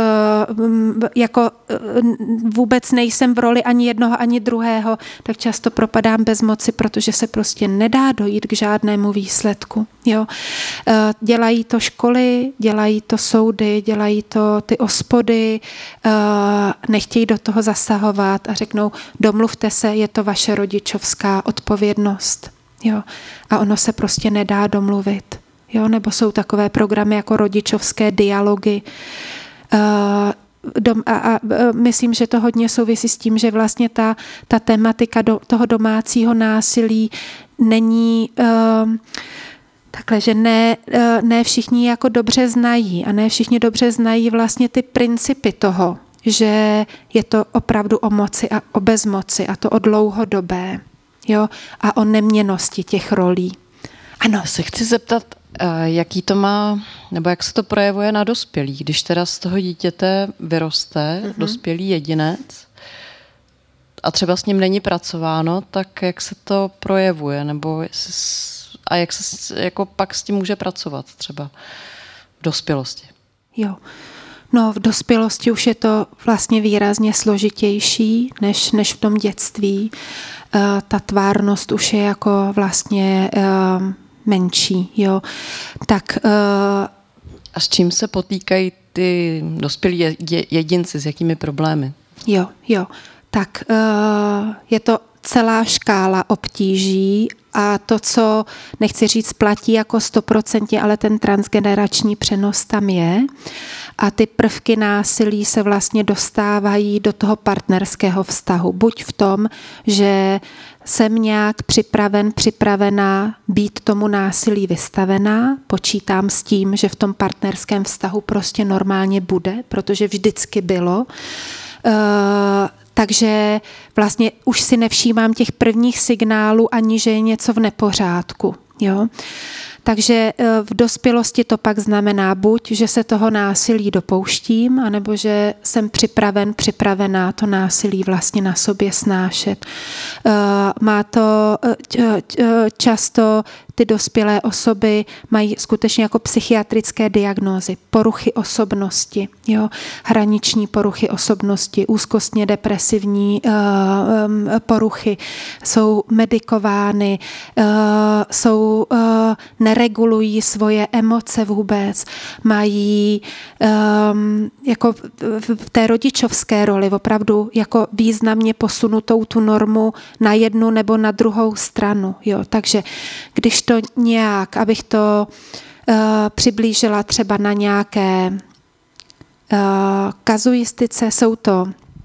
vůbec nejsem v roli ani jednoho, ani druhého, tak často propadám bezmoci, protože se prostě nedá dojít k žádnému výsledku. Jo. Dělají to školy, dělají to soudy, dělají to ty ospody, nechtějí do toho zasahovat a řeknou, domluvte se, je to vaše rodičovská odpovědnost. Jo. A ono se prostě nedá domluvit. Jo. Nebo jsou takové programy jako rodičovské dialogy. Myslím, že to hodně souvisí s tím, že vlastně ta tematika toho domácího násilí není takhle, že ne všichni jako dobře znají a ne všichni dobře znají vlastně ty principy toho, že je to opravdu o moci a o bezmoci a to o dlouhodobé, jo, a o neměnnosti těch rolí. Ano. Se chci zeptat, jaký to má, nebo jak se to projevuje na dospělých, když teda z toho dítěte vyroste dospělý jedinec a třeba s ním není pracováno, tak jak se to projevuje, nebo a jak se jako pak s tím může pracovat třeba v dospělosti? Jo. No, v dospělosti už je to vlastně výrazně složitější než v tom dětství. Ta tvárnost už je jako vlastně menší, jo. Tak, a s čím se potýkají ty dospělí jedinci, s jakými problémy? Jo. Tak je to celá škála obtíží a to, co nechci říct platí jako 100%, ale ten transgenerační přenos tam je. A ty prvky násilí se vlastně dostávají do toho partnerského vztahu. Buď v tom, že jsem nějak připravená být tomu násilí vystavená, počítám s tím, že v tom partnerském vztahu prostě normálně bude, protože vždycky bylo. Takže vlastně už si nevšímám těch prvních signálů, ani že je něco v nepořádku. Jo? Takže v dospělosti to pak znamená buď, že se toho násilí dopouštím, anebo že jsem připravená to násilí vlastně na sobě snášet. Má to často ty dospělé osoby mají skutečně jako psychiatrické diagnózy, poruchy osobnosti, jo? Hraniční poruchy osobnosti, úzkostně depresivní poruchy, jsou medikovány, neregulují svoje emoce vůbec, mají jako v té rodičovské roli opravdu jako významně posunutou tu normu na jednu nebo na druhou stranu. Jo? Takže když to nějak, abych to přiblížila třeba na nějaké kazuistice, jsou to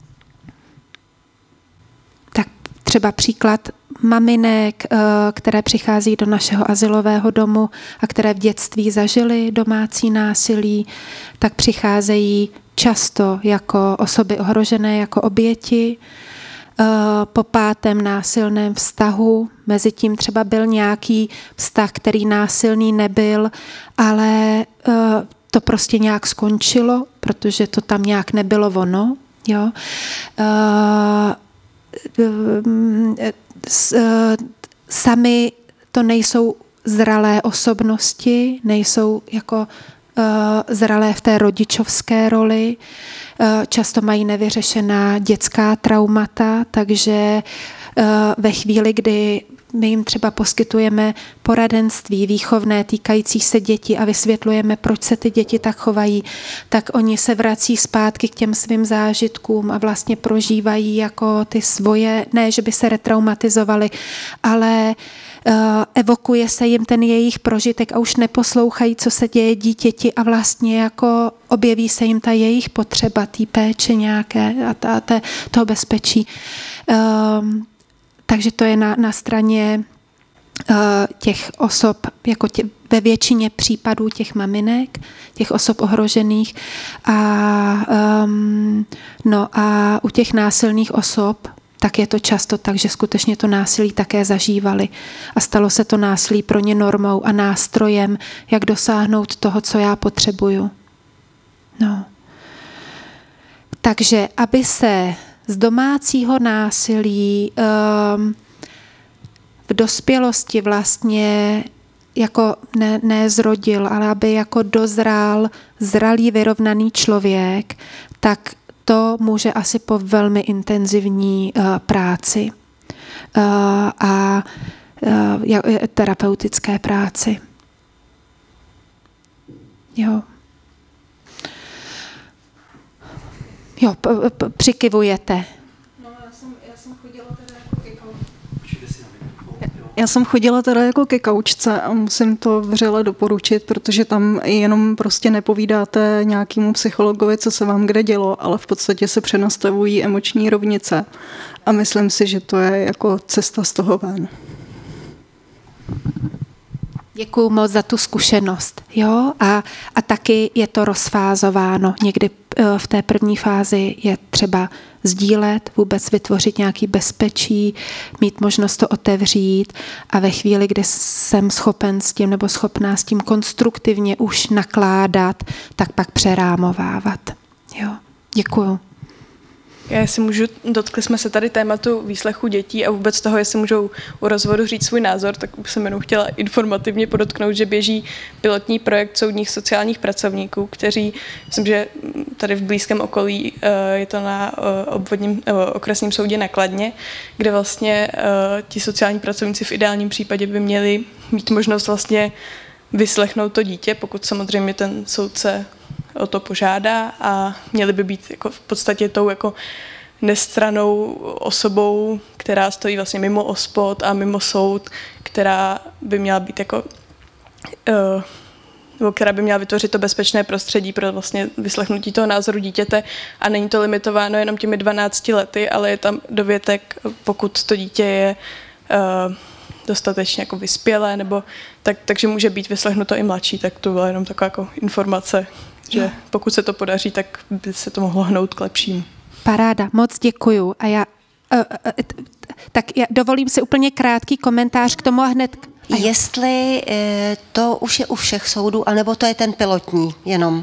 tak třeba příklad maminek, které přichází do našeho azylového domu a které v dětství zažily domácí násilí, tak přicházejí často jako osoby ohrožené, jako oběti po 5. násilném vztahu, mezi tím třeba byl nějaký vztah, který násilný nebyl, ale to prostě nějak skončilo, protože to tam nějak nebylo ono. Jo. Sami to nejsou zralé osobnosti, nejsou jako zralé v té rodičovské roli, často mají nevyřešená dětská traumata, takže ve chvíli, kdy my jim třeba poskytujeme poradenství výchovné týkající se dětí a vysvětlujeme, proč se ty děti tak chovají, tak oni se vrací zpátky k těm svým zážitkům a vlastně prožívají jako ty svoje, ne, že by se retraumatizovali, ale evokuje se jim ten jejich prožitek a už neposlouchají, co se děje dítěti a vlastně jako objeví se jim ta jejich potřeba, té péče nějaké a toho bezpečí. Takže to je na straně těch osob, jako ve většině případů těch maminek, těch osob ohrožených. A u těch násilných osob, tak je to často tak, že skutečně to násilí také zažívali. A stalo se to násilí pro ně normou a nástrojem, jak dosáhnout toho, co já potřebuju. No. Takže aby se z domácího násilí v dospělosti vlastně jako nezrodil, ale aby jako dozrál zralý, vyrovnaný člověk, tak to může asi po velmi intenzivní práci a terapeutické práci. Jo. Přikivujete. Já jsem chodila teda jako ke kaučce a musím to vřele doporučit, protože tam jenom prostě nepovídáte nějakému psychologovi, co se vám kde dělo, ale v podstatě se přenastavují emoční rovnice. A myslím si, že to je jako cesta z toho ven. Děkuju moc za tu zkušenost. Jo? A taky je to rozfázováno. Někdy v té první fázi je třeba sdílet, vůbec vytvořit nějaký bezpečí, mít možnost to otevřít a ve chvíli, kdy jsem schopen s tím nebo schopná s tím konstruktivně už nakládat, tak pak přerámovávat. Jo? Děkuju. Já si můžu, dotkli jsme se tady tématu výslechu dětí a vůbec toho, jestli můžou u rozvodu říct svůj názor, tak jsem jenom chtěla informativně podotknout, že běží pilotní projekt soudních sociálních pracovníků, kteří, myslím, že tady v blízkém okolí je to na obvodním okresním soudě na Kladně, kde vlastně ti sociální pracovníci v ideálním případě by měli mít možnost vlastně vyslechnout to dítě, pokud samozřejmě ten soudce o to požádá a měli by být jako v podstatě tou jako nestrannou osobou, která stojí vlastně mimo OSPOD a mimo soud, která by měla být jako nebo která by měla vytvořit to bezpečné prostředí pro vlastně vyslechnutí toho názoru dítěte a není to limitováno jenom těmi 12 lety, ale je tam dovětek, pokud to dítě je dostatečně jako vyspělé, nebo takže může být vyslechnuto i mladší, tak to byla jenom taková jako informace, že pokud se to podaří, tak by se to mohlo hnout k lepšímu. Paráda, moc děkuju. A já dovolím si úplně krátký komentář k tomu a hned... Jestli to už je u všech soudů, anebo to je ten pilotní jenom?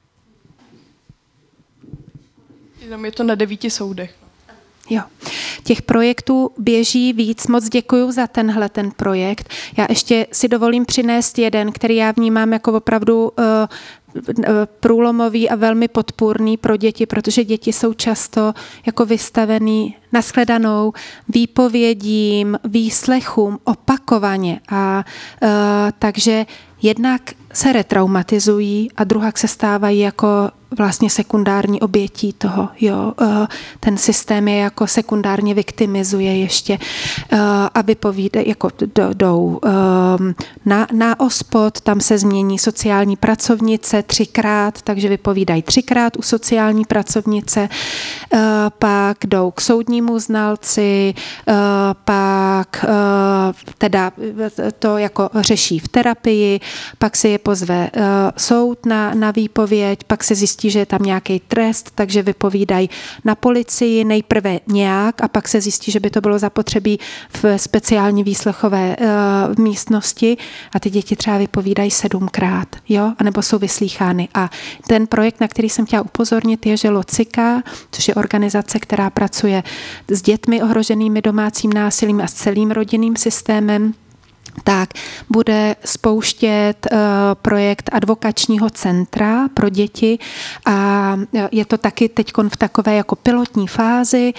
Jenom je to na 9 soudech. Jo. Těch projektů běží víc. Moc děkuju za ten projekt. Já ještě si dovolím přinést jeden, který já vnímám jako opravdu průlomový a velmi podpůrný pro děti, protože děti jsou často jako vystavený nashledanou výpovědím, výslechům opakovaně. Takže jednak se retraumatizují a druhak se stávají jako vlastně sekundární obětí toho. Jo. Ten systém je jako sekundárně viktimizuje ještě a vypovídají, jako jdou na OSPOD, tam se změní sociální pracovnice 3krát, takže vypovídají 3krát u sociální pracovnice, pak jdou k soudnímu znalci, pak teda to jako řeší v terapii, pak si je pozve soud na výpověď, pak se zjistí, zjistí, že je tam nějaký trest, takže vypovídají na policii nejprve nějak a pak se zjistí, že by to bylo zapotřebí v speciální výslechové místnosti a ty děti třeba vypovídají 7krát, jo, anebo jsou vyslýchány. A ten projekt, na který jsem chtěla upozornit, je, že Locika, což je organizace, která pracuje s dětmi ohroženými domácím násilím a s celým rodinným systémem, tak bude spouštět projekt advokačního centra pro děti a je to taky teďkon v takové jako pilotní fázi,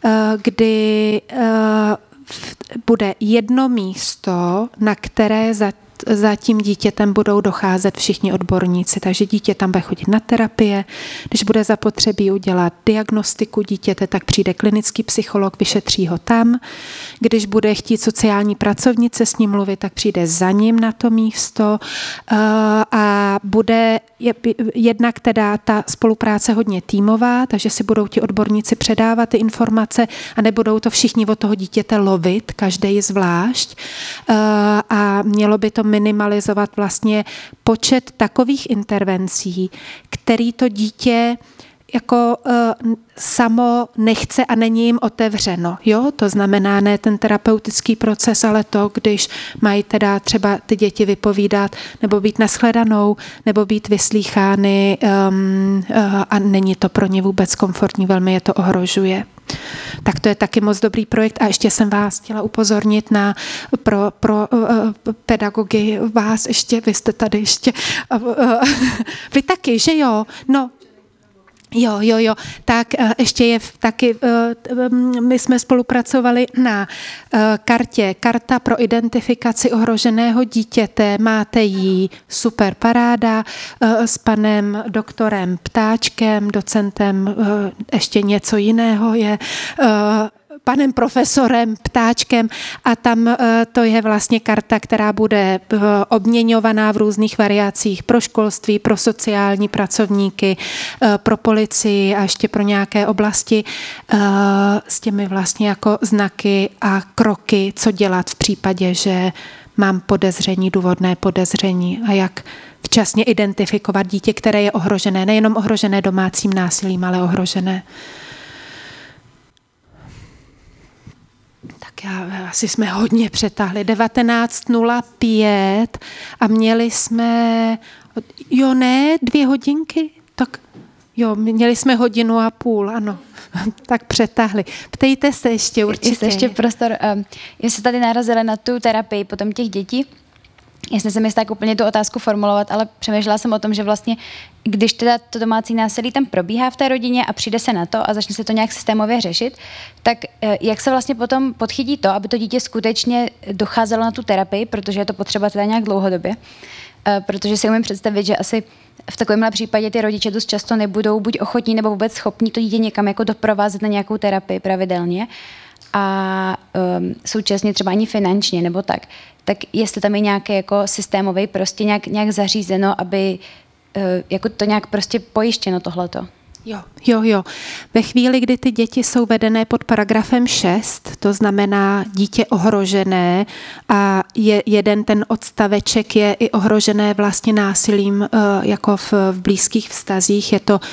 kdy bude jedno místo, na které za tím dítětem budou docházet všichni odborníci, takže dítě tam bude chodit na terapie, když bude zapotřebí udělat diagnostiku dítěte, tak přijde klinický psycholog, vyšetří ho tam, když bude chtít sociální pracovnice s ním mluvit, tak přijde za ním na to místo a bude jednak teda ta spolupráce hodně týmová, takže si budou ti odborníci předávat ty informace a nebudou to všichni od toho dítěte lovit, každý zvlášť a mělo by to minimalizovat vlastně počet takových intervencí, který to dítě jako samo nechce a není jim otevřeno. Jo? To znamená ne ten terapeutický proces, ale to, když mají teda třeba ty děti vypovídat nebo být nashledanou, nebo být vyslýchány a není to pro ně vůbec komfortní, velmi je to ohrožuje. Tak to je taky moc dobrý projekt a ještě jsem vás chtěla upozornit na pro pedagogy vás ještě, vy jste tady ještě, vy taky, že jo? No, Jo. Tak ještě je taky, my jsme spolupracovali na kartě. Karta pro identifikaci ohroženého dítěte. Máte ji, super paráda, s panem doktorem Ptáčkem, docentem, ještě něco jiného je, panem profesorem Ptáčkem a tam to je vlastně karta, která bude obměňovaná v různých variacích pro školství, pro sociální pracovníky, pro policii a ještě pro nějaké oblasti s těmi vlastně jako znaky a kroky, co dělat v případě, že mám podezření, důvodné podezření a jak včasně identifikovat dítě, které je ohrožené, nejenom ohrožené domácím násilím, ale ohrožené. Tak asi jsme hodně přetáhli. 19:05 a měli jsme, 2 hodinky? Tak jo, měli jsme 1.5 hodiny, ano. Tak přetáhli. Ptejte se ještě určitě. Jestli ještě prostor. Já se tady narazila na tu terapii potom těch dětí. Já jsem tak úplně tu otázku formulovat, ale přemýšlela jsem o tom, že vlastně, když teda to domácí násilí tam probíhá v té rodině a přijde se na to a začne se to nějak systémově řešit, tak jak se vlastně potom podchytí to, aby to dítě skutečně docházelo na tu terapii, protože je to potřeba teda nějak dlouhodobě, protože si umím představit, že asi v takovémhle případě ty rodiče dost často nebudou buď ochotní nebo vůbec schopní to dítě někam jako doprovázet na nějakou terapii pravidelně a současně třeba ani finančně nebo tak jestli tam je nějaký jako systémový prostě nějak zařízeno, aby jako to nějak prostě pojištěno tohleto. Jo. Ve chvíli, kdy ty děti jsou vedené pod paragrafem 6, to znamená dítě ohrožené a jeden ten odstaveček je i ohrožené vlastně násilím jako v blízkých vztazích, je to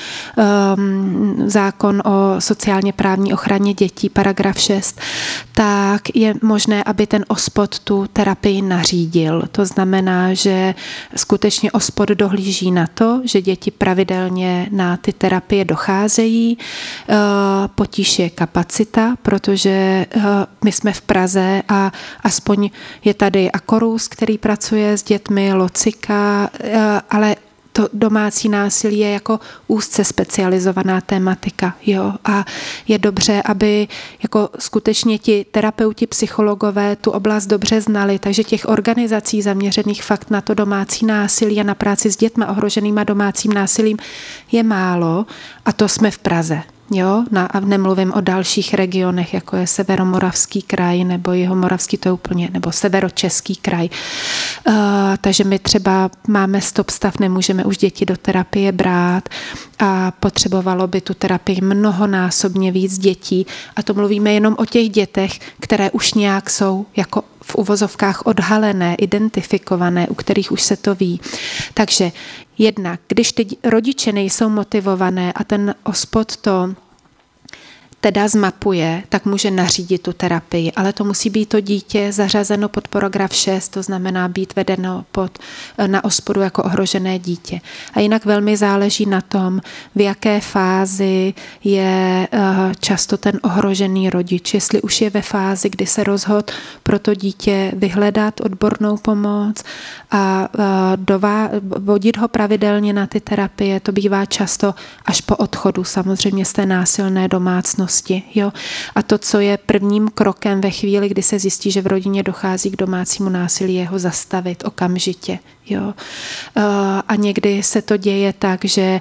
zákon o sociálně právní ochraně dětí, paragraf 6, tak je možné, aby ten OSPOD tu terapii nařídil. To znamená, že skutečně OSPOD dohlíží na to, že děti pravidelně na ty terapie docházejí, potíž je kapacita, protože my jsme v Praze a aspoň je tady Akorus, který pracuje s dětmi, Locika, ale to domácí násilí je jako úzce specializovaná tematika, jo, a je dobře, aby jako skutečně ti terapeuti, psychologové tu oblast dobře znali, takže těch organizací zaměřených fakt na to domácí násilí a na práci s dětmi ohroženýma domácím násilím je málo a to jsme v Praze. Jo, a nemluvím o dalších regionech, jako je Severomoravský kraj nebo Jihomoravský, to je úplně, nebo Severočeský kraj. Takže my třeba máme stop stav, nemůžeme už děti do terapie brát a potřebovalo by tu terapii mnohonásobně víc dětí. A to mluvíme jenom o těch dětech, které už nějak jsou jako v uvozovkách odhalené, identifikované, u kterých už se to ví. Takže jednak, když ty rodiče nejsou motivované a ten OSPOD to teda zmapuje, tak může nařídit tu terapii, ale to musí být to dítě zařazeno pod paragraf 6, to znamená být vedeno na OSPODu jako ohrožené dítě. A jinak velmi záleží na tom, v jaké fázi je často ten ohrožený rodič. Jestli už je ve fázi, kdy se rozhodl pro to dítě vyhledat odbornou pomoc a vodit ho pravidelně na ty terapie, to bývá často až po odchodu samozřejmě z té násilné domácnosti. Jo? A to, co je prvním krokem ve chvíli, kdy se zjistí, že v rodině dochází k domácímu násilí, je ho zastavit okamžitě. Jo? A někdy se to děje tak, že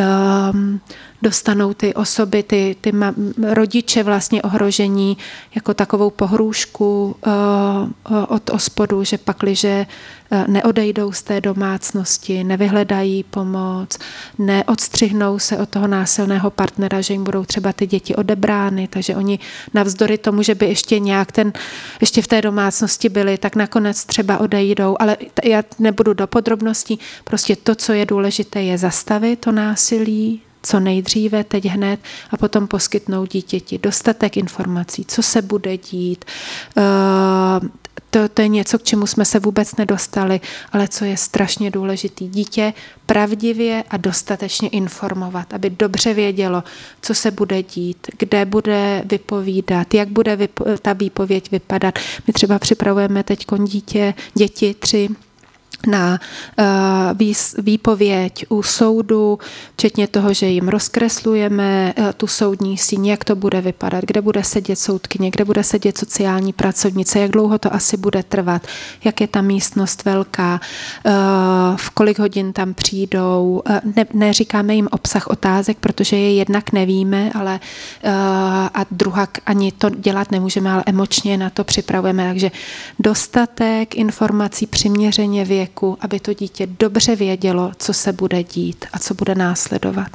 dostanou ty osoby, ty rodiče vlastně ohrožení jako takovou pohrůžku od OSPODu, že pakliže neodejdou z té domácnosti, nevyhledají pomoc, neodstřihnou se od toho násilného partnera, že jim budou třeba ty děti odebrány, takže oni navzdory tomu, že by ještě nějak ještě v té domácnosti byli, tak nakonec třeba odejdou, ale já nebudu do podrobností, prostě to, co je důležité, je zastavit to násilí, co nejdříve, teď hned a potom poskytnout dítěti dostatek informací, co se bude dít. To je něco, k čemu jsme se vůbec nedostali, ale co je strašně důležitý. Dítě pravdivě a dostatečně informovat, aby dobře vědělo, co se bude dít, kde bude vypovídat, jak bude ta výpověď vypadat. My třeba připravujeme teď děti 3 na výpověď u soudu, včetně toho, že jim rozkreslujeme tu soudní síň, jak to bude vypadat, kde bude sedět soudkyně, kde bude sedět sociální pracovnice, jak dlouho to asi bude trvat, jak je ta místnost velká, v kolik hodin tam přijdou. Neříkáme jim obsah otázek, protože je jednak nevíme, ale a druhá ani to dělat nemůžeme, ale emočně na to připravujeme. Takže dostatek informací přiměřeně věku, aby to dítě dobře vědělo, co se bude dít a co bude následovat.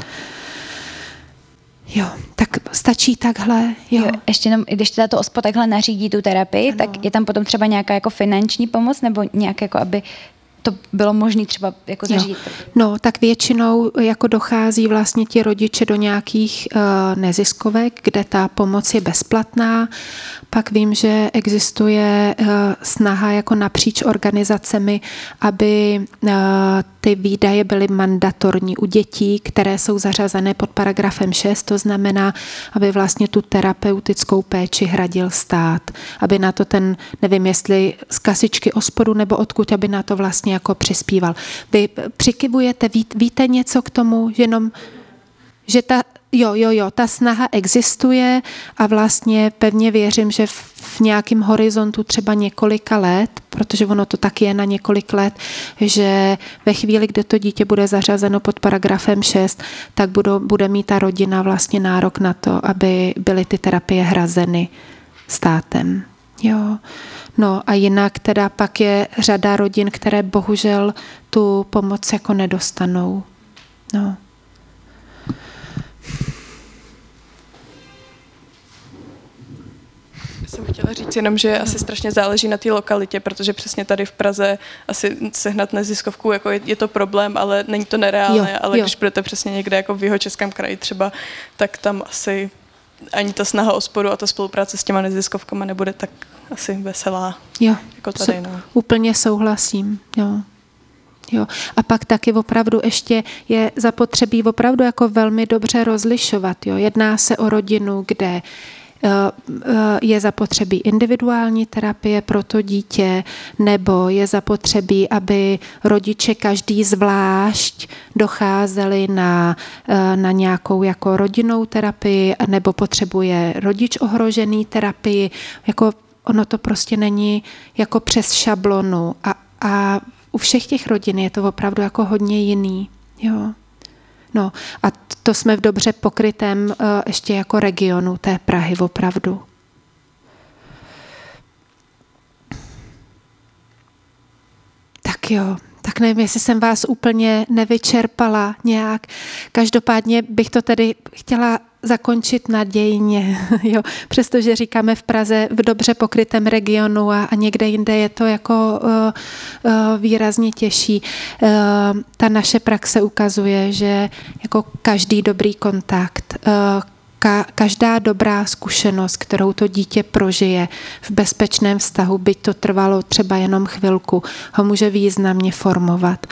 Jo, tak stačí takhle. Jo. Ještě jenom, když teda to OSPOD takhle nařídí tu terapii, ano. Tak je tam potom třeba nějaká jako finanční pomoc nebo nějak jako, aby to bylo možné třeba jako zařídit? No, tak většinou jako dochází vlastně ti rodiče do nějakých neziskovek, kde ta pomoc je bezplatná. Pak vím, že existuje snaha jako napříč organizacemi, aby ty výdaje byly mandatorní u dětí, které jsou zařazené pod paragrafem 6, to znamená, aby vlastně tu terapeutickou péči hradil stát, aby na to nevím, jestli z kasičky OSPODu nebo odkud, aby na to vlastně jako přispíval. Vy přikivujete, víte něco k tomu, že ta snaha existuje a vlastně pevně věřím, že v nějakém horizontu třeba několika let, protože ono to tak je na několik let, že ve chvíli, kdy to dítě bude zařazeno pod paragrafem 6, tak bude mít ta rodina vlastně nárok na to, aby byly ty terapie hrazeny státem. Jo. No a jinak teda pak je řada rodin, které bohužel tu pomoc jako nedostanou. No. Jsem chtěla říct jenom, že asi strašně záleží na té lokalitě, protože přesně tady v Praze asi sehnat neziskovku, jako je to problém, ale není to nereálné, ale když budete přesně někde jako v Jihočeském kraji třeba, tak tam asi ani ta snaha OSPODu a ta spolupráce s těma neziskovkama nebude tak asi veselá jako tady. No. Úplně souhlasím, Jo. A pak taky opravdu ještě je zapotřebí opravdu jako velmi dobře rozlišovat. Jo. Jedná se o rodinu, kde je zapotřebí individuální terapie pro to dítě, nebo je zapotřebí, aby rodiče každý zvlášť docházeli na nějakou jako rodinnou terapii, nebo potřebuje rodič ohrožený terapii. Jako ono to prostě není jako přes šablonu a u všech těch rodin je to opravdu jako hodně jiný. Jo. No a to jsme v dobře pokrytém ještě jako regionu té Prahy opravdu. Tak jo, tak nevím, jestli jsem vás úplně nevyčerpala nějak. Každopádně bych to tedy chtěla zakončit nadějně, jo. Přestože říkáme v Praze v dobře pokrytém regionu a někde jinde je to jako výrazně těžší. Ta naše praxe ukazuje, že jako každý dobrý kontakt, každá dobrá zkušenost, kterou to dítě prožije v bezpečném vztahu, byť to trvalo třeba jenom chvilku, ho může významně formovat.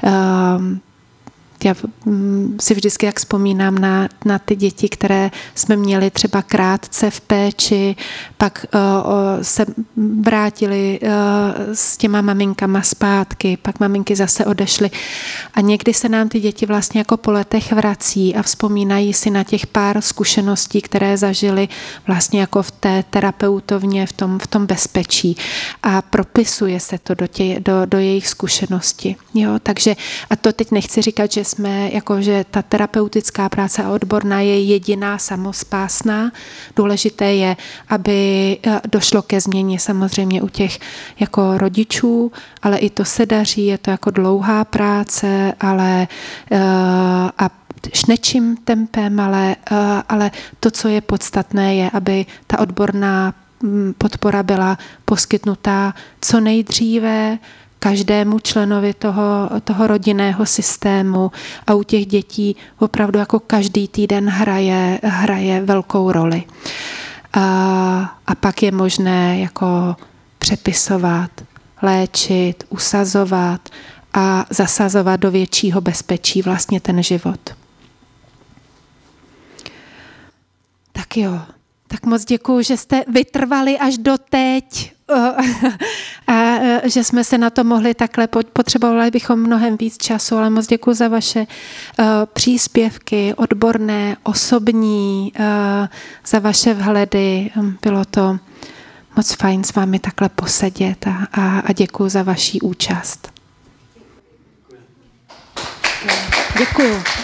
Já si vždycky jak vzpomínám na ty děti, které jsme měli třeba krátce v péči, pak se vrátili s těma maminkama zpátky, pak maminky zase odešly a někdy se nám ty děti vlastně jako po letech vrací a vzpomínají si na těch pár zkušeností, které zažili vlastně jako v té terapeutovně, v tom bezpečí a propisuje se to do jejich zkušenosti. Jo? Takže, a to teď nechci říkat, že jsme, jako, že ta terapeutická práce a odborná je jediná samospásná. Důležité je, aby došlo ke změně samozřejmě u těch jako rodičů, ale i to se daří, je to jako dlouhá práce, ale a nečím tempem, ale to, co je podstatné, je, aby ta odborná podpora byla poskytnutá co nejdříve každému členovi toho rodinného systému a u těch dětí opravdu jako každý týden hraje velkou roli. A pak je možné jako přepisovat, léčit, usazovat a zasazovat do většího bezpečí vlastně ten život. Tak jo, tak moc děkuju, že jste vytrvali až do teď a že jsme se na to mohli takhle, potřebovali bychom mnohem víc času, ale moc děkuju za vaše příspěvky, odborné, osobní, za vaše vhledy. Bylo to moc fajn s vámi takhle posedět a děkuju za vaši účast. Děkuju.